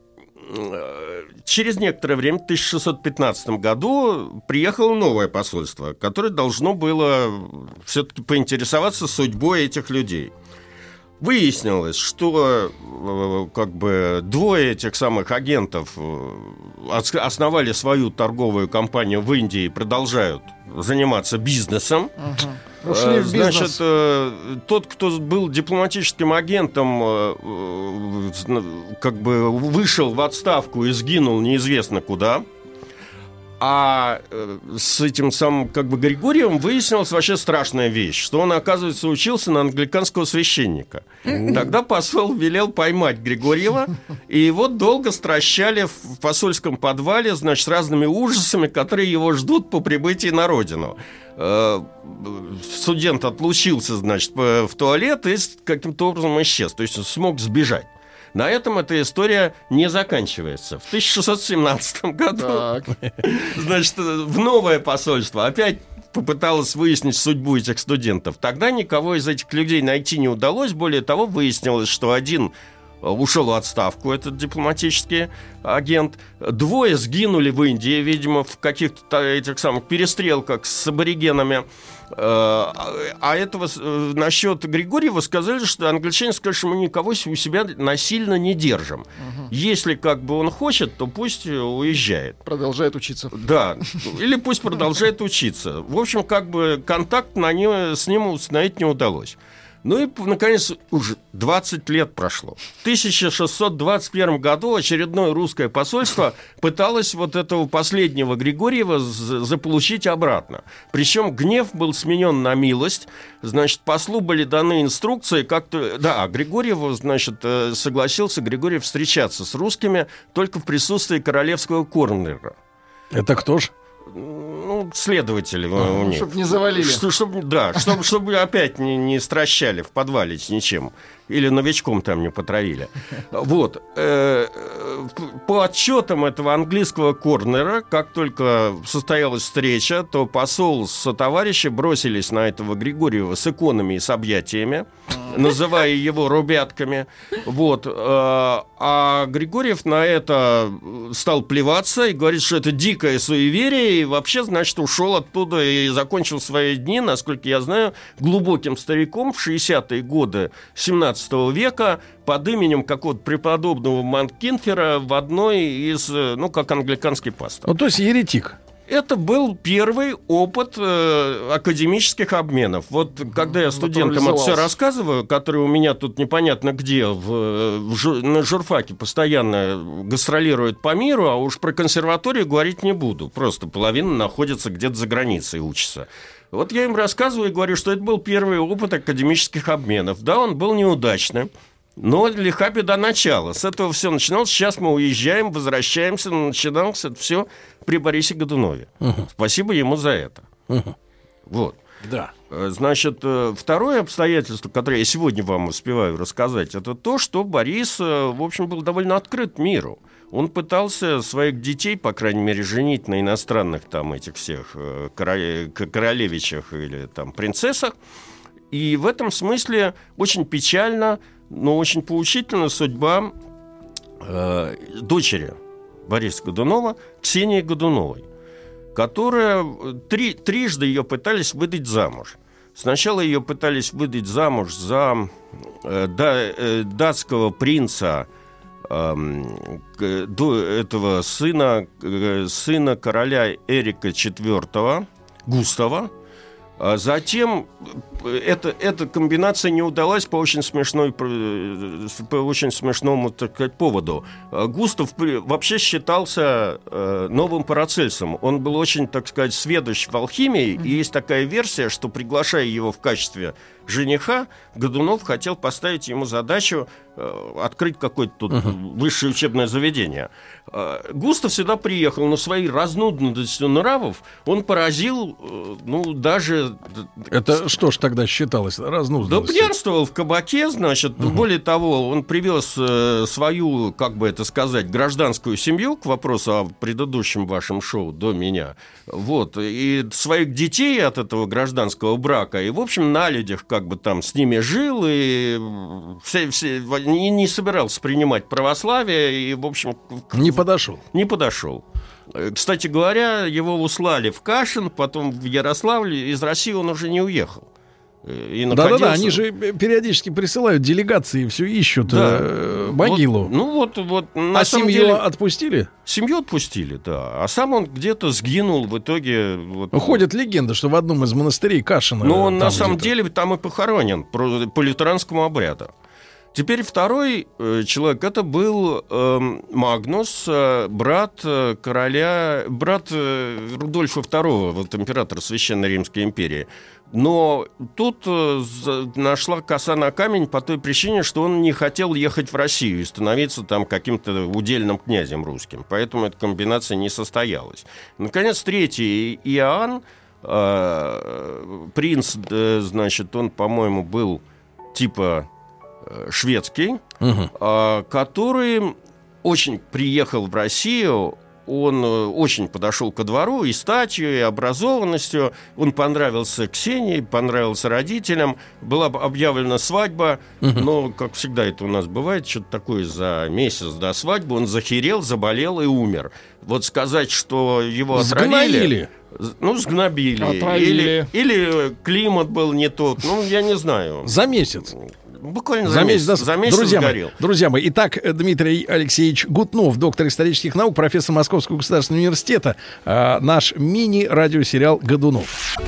через некоторое время, в тысяча шестьсот пятнадцатом году, приехало новое посольство, которое должно было все-таки поинтересоваться судьбой этих людей. Выяснилось, что как бы двое этих самых агентов основали свою торговую компанию в Индии и продолжают заниматься бизнесом. Угу. Ушли в бизнес. Значит, тот, кто был дипломатическим агентом, как бы вышел в отставку и сгинул неизвестно куда. А с этим самым как бы Григорьевым выяснилась вообще страшная вещь, что он, оказывается, учился на англиканского священника. Тогда посол велел поймать Григорьева, и его долго стращали в посольском подвале, значит, с разными ужасами, которые его ждут по прибытии на родину. Студент отлучился, значит, в туалет и каким-то образом исчез, то есть смог сбежать. На этом эта история не заканчивается. В тысяча шестьсот семнадцатом году, значит, в новое посольство опять попыталось выяснить судьбу этих студентов. Тогда никого из этих людей найти не удалось. Более того, выяснилось, что один ушел в отставку этот дипломатический агент. Двое сгинули в Индии, видимо, в каких-то этих самых перестрелках с аборигенами. А этого насчет Григорьева сказали, что англичане сказали, что мы никого у себя насильно не держим. Угу. Если как бы он хочет, то пусть уезжает. Продолжает учиться. Да, или пусть продолжает учиться. В общем, как бы контакт на нем, с ним установить не удалось. Ну и, наконец, уже двадцать лет прошло. В тысяча шестьсот двадцать первом году очередное русское посольство пыталось вот этого последнего Григорьева заполучить обратно. Причем гнев был сменен на милость. Значит, послу были даны инструкции, как-то... Да, Григорьев, значит, согласился Григорьев встречаться с русскими только в присутствии королевского корнера. Это кто ж? Ну, следователи а, у них. Чтобы не завалили. Что, чтобы, да, чтобы, чтобы опять не, не стращали в подвале с ничем. Или новичком там не потравили. Вот. По отчетам этого английского корнера, как только состоялась встреча, то посол со товарищи бросились на этого Григорьева с иконами и с объятиями, называя его рубятками. Вот. А Григорьев на это стал плеваться и говорит, что это дикое суеверие, и вообще, значит, ушел оттуда и закончил свои дни, насколько я знаю, глубоким стариком в шестидесятые годы семнадцатого века под именем какого-то преподобного Манкинфера в одной из, ну, как англиканский пастор. Ну, то есть еретик. Это был первый опыт э, академических обменов. Вот когда я студентам это все рассказываю, которые у меня тут непонятно где, в, в жур, на журфаке постоянно гастролируют по миру, а уж про консерваторию говорить не буду. Просто половина находится где-то за границей, учится. Вот я им рассказываю и говорю, что это был первый опыт академических обменов. Да, он был неудачным, но лиха беда начала. С этого все начиналось. Сейчас мы уезжаем, возвращаемся, но начиналось это все при Борисе Годунове. Угу. Спасибо ему за это. Угу. Вот. Да. Значит, второе обстоятельство, которое я сегодня вам успеваю рассказать, это то, что Борис, в общем, был довольно открыт миру. Он пытался своих детей, по крайней мере, женить на иностранных там этих всех королевичах или там принцессах. И в этом смысле очень печально, но очень поучительна судьба э, дочери Бориса Годунова, Ксении Годуновой, которая три, трижды ее пытались выдать замуж. Сначала ее пытались выдать замуж за э, да, э, датского принца, до этого сына, сына короля Эрика четвёртого, Густава. А затем эта, эта комбинация не удалась по очень, смешной, по очень смешному, так сказать, поводу. Густав вообще считался новым Парацельсом. Он был очень, так сказать, сведущ в алхимии, и есть такая версия, что, приглашая его в качестве жениха, Годунов хотел поставить ему задачу э, открыть какое-то тут uh-huh. высшее учебное заведение. Э, Густав всегда приехал, но своей разнудностью нравов он поразил, э, ну, даже... Это что ж тогда считалось разнудностью? Да, пьянствовал в кабаке, значит. Uh-huh. Более того, он привез э, свою, как бы это сказать, гражданскую семью, к вопросу о предыдущем вашем шоу до меня, вот, и своих детей от этого гражданского брака, и, в общем, на людях, как бы там с ними жил, и все, все, не, не собирался принимать православие, и, в общем... Не подошел. Не подошел. Кстати говоря, его услали в Кашин, потом в Ярославль, из России он уже не уехал. Да-да-да, находился... они же периодически присылают делегации, все ищут да. э, могилу. Вот, ну вот, вот. На а семью деле... отпустили? Семью отпустили, да. А сам он где-то сгинул в итоге. Вот... Ходит легенда, что в одном из монастырей Кашина. Но он на самом деле там и похоронен по, по лютеранскому обряду. Теперь второй э, человек, это был э, Магнус, э, брат э, короля, брат э, Рудольфа второго, вот императора Священной Римской империи. Но тут э, нашла коса на камень по той причине, что он не хотел ехать в Россию и становиться там каким-то удельным князем русским. Поэтому эта комбинация не состоялась. Наконец, третий Иоанн, э, принц, э, значит, он, по-моему, был типа... шведский, угу. который очень приехал в Россию он очень подошел ко двору и статью, и образованностью. Он понравился Ксении, понравился родителям. Была объявлена свадьба, угу. но, как всегда это у нас бывает, что-то такое за месяц до свадьбы он захерел, заболел и умер. Вот сказать, что его отравили... Ну, сгнобили. Или, или климат был не тот. Ну, я не знаю. За месяц. Буквально за, за месяц. месяц. За месяц друзья сгорел. Мои, друзья мои, итак, Дмитрий Алексеевич Гутнов, доктор исторических наук, профессор Московского государственного университета. Э, наш мини-радиосериал «Годунов».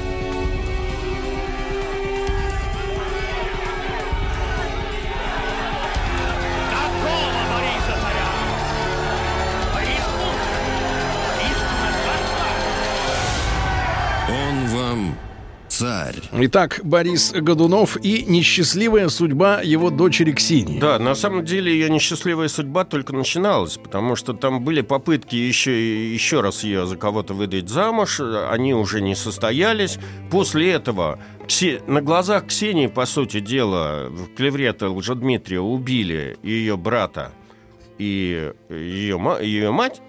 Царь. Итак, Борис Годунов и несчастливая судьба его дочери Ксении. Да, на самом деле ее несчастливая судьба только начиналась, потому что там были попытки еще, еще раз ее за кого-то выдать замуж, они уже не состоялись. После этого Ксе... на глазах Ксении, по сути дела, в клеврета Лжедмитрия убили ее брата и ее, ее мать.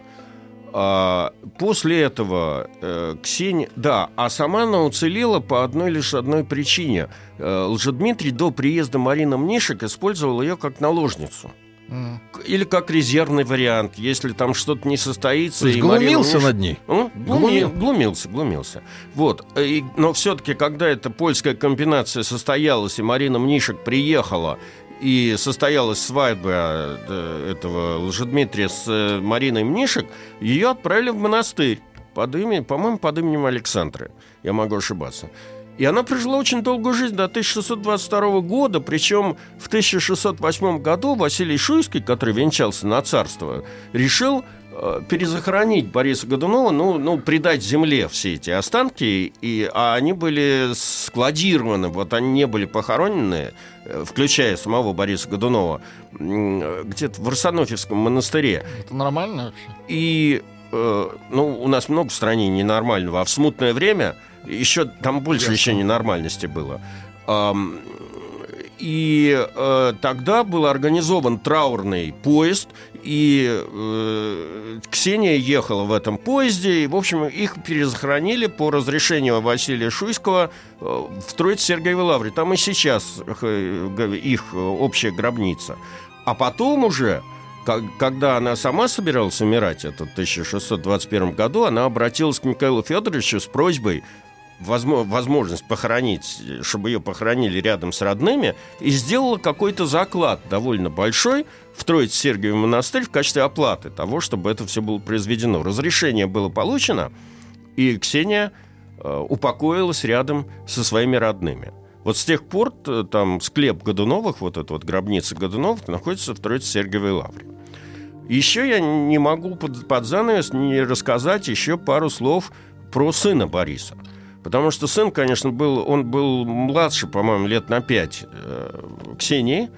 А после этого э, Ксения... Да, а сама она уцелела по одной лишь одной причине. Э, Лжедмитрий до приезда Марины Мнишек использовал ее как наложницу. Mm. Или как резервный вариант, если там что-то не состоится. То есть и глумился Мнишек... над ней? Ну, глуми... Глумился, глумился. Вот. И... Но все-таки, когда эта польская комбинация состоялась, и Марина Мнишек приехала, и состоялась свадьба этого Лжедмитрия с Мариной Мнишек, ее отправили в монастырь под именем, по-моему, под именем Александры. Я могу ошибаться. И она прожила очень долгую жизнь, до тысяча шестьсот двадцать второго года. Причем в тысяча шестьсот восьмом году Василий Шуйский, который венчался на царство, решил э, перезахоронить Бориса Годунова, ну, ну, придать земле все эти останки. И, а они были складированы, вот они не были похоронены, включая самого Бориса Годунова, где-то в Арсенофьевском монастыре. Это нормально вообще? И, э, ну, у нас много в стране ненормального, а в смутное время еще там больше Ясно. еще ненормальности было. Эм, и э, тогда был организован траурный поезд, и э, Ксения ехала в этом поезде, и, в общем, их перезахоронили по разрешению Василия Шуйского э, в Троице-Сергиевой лавре. Там и сейчас э, их общая гробница. А потом уже, как, когда она сама собиралась умирать, это в тысяча шестьсот двадцать первом году, она обратилась к Михаилу Федоровичу с просьбой возможность похоронить, чтобы ее похоронили рядом с родными, и сделала какой-то заклад довольно большой в Троице-Сергиевый монастырь в качестве оплаты того, чтобы это все было произведено. Разрешение было получено, и Ксения э, упокоилась рядом со своими родными. Вот с тех пор там склеп Годуновых, вот эта вот гробница Годуновых, находится в Троице-Сергиевой лавре. Еще я не могу под, под занавес не рассказать еще пару слов про сына Бориса. Потому что сын, конечно, был, он был младше, по-моему, лет на пять э, Ксении,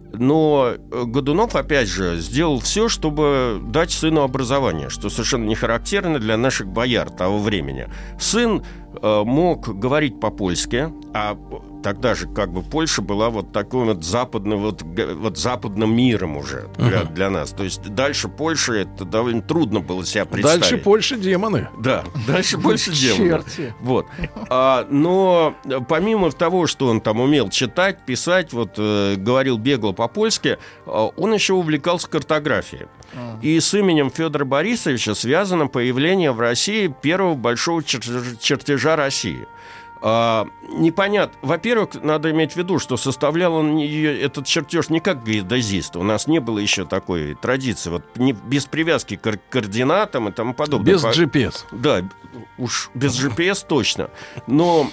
но Годунов, опять же, сделал все, чтобы дать сыну образование, что совершенно не характерно для наших бояр того времени. Сын э, мог говорить по-польски, а тогда же как бы Польша была вот таким вот западным, вот, вот западным миром уже для, uh-huh. для нас. То есть дальше Польши это довольно трудно было себя представить. Дальше Польша демоны. Да, дальше больше демоны. Вот. А, но помимо того, что он там умел читать, писать, вот э, говорил бегло по-польски, э, он еще увлекался картографией. Uh-huh. И с именем Федора Борисовича связано появление в России первого большого чер- чертежа России. А, непонятно. Во-первых, надо иметь в виду, что составлял он ее, этот чертеж не как геодезист. У нас не было еще такой традиции, вот не, без привязки к координатам и тому подобное. Без джи пи эс. Да, уж без джи пи эс точно. Но,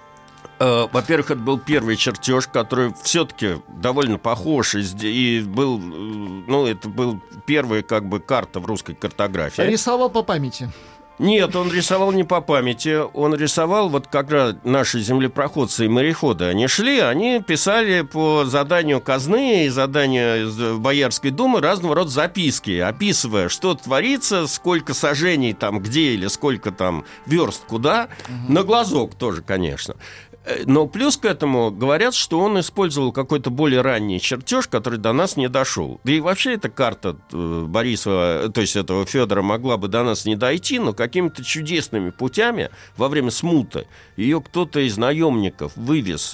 э, во-первых, это был первый чертеж, который все-таки довольно похож и, и был, ну, это был первая как бы карта в русской картографии. Рисовал по памяти. Нет, он рисовал не по памяти. Он рисовал, вот когда наши землепроходцы и мореходы, они шли, они писали по заданию казны и заданию Боярской думы разного рода записки, описывая, что творится, сколько сажений там где или сколько там верст куда, угу. на глазок тоже, конечно. Но плюс к этому говорят, что он использовал какой-то более ранний чертеж, который до нас не дошел. Да и вообще эта карта Борисова, то есть этого Федора, могла бы до нас не дойти, но какими-то чудесными путями во время смуты ее кто-то из наемников вывез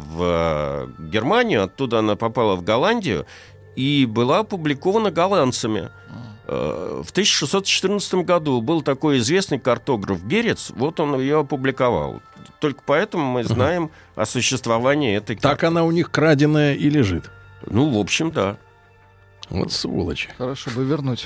в Германию, оттуда она попала в Голландию и была опубликована голландцами. В тысяча шестьсот четырнадцатом году был такой известный картограф Герец, вот он ее опубликовал. Только поэтому мы знаем угу. о существовании этой карты. Так она у них краденая и лежит? Ну, в общем, да. Вот сволочи. Хорошо бы вернуть.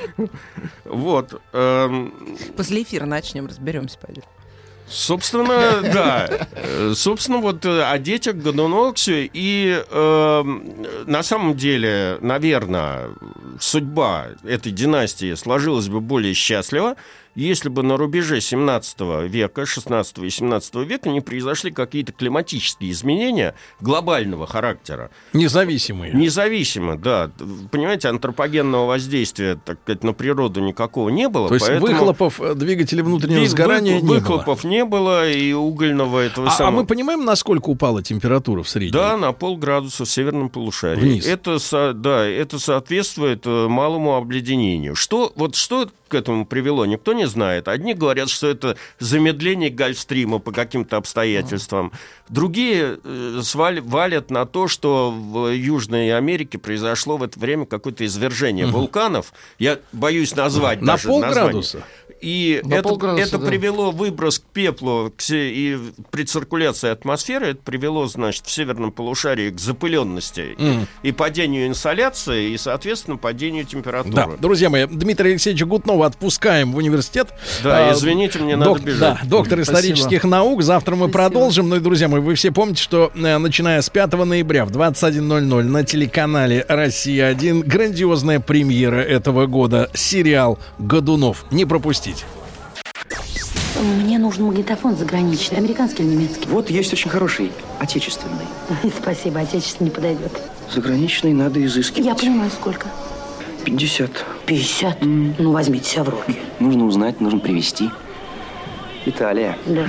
Вот. После эфира начнем, разберемся, пойдем. Собственно, да. Собственно, вот о детях Годунова и э, на самом деле, наверное, судьба этой династии сложилась бы более счастливо, если бы на рубеже семнадцатого века, шестнадцатого и семнадцатого века не произошли какие-то климатические изменения глобального характера. Независимые. Независимо, да. Понимаете, антропогенного воздействия, так сказать, на природу никакого не было. То есть поэтому... выхлопов двигателей внутреннего Вы, сгорания вы, не выхлопов было. не было, и угольного этого а, самого... А мы понимаем, насколько упала температура в среднем? Да, на полградуса в северном полушарии. Вниз. Это, со... да, это соответствует малому обледенению. Что, вот что к этому привело, никто не знает. Одни говорят, что это замедление Гольфстрима по каким-то обстоятельствам. Другие э, сваль, валят на то, что в Южной Америке произошло в это время какое-то извержение угу. вулканов. Я боюсь назвать на даже полградуса. название. И на это, полградуса, это да. привело выброс к пеплу к, и при циркуляции атмосферы, это привело, значит, в северном полушарии к запыленности mm. и, и падению инсоляции, и, соответственно, падению температуры. Да, друзья мои, Дмитрия Алексеевича Гутнова отпускаем в университет. Да, а, извините, мне док, надо бежать. Да, доктор исторических Спасибо. наук. Завтра мы Спасибо. продолжим. Ну и, друзья мои, вы все помните, что э, начиная с пятого ноября в двадцать один ноль ноль на телеканале «Россия один» грандиозная премьера этого года. Сериал «Годунов». Не пропустите. Мне нужен магнитофон заграничный, американский или немецкий? Вот есть очень хороший, отечественный. Спасибо, отечественный не подойдет. Заграничный надо изыскивать. Я понимаю, сколько? пятьдесят. пятьдесят? Mm. Ну, возьмите себя в руки. Нужно узнать, нужно привезти. Италия. Да.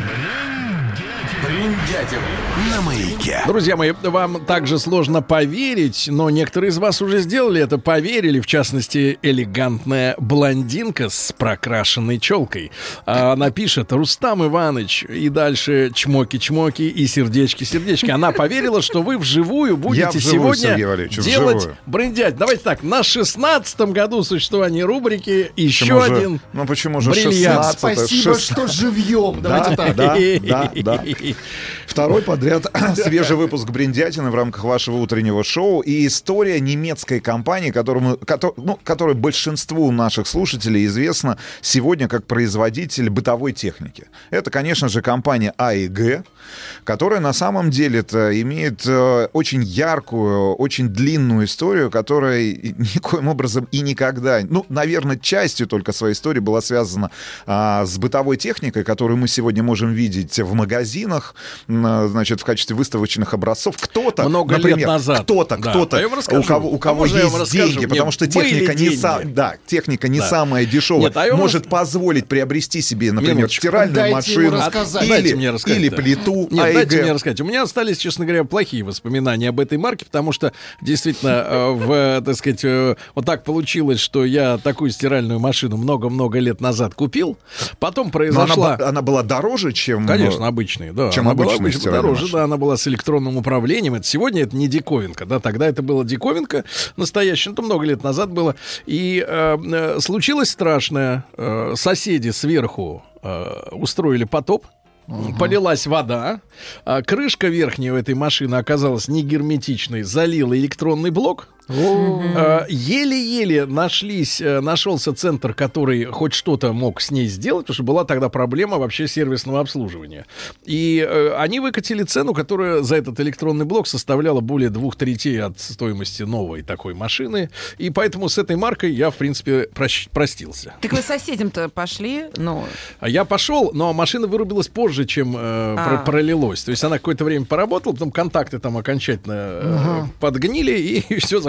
Бриндятин на маяке. Друзья мои, вам также сложно поверить, но некоторые из вас уже сделали это, поверили. В частности, элегантная блондинка с прокрашенной челкой. Она пишет: Рустам Иванович, и дальше чмоки-чмоки и сердечки-сердечки. Она поверила, что вы вживую будете Я вживую, сегодня Сергей Валерьевич, делать вживую. бриндять. Давайте так, на шестнадцатом году существования рубрики еще Почему же- один ну почему же бриллиант. шестнадцатое? Спасибо, шест- что живьем. Да, Давайте так. да, да, да. Второй подряд свежий выпуск «Бриндятины» в рамках вашего утреннего шоу. И история немецкой компании, которому, кото- ну, которая большинству наших слушателей известна сегодня как производитель бытовой техники. Это, конечно же, компания А и Г, которая на самом деле-то имеет э, очень яркую, очень длинную историю, которая никоим образом и никогда, ну, наверное, частью только своей истории была связана а, с бытовой техникой, которую мы сегодня можем видеть в магазинах, м, значит, в качестве выставочных образцов. Кто-то, Много например, лет назад. кто-то, Да. кто-то, А я вам расскажу. у кого, у А кого можно я вам есть расскажу? деньги, Мне потому что были техника не, деньги. са- да, техника не Да. самая дешевая, Нет, а я вам может рас- позволить приобрести себе, например, Минуточку. стиральную Дайте ему машину рассказать. Дайте или, мне рассказать, или да. плиту Нет, А и дайте Г. мне рассказать. У меня остались, честно говоря, плохие воспоминания об этой марке, потому что действительно, э, в, так сказать, э, вот так получилось, что я такую стиральную машину много-много лет назад купил. Потом Но произошла... она, б- она была дороже, чем... Конечно, обычные, да. чем она была обычные обычно стиральные дороже, машины. да, она была с электронным управлением. Это сегодня это не диковинка, да, тогда это была диковинка настоящая, ну, это много лет назад было. И э, э, случилось страшное. Э, соседи сверху э, устроили потоп. Uh-huh. Полилась вода, а крышка верхняя у этой машины оказалась не герметичной, залила электронный блок. Uh-huh. Еле-еле нашлись, нашелся центр, который хоть что-то мог с ней сделать, потому что была тогда проблема вообще сервисного обслуживания. И э, они выкатили цену, которая за этот электронный блок составляла более двух третей от стоимости новой такой машины. И поэтому с этой маркой я, в принципе, прощ- простился. Так вы соседям-то пошли? Ну... А я пошел, но машина вырубилась позже, чем э, про- пролилось. То есть она какое-то время поработала, потом контакты там окончательно э, Ага. подгнили, и все закончилось.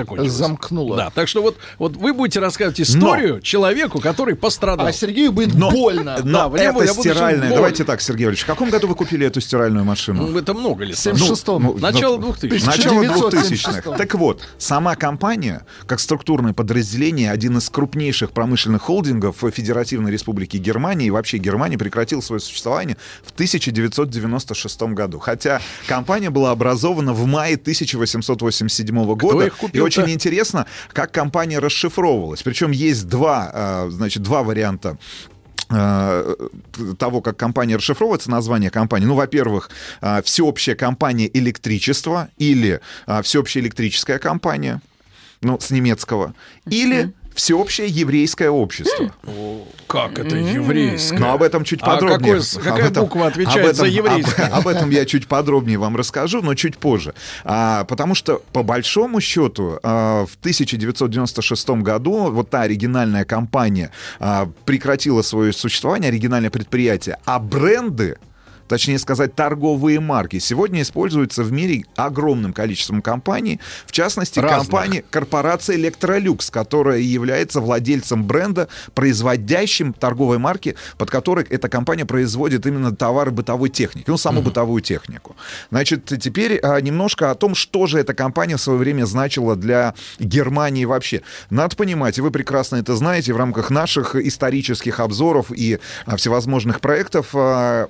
закончилось. Замкнуло. Да, так что вот, вот вы будете рассказывать историю но, человеку, который пострадал. А Сергею будет но, больно. Но да, это я стиральная. Давайте так, Сергей Валерьевич, в каком году вы купили эту стиральную машину? Ну, это много лет. В семьдесят шестом. Ну, Начало двухтысячных. Начало двухтысячных. Так вот, сама компания, как структурное подразделение, один из крупнейших промышленных холдингов Федеративной Республики Германии и вообще Германии, прекратил свое существование в тысяча девятьсот девяносто шестом году. Хотя компания была образована в мае тысяча восемьсот восемьдесят седьмого года. И очень интересно, как компания расшифровывалась. Причем есть два, значит, два варианта того, как компания расшифровывается, название компании. Ну, во-первых, всеобщая компания электричества или всеобщая электрическая компания, ну, с немецкого, или всеобщее еврейское общество. О, как это еврейское? Но об этом чуть подробнее. А какой, какая этом, буква отвечает этом, за еврейское? Об, об этом я чуть подробнее вам расскажу, но чуть позже. А, потому что, по большому счету, а, в тысяча девятьсот девяносто шестом году вот та оригинальная компания а, прекратила свое существование, оригинальное предприятие, а бренды, точнее сказать, торговые марки, сегодня используются в мире огромным количеством компаний, в частности, разных. компания, корпорация Electrolux, которая является владельцем бренда, производящим торговой марки, под которой эта компания производит именно товары бытовой техники, ну, саму mm-hmm. бытовую технику. Значит, теперь а, немножко о том, что же эта компания в свое время значила для Германии вообще. Надо понимать, и вы прекрасно это знаете, в рамках наших исторических обзоров и а, всевозможных проектов, а,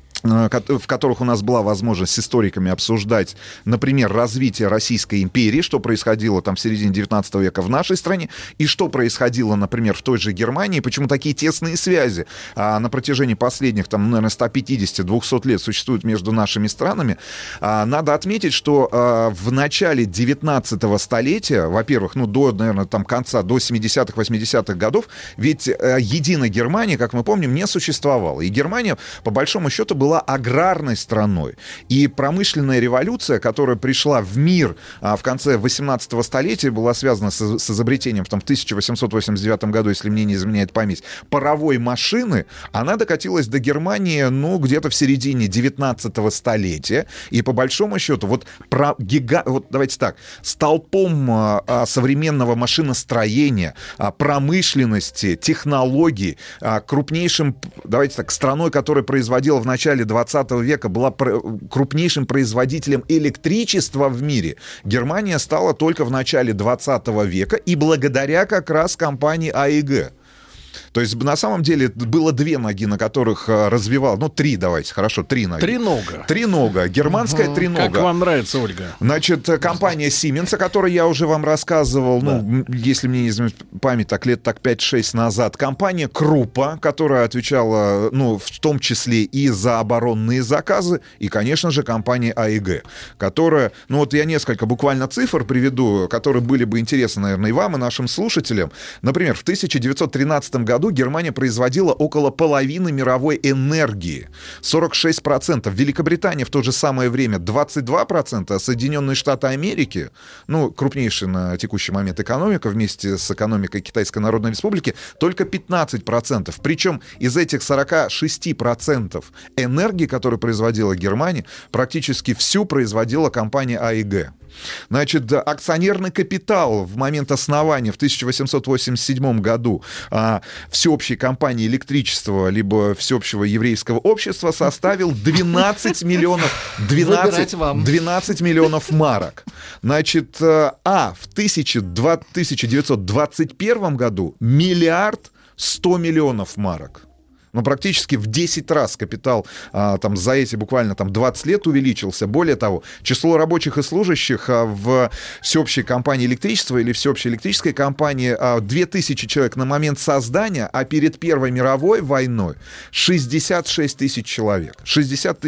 в которых у нас была возможность с историками обсуждать, например, развитие Российской империи, что происходило там в середине девятнадцатого века в нашей стране, и что происходило, например, в той же Германии, почему такие тесные связи а, на протяжении последних, там, наверное, сто пятьдесят - двести лет существуют между нашими странами. А, надо отметить, что а, в начале девятнадцатого столетия, во-первых, ну, до, наверное, там, конца, до семидесятых - восьмидесятых годов, ведь а, единая Германия, как мы помним, не существовала. И Германия, по большому счету, была была аграрной страной. И промышленная революция, которая пришла в мир а, в конце восемнадцатого столетия, была связана с, с изобретением там, в тысяча восемьсот восемьдесят девятом году, если мне не изменяет память, паровой машины, она докатилась до Германии, ну, где-то в середине девятнадцатого столетия. И по большому счету, вот, про гига... вот давайте так, столпом а, современного машиностроения, а, промышленности, технологий, а, крупнейшим, давайте так, страной, которая производила в начале двадцатого века, была крупнейшим производителем электричества в мире, Германия стала только в начале двадцатого века и благодаря как раз компании а и гэ. То есть, на самом деле, было две ноги, на которых развивал... Ну, три, давайте, хорошо, три ноги. Тренога. Тренога. Германская угу. тренога. Как вам нравится, Ольга? Значит, компания Siemens, о которой я уже вам рассказывал, да. ну, если мне не изменяет память, так лет так пять-шесть назад. Компания Круппа, которая отвечала, ну, в том числе и за оборонные заказы. И, конечно же, компания а и гэ, которая... Ну, вот я несколько буквально цифр приведу, которые были бы интересны, наверное, и вам, и нашим слушателям. Например, в тысяча девятьсот тринадцатом году Германия производила около половины мировой энергии, сорок шесть процентов. Великобритания в то же самое время двадцать два процента, а Соединенные Штаты Америки, ну, крупнейшая на текущий момент экономика вместе с экономикой Китайской Народной Республики, только пятнадцать процентов. Причем из этих сорока шести процентов энергии, которую производила Германия, практически всю производила компания а и гэ. Значит, акционерный капитал в момент основания в тысяча восемьсот восемьдесят седьмом году а, всеобщей компании электричества либо всеобщего еврейского общества составил двенадцать миллионов, двенадцать, двенадцать миллионов марок. Значит, а в тысяча девятьсот двадцать первом году миллиард сто миллионов марок. Ну, практически в десять раз капитал а, там, за эти буквально там, двадцать лет увеличился. Более того, число рабочих и служащих а, в всеобщей компании электричества или всеобщей электрической компании а, две тысячи человек на момент создания, а перед Первой мировой войной шестьдесят шесть тысяч человек. шестьдесят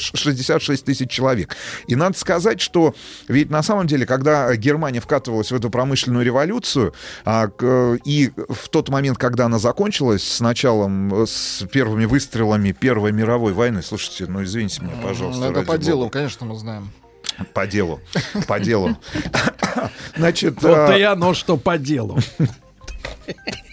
шесть тысяч человек. И надо сказать, что ведь на самом деле, когда Германия вкатывалась в эту промышленную революцию, а, и в тот момент, когда она закончилась с началом, с первыми выстрелами Первой мировой войны. Слушайте, ну извините меня, пожалуйста. Это по делу, Бога. Конечно, мы знаем. По делу, по делу. Значит, вот и оно, что по делу.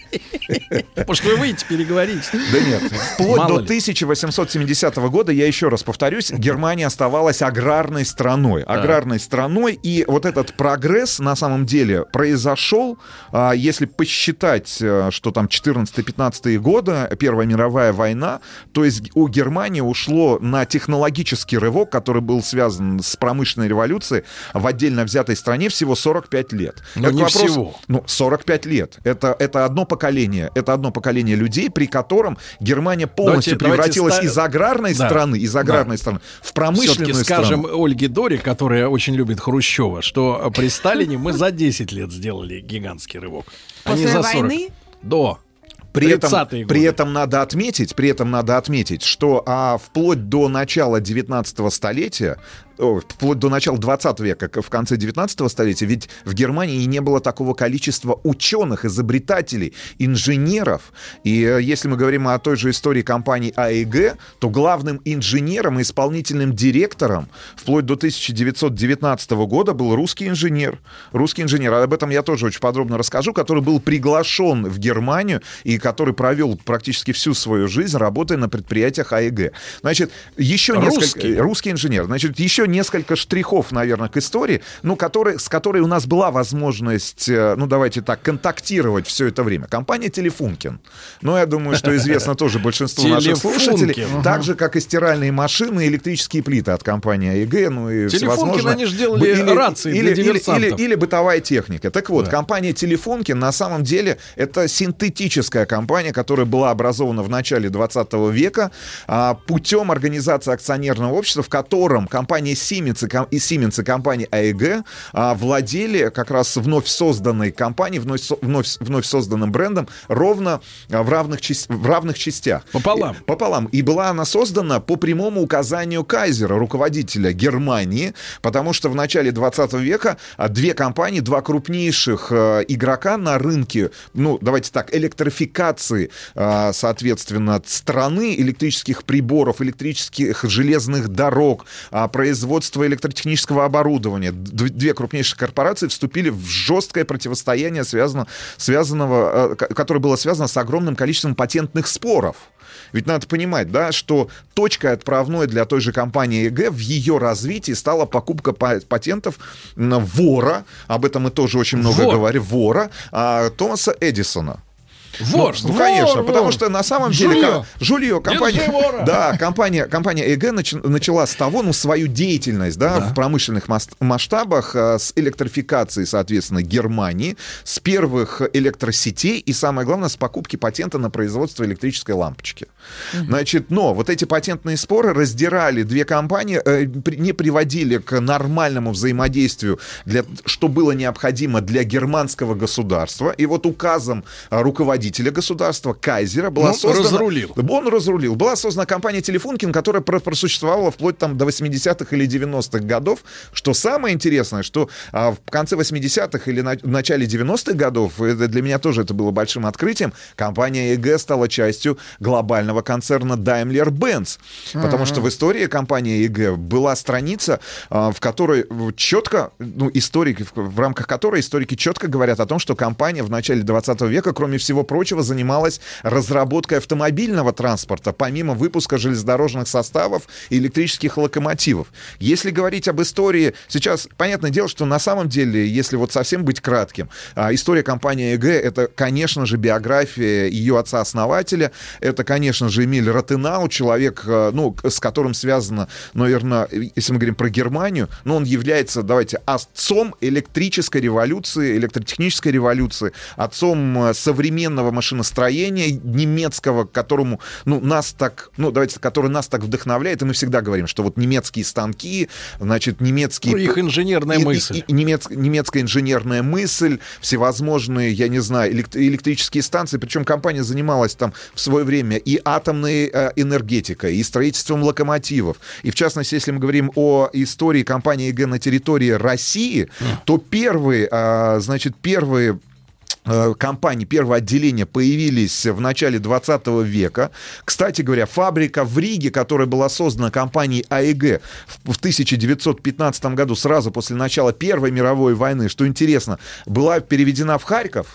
Может, вы выйдете переговорить? Да нет. Вплоть Мало до ли. тысяча восемьсот семидесятого года, я еще раз повторюсь, Германия оставалась аграрной страной. Аграрной страной. И вот этот прогресс на самом деле произошел, а, если посчитать, а, что там четырнадцатый-пятнадцатый годы, Первая мировая война, то есть у Германии ушло на технологический рывок, который был связан с промышленной революцией в отдельно взятой стране, всего сорок пять лет. Но не всего. Ну, сорок пять лет. Это, это одно поколение. Это одно поколение людей, при котором Германия полностью Давайте- превратилась давайте из аграрной Да. страны, из аграрной Да. страны в промышленную Все-таки страну. скажем Ольге Дори, которая очень любит Хрущева, что при Сталине мы за десять лет сделали гигантский рывок. а не После за сорок. войны? До. При этом, тридцатые при годы. этом надо отметить, при этом надо отметить, что а, вплоть до начала девятнадцатого столетия, о, вплоть до начала двадцатого века, к- в конце девятнадцатого столетия, ведь в Германии не было такого количества ученых, изобретателей, инженеров. И э, если мы говорим о той же истории компании А И Г, то главным инженером и исполнительным директором вплоть до тысяча девятьсот девятнадцатого года был русский инженер. Русский инженер, об этом я тоже очень подробно расскажу, который был приглашен в Германию и который провел практически всю свою жизнь, работая на предприятиях А И Г. Значит, еще Русский. несколько... Русский инженер. Значит, еще несколько штрихов, наверное, к истории, ну, которые, с которой у нас была возможность, э, ну, давайте так, контактировать все это время. Компания «Телефункин». Ну, я думаю, что известно тоже большинству наших слушателей. Телефункин. Так же, как и стиральные машины и электрические плиты от компании А И Г. Ну, и Телефункин, всевозможные... они же делали Или- рации для или, или, диверсантов. или, или бытовая техника. Так вот, Да. компания «Телефункин» на самом деле это синтетическая компания, которая была образована в начале двадцатого века а, путем организации акционерного общества, в котором компания Siemens и, ком- и Siemens и компания А И Г а, владели как раз вновь созданной компанией, вновь, со- вновь, вновь созданным брендом ровно а, в равных, часть- в равных частях. Пополам. И, пополам. И была она создана по прямому указанию Кайзера, руководителя Германии, потому что в начале двадцатого века а, две компании, два крупнейших э, игрока на рынке, ну, давайте так, электрификации, э, соответственно, страны, электрических приборов, электрических железных дорог, а, производства электротехнического оборудования. Д- Две крупнейшие корпорации вступили в жесткое противостояние, связано, связанного, э, ко- которое было связано с огромным количеством патентных споров. Ведь надо понимать, да, что точкой отправной для той же компании А И Г в ее развитии стала покупка па- патентов м, вора, об этом мы тоже очень много Вор. говорим, вора, а, Томаса Эдисона. Вор, Ну, вор, конечно, вор. потому что на самом деле... Жулье. ко- Жулье, компания... Держи вора. Да, компания, компания А И Г нач- начала с того, ну, свою деятельность, да, Да. в промышленных мас- масштабах а, с электрификации, соответственно, Германии, с первых электросетей и, самое главное, с покупки патента на производство электрической лампочки. Значит, но вот эти патентные споры раздирали две компании, э, при- не приводили к нормальному взаимодействию, для, что было необходимо для германского государства. И вот указом а, руководителя государства Кайзера была Ну, создана... разрулил. Он разрулил. Была создана компания «Телефункин», которая про- просуществовала вплоть там до восьмидесятых или девяностых годов. Что самое интересное, что а, в конце восьмидесятых или на- в начале девяностых годов, это для меня тоже это было большим открытием, компания А И Г стала частью глобального концерна Daimler-Benz. Потому Ага. что в истории компании А И Г была страница, а, в которой четко, ну, историки, в, в рамках которой историки четко говорят о том, что компания в начале двадцатого века, кроме всего прочего, занималась разработкой автомобильного транспорта, помимо выпуска железнодорожных составов и электрических локомотивов. Если говорить об истории, сейчас, понятное дело, что на самом деле, если вот совсем быть кратким, а, история компании А И Г — это, конечно же, биография ее отца-основателя, это, конечно же, Эмиль Ротенау, человек, а, ну, к- с которым связано, наверное, если мы говорим про Германию, ну, он является, давайте, отцом электрической революции, электротехнической революции, отцом а, современного машиностроения немецкого, которому, ну, нас так, ну, давайте, который нас так вдохновляет, и мы всегда говорим, что вот немецкие станки, значит, немецкие... Ну, их инженерная и- и- мысль. и- и немец- немецкая инженерная мысль, всевозможные, я не знаю, элект- электрические станции, причем компания занималась там в свое время и атомной э, энергетикой, и строительством локомотивов. И в частности, если мы говорим о истории компании А И Г на территории России, то первые, э, значит, первые э, компании, первые отделения появились в начале двадцатого века. Кстати говоря, фабрика в Риге, которая была создана компанией А И Г в, в тысяча девятьсот пятнадцатом году, сразу после начала Первой мировой войны, что интересно, была переведена в Харьков.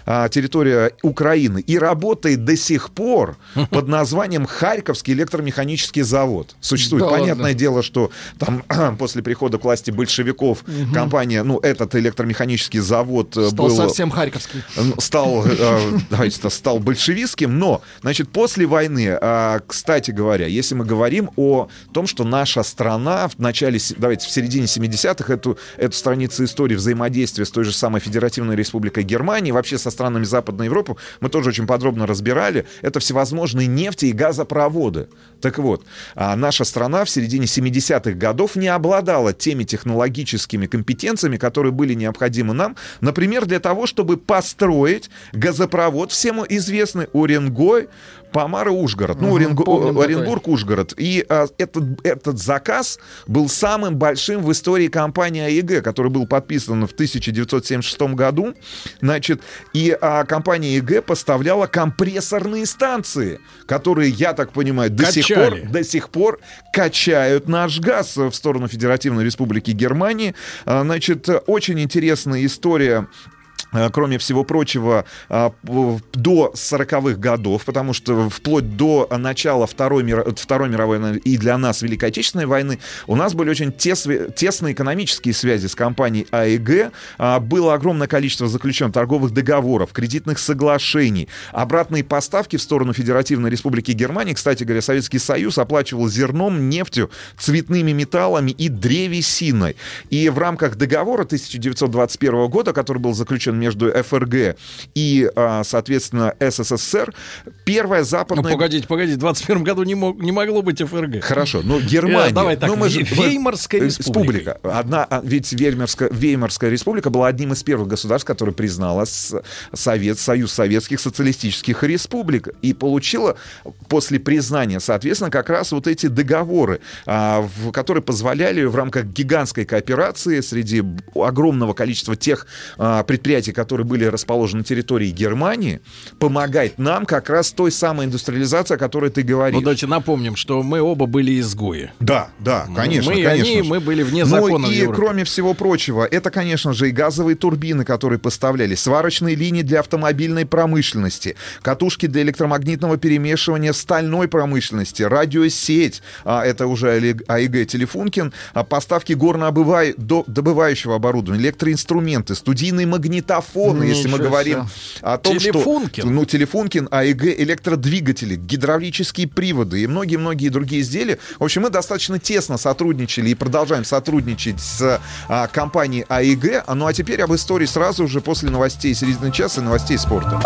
а, территория Украины, и работает до сих пор под названием Харьковский электромеханический завод. Существует. Да Понятное ладно. дело, что там после прихода к власти большевиков Мгм. компания, ну, этот электромеханический завод э, Стал был... совсем харьковский. Стал, э, давайте, стал большевистским, но, значит, после войны, э, кстати говоря, если мы говорим о том, что наша страна в начале, се- давайте, в середине семидесятых, эту, эту страницу истории взаимодействия с той же самой Федеративной Республикой Германии, вообще со странами Западной Европы, мы тоже очень подробно разбирали, это всевозможные нефти и газопроводы. Так вот, а, наша страна в середине семидесятых годов не обладала теми технологическими компетенциями, которые были необходимы нам, например, для того, чтобы построить газопровод, всем известный Уренгой, Помара, Ужгород. Ну, Мгм, Оренго- помним такой. Оренбург, Ужгород. И а, этот, этот заказ был самым большим в истории компании АЭГ, который был подписан в тысяча девятьсот семьдесят шестом году. Значит, и а, компания АЭГ поставляла компрессорные станции, которые, я так понимаю, до сих, пор, Качали. до сих пор качают наш газ в сторону Федеративной Республики Германии. А, значит, очень интересная история. А, Кроме всего прочего, а, п- до сороковых годов, потому что вплоть до начала Второй, мир- Второй мировой войны и для нас Великой Отечественной войны у нас были очень тесве- тесные экономические связи с компанией АЭГ. А, Было огромное количество заключенных торговых договоров, кредитных соглашений, обратные поставки в сторону Федеративной Республики Германии. Кстати говоря, Советский Союз оплачивал зерном, нефтью, цветными металлами и древесиной. И в рамках договора тысяча девятьсот двадцать первого года, который был заключен между ФРГ и, а, соответственно, СССР, первая Ну, западная... погодите, погодите, в двадцать первом году не, мог, не могло быть ФРГ. Хорошо, но Германия... Э, давай так, ну, мы же- Веймарская республика. Одна, а, ведь Веймарская, Веймарская республика была одним из первых государств, которое признало с- Совет, Союз Советских Социалистических Республик и получила после признания, соответственно, как раз вот эти договоры, а, в- которые позволяли в рамках гигантской кооперации среди б- огромного количества тех а, предприятий, которые были расположены на территории Германии, помогать нам как раз той самой индустриализации, о которой ты говоришь. Ну, давайте напомним, что мы оба были изгои. Да, да, конечно, Мы и конечно они, же. мы были вне Ну закона в и, Европе. кроме всего прочего, это, конечно же, и газовые турбины, которые поставляли, сварочные линии для автомобильной промышленности, катушки для электромагнитного перемешивания в стальной промышленности, радиосеть, а, это уже Олег- АЭГ Телефункин, а, поставки горнодобывающего оборудования, электроинструменты, студийные магнитофоны, если мы Ничего говорим себе. о том, Телефункин. что... Ну, Телефункин, АЭГ, электродвигатели, гидравлические приводы и многие-многие другие изделия. В общем, мы достаточно тесно сотрудничали и продолжаем сотрудничать с а, компанией АЭГ. Ну, а теперь об истории сразу же после новостей середины часа и новостей спорта.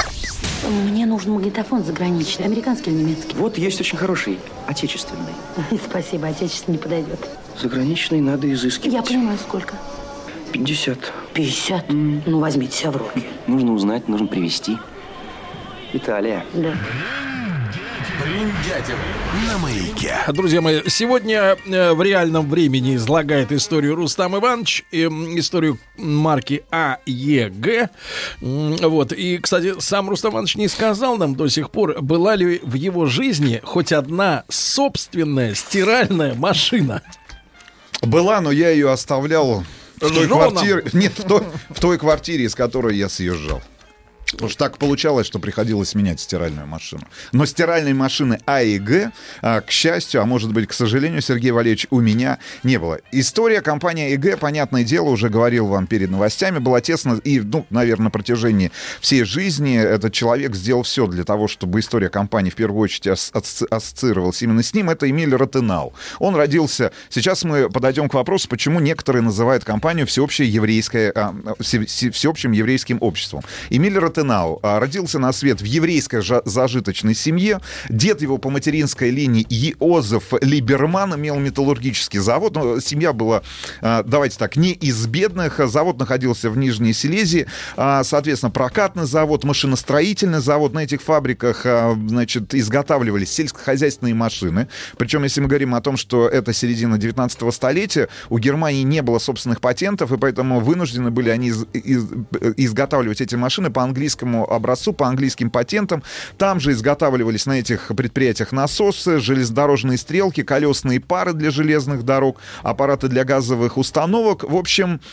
Мне нужен магнитофон заграничный, американский или немецкий? Вот есть очень хороший, отечественный. Спасибо, отечественный не подойдет. Заграничный надо изыскивать. Я понимаю, сколько? пятьдесят. пятьдесят? Ну, возьмите себя в руки. Нужно узнать, нужно привезти. Италия. Да. Бриндятин на маяке. Друзья мои, сегодня э, в реальном времени излагает историю Рустам Иванович, э, историю марки АЕГ. М, Вот. И, кстати, сам Рустам Иванович не сказал нам до сих пор, была ли в его жизни хоть одна собственная стиральная машина. Была, но я ее оставлял в той Женам? квартире. Нет, в той, в той квартире, из которой я съезжал. Потому что так получалось, что приходилось менять стиральную машину. Но стиральной машины АЭГ, а, к счастью, а может быть, к сожалению, Сергей Валерьевич, у меня не было. История компании АЭГ, понятное дело, уже говорил вам перед новостями, была тесно и, ну, наверное, на протяжении всей жизни этот человек сделал все для того, чтобы история компании в первую очередь ас- асоци- ассоциировалась именно с ним. Это Эмиль Ротенау. Он родился... Сейчас мы подойдем к вопросу, почему некоторые называют компанию всеобщее еврейское, а, все- все- всеобщим еврейским обществом. Эмиль Ротенау родился на свет в еврейской жа- зажиточной семье. Дед его по материнской линии Иозеф Либерман имел металлургический завод. Но семья была, а, давайте так, не из бедных. Завод находился в Нижней Силезии. А, Соответственно, прокатный завод, машиностроительный завод. На этих фабриках, а, значит, изготавливались сельскохозяйственные машины. Причем, если мы говорим о том, что это середина девятнадцатого столетия, у Германии не было собственных патентов, и поэтому вынуждены были они из- из- изготавливать эти машины по английскому образцу, по английским патентам. Там же изготавливались на этих предприятиях насосы, железнодорожные стрелки, колесные пары для железных дорог, аппараты для газовых установок. В общем,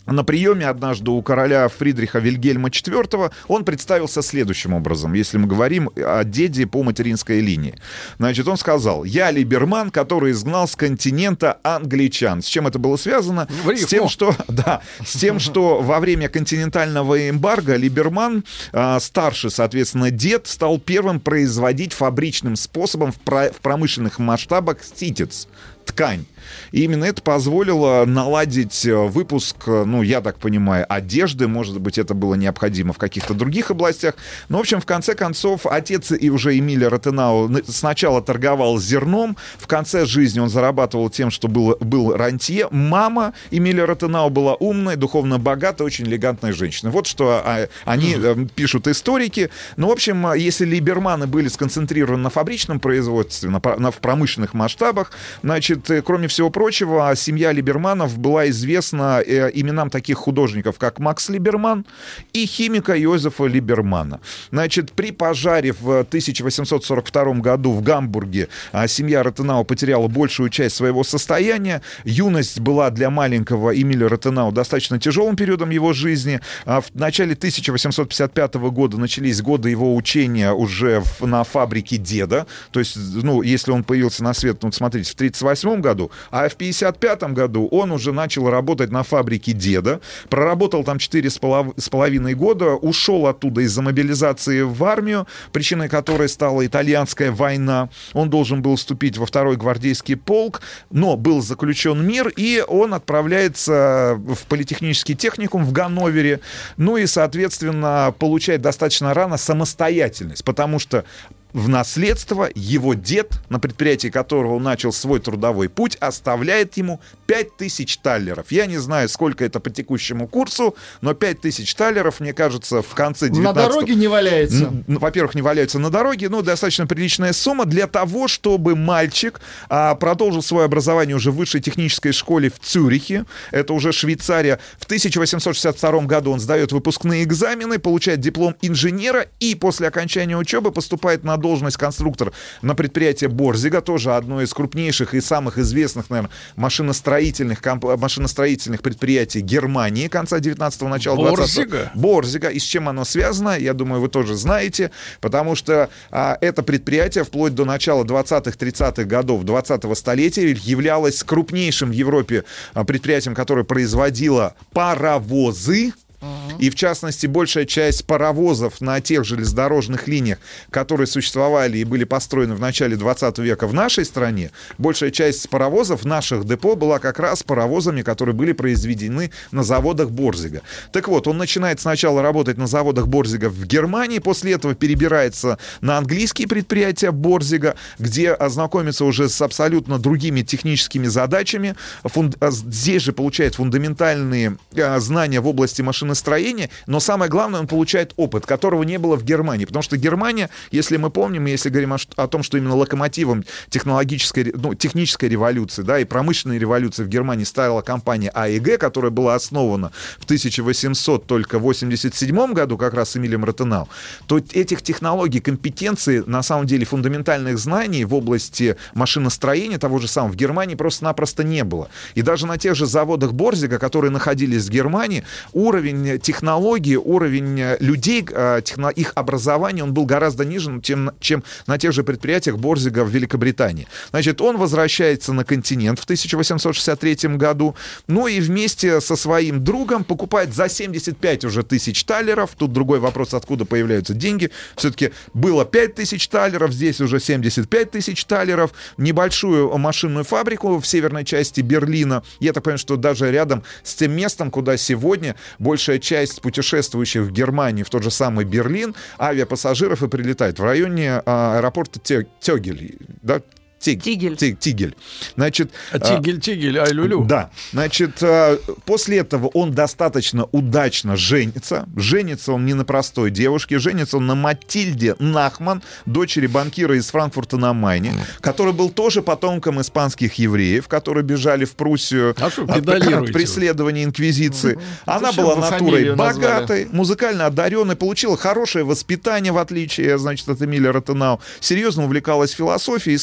На приеме однажды у короля Фридриха Вильгельма четвёртого он представился следующим образом, если мы говорим о деде по материнской линии. Значит, он сказал: «Я либерман, который изгнал с континента англичан». С чем это было связано? С тем, что, да, с тем, что во время континентального эмбарго либерман, э, старший, соответственно, дед, стал первым производить фабричным способом в, про- в промышленных масштабах ситец, ткань. И именно это позволило наладить выпуск, ну, я так понимаю, одежды. Может быть, это было необходимо в каких-то других областях. Но, в общем, в конце концов, отец и уже Эмиля Ротенау сначала торговал зерном, в конце жизни он зарабатывал тем, что был, был рантье. Мама Эмиля Ротенау была умной, духовно богатой, очень элегантной женщиной. Вот что они пишут историки. Ну, в общем, если либерманы были сконцентрированы на фабричном производстве, на, на, в промышленных масштабах, значит, кроме всего прочего, семья Либерманов была известна э, именам таких художников, как Макс Либерман и химика Йозефа Либермана. Значит, при пожаре в тысяча восемьсот сорок втором году в Гамбурге э, семья Ротенау потеряла большую часть своего состояния. Юность была для маленького Эмиля Ротенау достаточно тяжелым периодом его жизни. А в начале тысяча восемьсот пятьдесят пятого года начались годы его учения уже в, на фабрике деда. То есть, ну, если он появился на свет, ну, смотрите, в тридцать восьмом году, а в пятьдесят пятом году он уже начал работать на фабрике деда, проработал там четыре с половиной года, ушел оттуда из-за мобилизации в армию, причиной которой стала итальянская война. Он должен был вступить во второй гвардейский полк, но был заключен мир, и он отправляется в политехнический техникум в Ганновере, ну и, соответственно, получает достаточно рано самостоятельность, потому что в наследство его дед, на предприятии которого он начал свой трудовой путь, оставляет ему пять тысяч таллеров. Я не знаю, сколько это по текущему курсу, но пять тысяч таллеров, мне кажется, в конце девятнадцатого... На дороге не валяется. Ну, во-первых, не валяются на дороге, но достаточно приличная сумма для того, чтобы мальчик а, продолжил свое образование уже в высшей технической школе в Цюрихе. Это уже Швейцария. В тысяча восемьсот шестьдесят втором году он сдает выпускные экзамены, получает диплом инженера и после окончания учебы поступает на должность конструктор на предприятие Борзига, тоже одно из крупнейших и самых известных, наверное, машиностроительных, комп... машиностроительных предприятий Германии конца девятнадцатого, начала двадцатого. Борзига? Борзига. И с чем оно связано, я думаю, вы тоже знаете, потому что а, это предприятие вплоть до начала двадцатых-тридцатых годов двадцатого столетия являлось крупнейшим в Европе а, предприятием, которое производило паровозы. И, в частности, большая часть паровозов на тех железнодорожных линиях, которые существовали и были построены в начале двадцатого века в нашей стране, большая часть паровозов в наших депо была как раз паровозами, которые были произведены на заводах Борзига. Так вот, он начинает сначала работать на заводах Борзига в Германии, после этого перебирается на английские предприятия Борзига, где ознакомится уже с абсолютно другими техническими задачами. Фунд... Здесь же получает фундаментальные а, знания в области машиностроения, но самое главное, он получает опыт, которого не было в Германии, потому что Германия, если мы помним, если говорим о, о том, что именно локомотивом технологической, ну, технической революции, да, и промышленной революции в Германии стала компания а и гэ, которая была основана в тысяча восемьсот восемьдесят седьмом году как раз Эмилем Ротенау, то этих технологий, компетенций, на самом деле фундаментальных знаний в области машиностроения того же самого в Германии просто-напросто не было. И даже на тех же заводах Борзига, которые находились в Германии, уровень технологии, уровень людей, их образования, он был гораздо ниже, чем, чем на тех же предприятиях Борзига в Великобритании. Значит, он возвращается на континент в тысяча восемьсот шестьдесят третьем году, ну и вместе со своим другом покупает за семьдесят пять уже тысяч таллеров. Тут другой вопрос, откуда появляются деньги. Все-таки было пять тысяч таллеров, здесь уже семьдесят пять тысяч таллеров. Небольшую машинную фабрику в северной части Берлина. Я так понимаю, что даже рядом с тем местом, куда сегодня большая часть путешествующих в Германии, в тот же самый Берлин, авиапассажиров и прилетает в районе а, аэропорта Тёгель, да, Тиг, Тигель. Тиг, Тигель. Значит, Тигель, Тигель, ай-лю-лю. Да. Значит, после этого он достаточно удачно женится. Женится он не на простой девушке, женится он на Матильде Нахман, дочери банкира из Франкфурта на Майне, который был тоже потомком испанских евреев, которые бежали в Пруссию а от, от преследования инквизиции. Угу. Она Зачем была натурой богатой, музыкально одаренной, получила хорошее воспитание, в отличие, значит, от Эмиля Ротенау, серьезно увлекалась философией, искусством. В общем,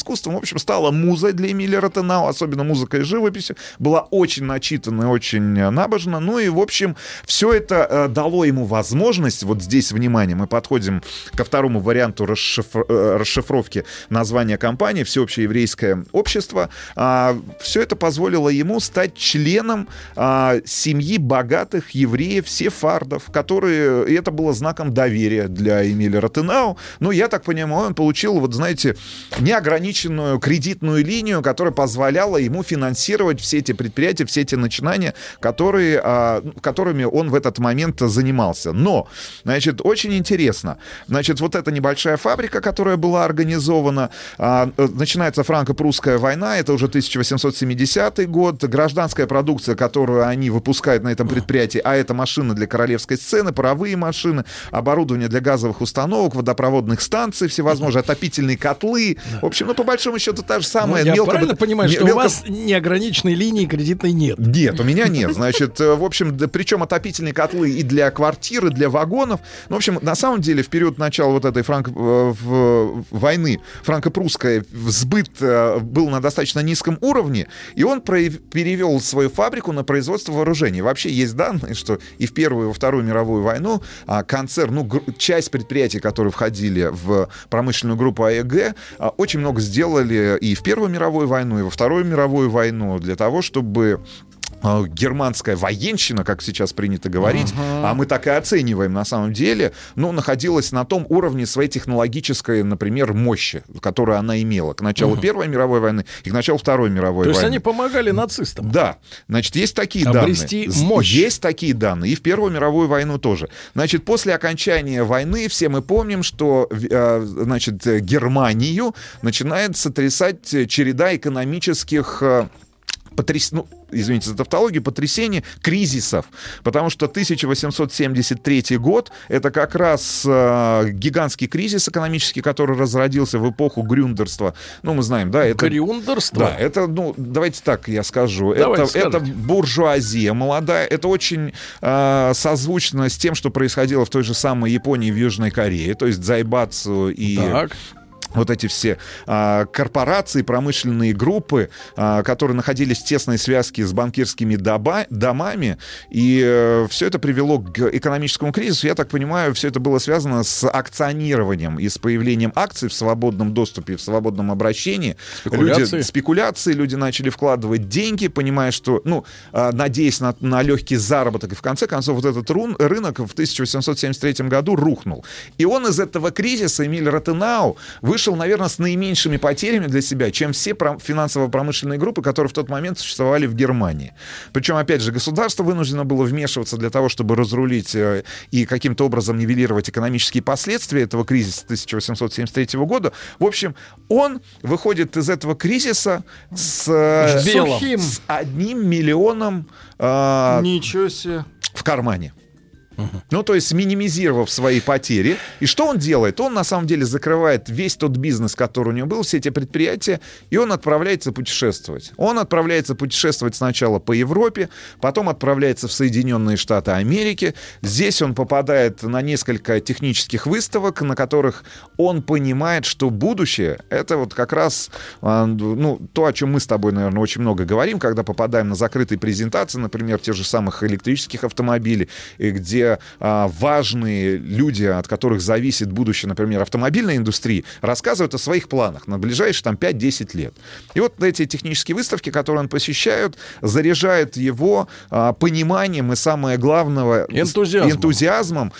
общем, стала музой для Эмиля Ротенау, особенно музыкой и живописью. Была очень начитана, очень набожна. Ну и, в общем, все это э, дало ему возможность, вот здесь, внимание, мы подходим ко второму варианту расшифр... э, расшифровки названия компании «Всеобщее еврейское общество». Э, все это позволило ему стать членом э, семьи богатых евреев, сефардов, которые... И это было знаком доверия для Эмиля Ротенау. Ну, я так понимаю, он получил, вот знаете, неограниченную кредитную линию, которая позволяла ему финансировать все эти предприятия, все эти начинания, которые, а, которыми он в этот момент занимался. Но, значит, очень интересно. Значит, вот эта небольшая фабрика, которая была организована, а, начинается франко-прусская война, это уже тысяча восемьсот семидесятый год, гражданская продукция, которую они выпускают на этом предприятии, а это машины для королевской сцены, паровые машины, оборудование для газовых установок, водопроводных станций, всевозможные отопительные котлы. В общем, ну, по большому счету, та же самая... Ну, я мелко... правильно понимаю, что мелко... у вас неограниченной линии кредитной нет? Нет, у меня нет. Значит, в общем, да, причем отопительные котлы и для квартир, и для вагонов. Ну, в общем, на самом деле, в период начала вот этой франко... в... войны франко-прусской сбыт был на достаточно низком уровне, и он перевел свою фабрику на производство вооружений. Вообще есть данные, что и в Первую, и во Вторую мировую войну концерн, ну, часть предприятий, которые входили в промышленную группу АЭГ, очень много сделали и в Первую мировую войну, и во Вторую мировую войну для того, чтобы германская военщина, как сейчас принято говорить, uh-huh. а мы так и оцениваем на самом деле, ну, находилась на том уровне своей технологической, например, мощи, которую она имела к началу uh-huh. Первой мировой войны и к началу Второй мировой То войны. То есть они помогали нацистам? Да. Значит, есть такие Обрести данные. мощь. Есть такие данные. И в Первую мировую войну тоже. Значит, после окончания войны все мы помним, что, значит, Германию начинает сотрясать череда экономических потряс... ну, извините за тавтологию, потрясений, кризисов. Потому что тысяча восемьсот семьдесят третий год — это как раз э, гигантский кризис экономический, который разродился в эпоху грюндерства. Ну, мы знаем, да, это... Грюндерство? Да, это, ну, давайте так я скажу. Это, это буржуазия молодая. Это очень э, созвучно с тем, что происходило в той же самой Японии и в Южной Корее. То есть дзайбацу и... Так. Вот эти все а, корпорации, промышленные группы, а, которые находились в тесной связке с банкирскими доба, домами, и а, все это привело к экономическому кризису. Я так понимаю, все это было связано с акционированием и с появлением акций в свободном доступе, в свободном обращении. Спекуляции. Люди, спекуляции, люди начали вкладывать деньги, понимая, что, ну, а, надеясь на, на легкий заработок, и в конце концов вот этот рун, рынок в тысяча восемьсот семьдесят третьем году рухнул. И он из этого кризиса, Эмиль Ротенау, вышел вышел, наверное, с наименьшими потерями для себя, чем все финансово-промышленные группы, которые в тот момент существовали в Германии. Причем, опять же, государство вынуждено было вмешиваться для того, чтобы разрулить и каким-то образом нивелировать экономические последствия этого кризиса тысяча восемьсот семьдесят третьего года. В общем, он выходит из этого кризиса с, Сухим. с одним миллионом э, Ничего себе. в кармане. Ну, то есть минимизировав свои потери. И что он делает? Он, на самом деле, закрывает весь тот бизнес, который у него был, все эти предприятия, и он отправляется путешествовать. Он отправляется путешествовать сначала по Европе, потом отправляется в Соединенные Штаты Америки. Здесь он попадает на несколько технических выставок, на которых он понимает, что будущее — это вот как раз ну, то, о чем мы с тобой, наверное, очень много говорим, когда попадаем на закрытые презентации, например, тех же самых электрических автомобилей, где а, важные люди, от которых зависит будущее, например, автомобильной индустрии, рассказывают о своих планах на ближайшие там, пять-десять лет. И вот эти технические выставки, которые он посещает, заряжают его а, пониманием и, самое главное, энтузиазмом, энтузиазмом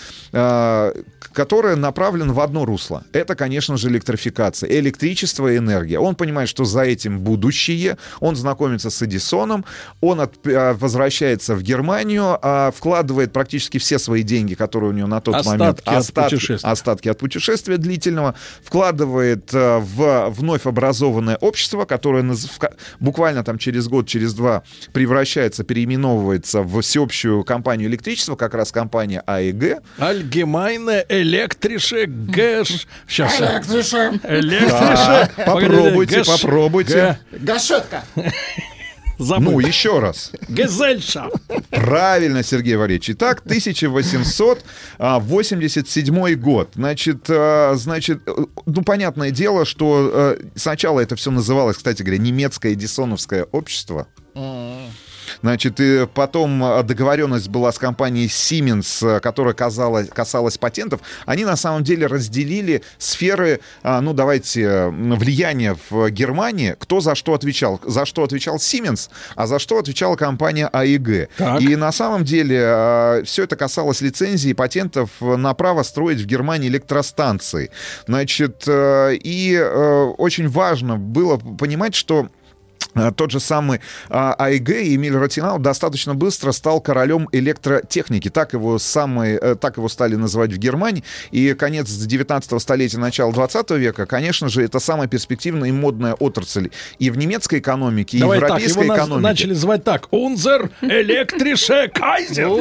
а, которое направлено в одно русло. Это, конечно же, электрификация, электричество и энергия. Он понимает, что за этим будущее. Он знакомится с Эдисоном, он от, а, возвращается в Германию, а, вкладывает практически все свои деньги, которые у него на тот остатки момент... От остатки, остатки от путешествия длительного, вкладывает э, в вновь образованное общество, которое наз... буквально там через год, через два превращается, переименовывается в всеобщую компанию электричества, как раз компания АЭГ. Allgemeine Elektrische Ges... Сейчас. Elektrische. Elektrische. Да, попробуйте, Геш... попробуйте. Гашетка. Ну, еще раз. Gesellschaft. Правильно, Сергей Валерьевич. Итак, тысяча восемьсот восемьдесят седьмой год. Значит, значит, ну, понятное дело, что сначала это все называлось, кстати говоря, немецкое эдисоновское общество. Значит, и потом договоренность была с компанией Siemens, которая касалась, касалась патентов. Они на самом деле разделили сферы, ну давайте, влияния в Германии. Кто за что отвечал? За что отвечал Siemens, а за что отвечала компания эй и джи. Так. И на самом деле все это касалось лицензий и патентов на право строить в Германии электростанции. Значит, и очень важно было понимать, что тот же самый эй и джи, Эмиль Ротенау, достаточно быстро стал королем электротехники. Так его, самый, так его стали называть в Германии. И конец девятнадцатого столетия, начало двадцатого века, конечно же, это самая перспективная и модная отрасль и в немецкой экономике, и Давай в европейской так, его экономике. Начали звать так. «Унзер электрише кайзер».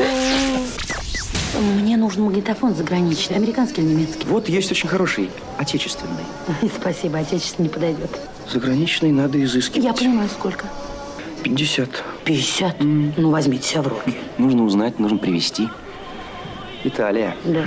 Мне нужен магнитофон заграничный, американский или немецкий? Вот есть очень хороший, отечественный. Спасибо, отечественный не подойдет. Заграничный надо изыскивать. Я понимаю, сколько? пятьдесят. пятьдесят? Mm. Ну, возьмите себя в руки. Нужно узнать, нужно привезти. Италия. Да.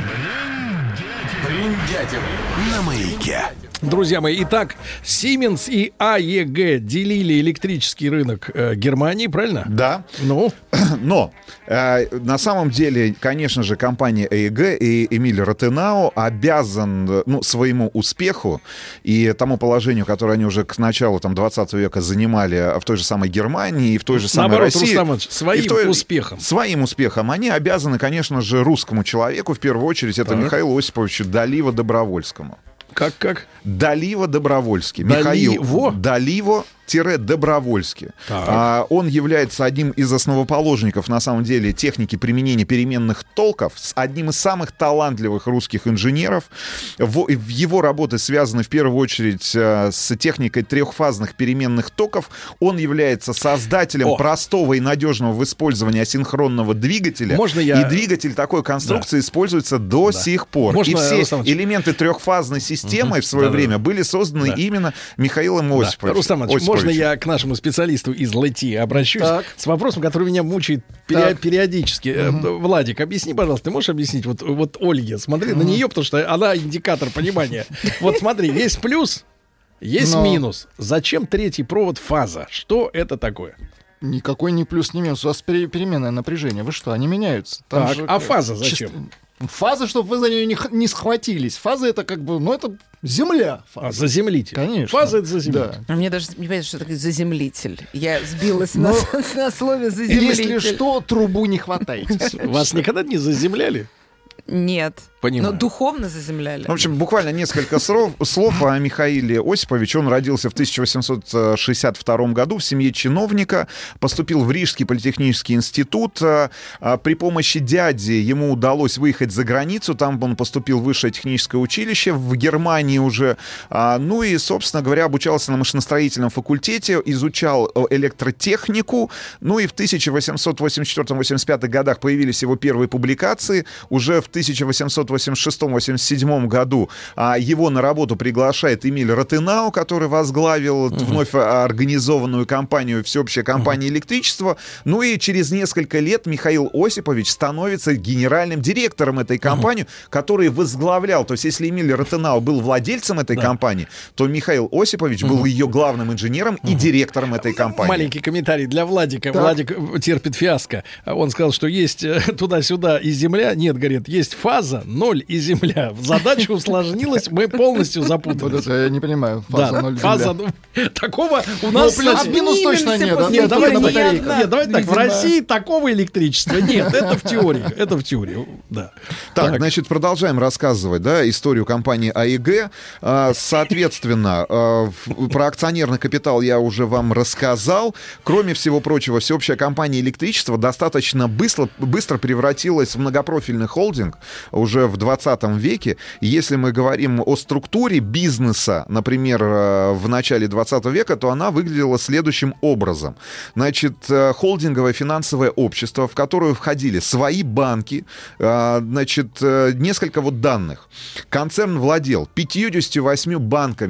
Бриндятин на маяке. Друзья мои, итак, Siemens и эй и джи делили электрический рынок э, Германии, правильно? Да. Ну? Но э, на самом деле, конечно же, компания эй и джи и Эмиль Ротенау обязан, ну, своему успеху и тому положению, которое они уже к началу там, двадцатого века занимали в той же самой Германии и в той же самой Наоборот, России. Рустам Ильич, своим той, успехом. Своим успехом. Они обязаны, конечно же, русскому человеку, в первую очередь, это так. Михаилу Осиповичу Даливо-Добровольскому. Как, как? Даливо-Добровольский. Даливо? Михаил Даливо Добровольский. А, он является одним из основоположников, на самом деле, техники применения переменных токов, с одним из самых талантливых русских инженеров. В, в его работы связаны в первую очередь с техникой трехфазных переменных токов. Он является создателем О. простого и надежного в использовании асинхронного двигателя. Можно я... И двигатель такой конструкции да. используется до да. сих пор. Можно, и все Рустам элементы трехфазной системы угу. в свое да, время да. были созданы да. именно Михаилом Осиповичем. Да. Рустам Ильич, можно я к нашему специалисту из ЛЭТИ обращусь так. с вопросом, который меня мучает пери- периодически. Угу. Владик, объясни, пожалуйста, ты можешь объяснить вот, вот Ольге, смотри угу. на нее, потому что она индикатор понимания. Вот смотри, есть плюс, есть Но... минус. Зачем третий провод фаза? Что это такое? Никакой не плюс, не минус. У вас переменное напряжение. Вы что, они меняются? Там так, же, а фаза зачем? Чисто... Фаза, чтобы вы за нее не, не схватились. Фаза это как бы, ну это земля. Фаза. А, заземлитель. Конечно. Фаза это заземлитель. Да. Мне даже не понятно, что такое заземлитель. Я сбилась на, на слове заземлитель. Если что, трубу не хватайте. Вас никогда не заземляли? Нет. Понимаю. Но духовно заземляли. В общем, буквально несколько слов, слов о Михаиле Осиповиче. Он родился в тысяча восемьсот шестьдесят втором году в семье чиновника, поступил в Рижский политехнический институт. При помощи дяди ему удалось выехать за границу, там он поступил в высшее техническое училище, в Германии уже. Ну и, собственно говоря, обучался на машиностроительном факультете, изучал электротехнику. Ну и в тысяча восемьсот восемьдесят четвёртом — восемьдесят пятом годах появились его первые публикации. Уже в тысяча восемьсот восемьдесят шестом — восемьдесят седьмом году а, его на работу приглашает Эмиль Ротенау, который возглавил uh-huh. вновь организованную компанию, всеобщая компания uh-huh. электричества. Ну и через несколько лет Михаил Осипович становится генеральным директором этой компании, uh-huh. который возглавлял. То есть если Эмиль Ротенау был владельцем этой да. компании, то Михаил Осипович uh-huh. был ее главным инженером uh-huh. и директором этой компании. Маленький комментарий для Владика. Так. Владик терпит фиаско. Он сказал, что есть туда-сюда и земля. Нет, говорит, есть фаза, ноль и земля. Задача усложнилась, мы полностью запутались. Вот это я не понимаю. Фаза, да, ноль, фаза, ну, такого у нас... Ну, плюс, минус точно нет. Да? Нет, давай, давай, нет, нет, давайте так, в России такого электричества нет. Это в теории. Это в теории, да. Так, так, значит, продолжаем рассказывать, да, историю компании эй и джи. Соответственно, про акционерный капитал я уже вам рассказал. Кроме всего прочего, всеобщая компания электричества достаточно быстро, быстро превратилась в многопрофильный холдинг уже в двадцатом веке. Если мы говорим о структуре бизнеса, например, в начале двадцатого века, то она выглядела следующим образом. Значит, холдинговое финансовое общество, в которое входили свои банки, значит, несколько вот данных. Концерн владел пятьюдесятью восьмью банками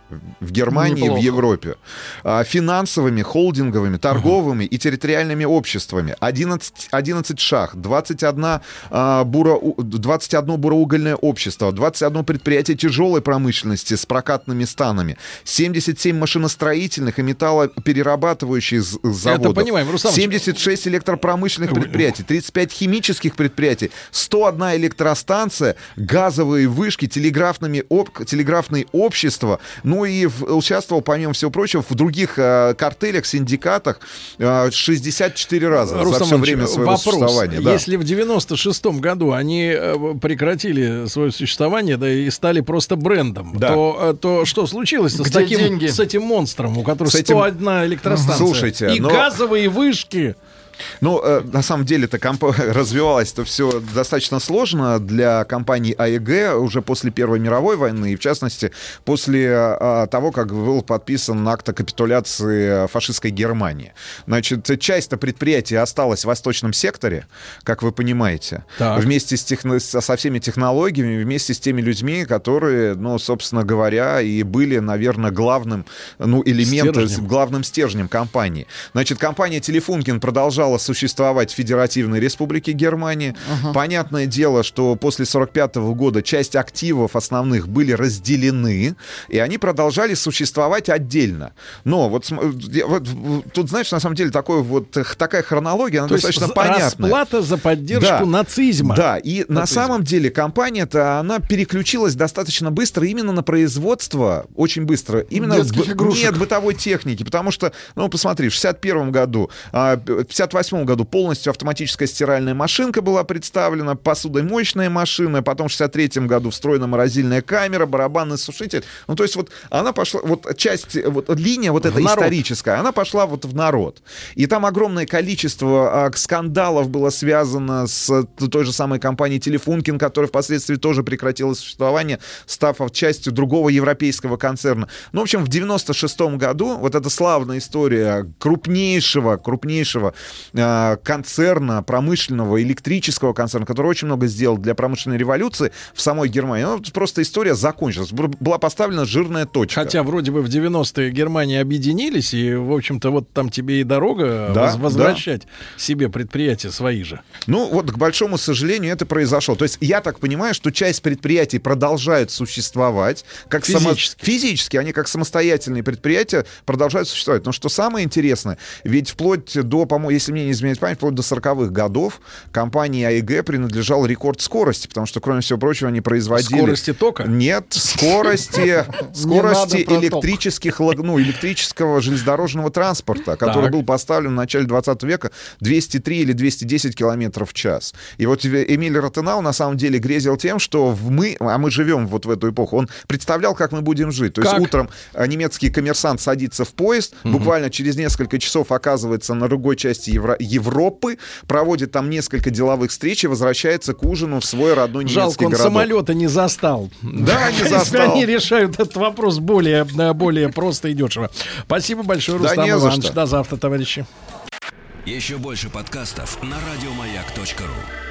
в Германии Неплохо. и в Европе. А, финансовыми, холдинговыми, торговыми uh-huh. и территориальными обществами. одиннадцать, одиннадцать шах, двадцать одно, а, буро, двадцать одно буроугольное общество, двадцать одно предприятие тяжелой промышленности с прокатными станами, семьдесят семь машиностроительных и металлоперерабатывающих заводов, Это понимаем, Руслан семьдесят шесть электропромышленных предприятий, тридцать пять химических предприятий, сто одна электростанция, газовые вышки, телеграфными об, телеграфные общества, ну и в, участвовал, помимо всего прочего, в других э, картелях, синдикатах э, шестьдесят четыре раза Рустам за все Иванович, время своего вопрос. существования. Да. Если в девяносто шестом году они э, прекратили свое существование, да, и стали просто брендом, Да. то, э, то что случилось с, таким, с этим монстром, у которого С этим- сто одна электростанция Слушайте, и но- газовые вышки? Ну, э, на самом деле, это комп... развивалось-то все достаточно сложно для компании АЭГ уже после Первой мировой войны, и в частности, после э, того, как был подписан акт о капитуляции фашистской Германии. Значит, часть-то предприятия осталась в восточном секторе, как вы понимаете, Так. вместе с техно... со всеми технологиями, вместе с теми людьми, которые, ну, собственно говоря, и были, наверное, главным, ну, элементом, Стержнем. главным стержнем компании. Значит, компания Телефункин продолжала существовать в Федеративной Республике Германии. Ага. Понятное дело, что после сорок пятого года часть активов основных были разделены, и они продолжали существовать отдельно. Но вот, см- я- вот тут, знаешь, на самом деле такой вот, такая хронология, она То есть достаточно за- понятная. расплата за поддержку Да. нацизма. Да, и на Нацизма. самом деле компания-то, она переключилась достаточно быстро именно на производство, очень быстро, именно Детских б- игрушек. нет бытовой техники, потому что, ну, посмотри, в шестьдесят первом году, а, в пятьдесят восьмом году полностью автоматическая стиральная машинка была представлена, посудомоечная машина, потом в шестьдесят третьем году встроена морозильная камера, барабанный сушитель. Ну, то есть вот она пошла, вот часть, вот линия вот эта народ. историческая, она пошла вот в народ. И там огромное количество а, скандалов было связано с той же самой компанией Телефункин, которая впоследствии тоже прекратила существование, став частью другого европейского концерна. Ну, в общем, в девяносто шестом году вот эта славная история крупнейшего, крупнейшего э, концерна, промышленного, электрического концерна, который очень много сделал для промышленной революции в самой Германии, ну, просто история закончилась. Б- Была поставлена жирная точка. Хотя вроде бы в девяностые Германии объединились, и, в общем-то, вот там тебе и дорога Да, воз- возвращать себе предприятия свои же. Ну, вот, к большому сожалению, это произошло. То есть я так понимаю, что часть предприятий продолжают существовать. Как Физически. Само... Физически. Они как самостоятельные предприятия продолжают существовать. Но что самое интересное, ведь вплоть до, по-моему, если мне не изменяет память, вплоть до сороковых годов компании АЭГ принадлежал рекорд скорости, потому что, кроме всего прочего, они производили... Скорости тока? Нет, скорости, скорости электрических, лог- ну, электрического железнодорожного транспорта, который Так. был поставлен в начале двадцатого века двести три или двести десять километров в час. И вот Эмиль Ротенау на самом деле грезил тем, что в мы, а мы живем вот в эту эпоху, он представлял, как мы будем жить. То есть Как? утром а, немецкий коммерсант садится в поезд, Мгм. буквально через несколько часов оказывается на другой части Евро- Европы, проводит там несколько деловых встреч и возвращается к ужину в свой родной немецкий Жалко, он городок. самолета не застал. Да, не Если застал. они решают этот вопрос более, э, более просто и дешево. Спасибо большое, Да Рустам не за Иванович. что. До завтра, товарищи. Еще больше подкастов на радиомаяк точка ру.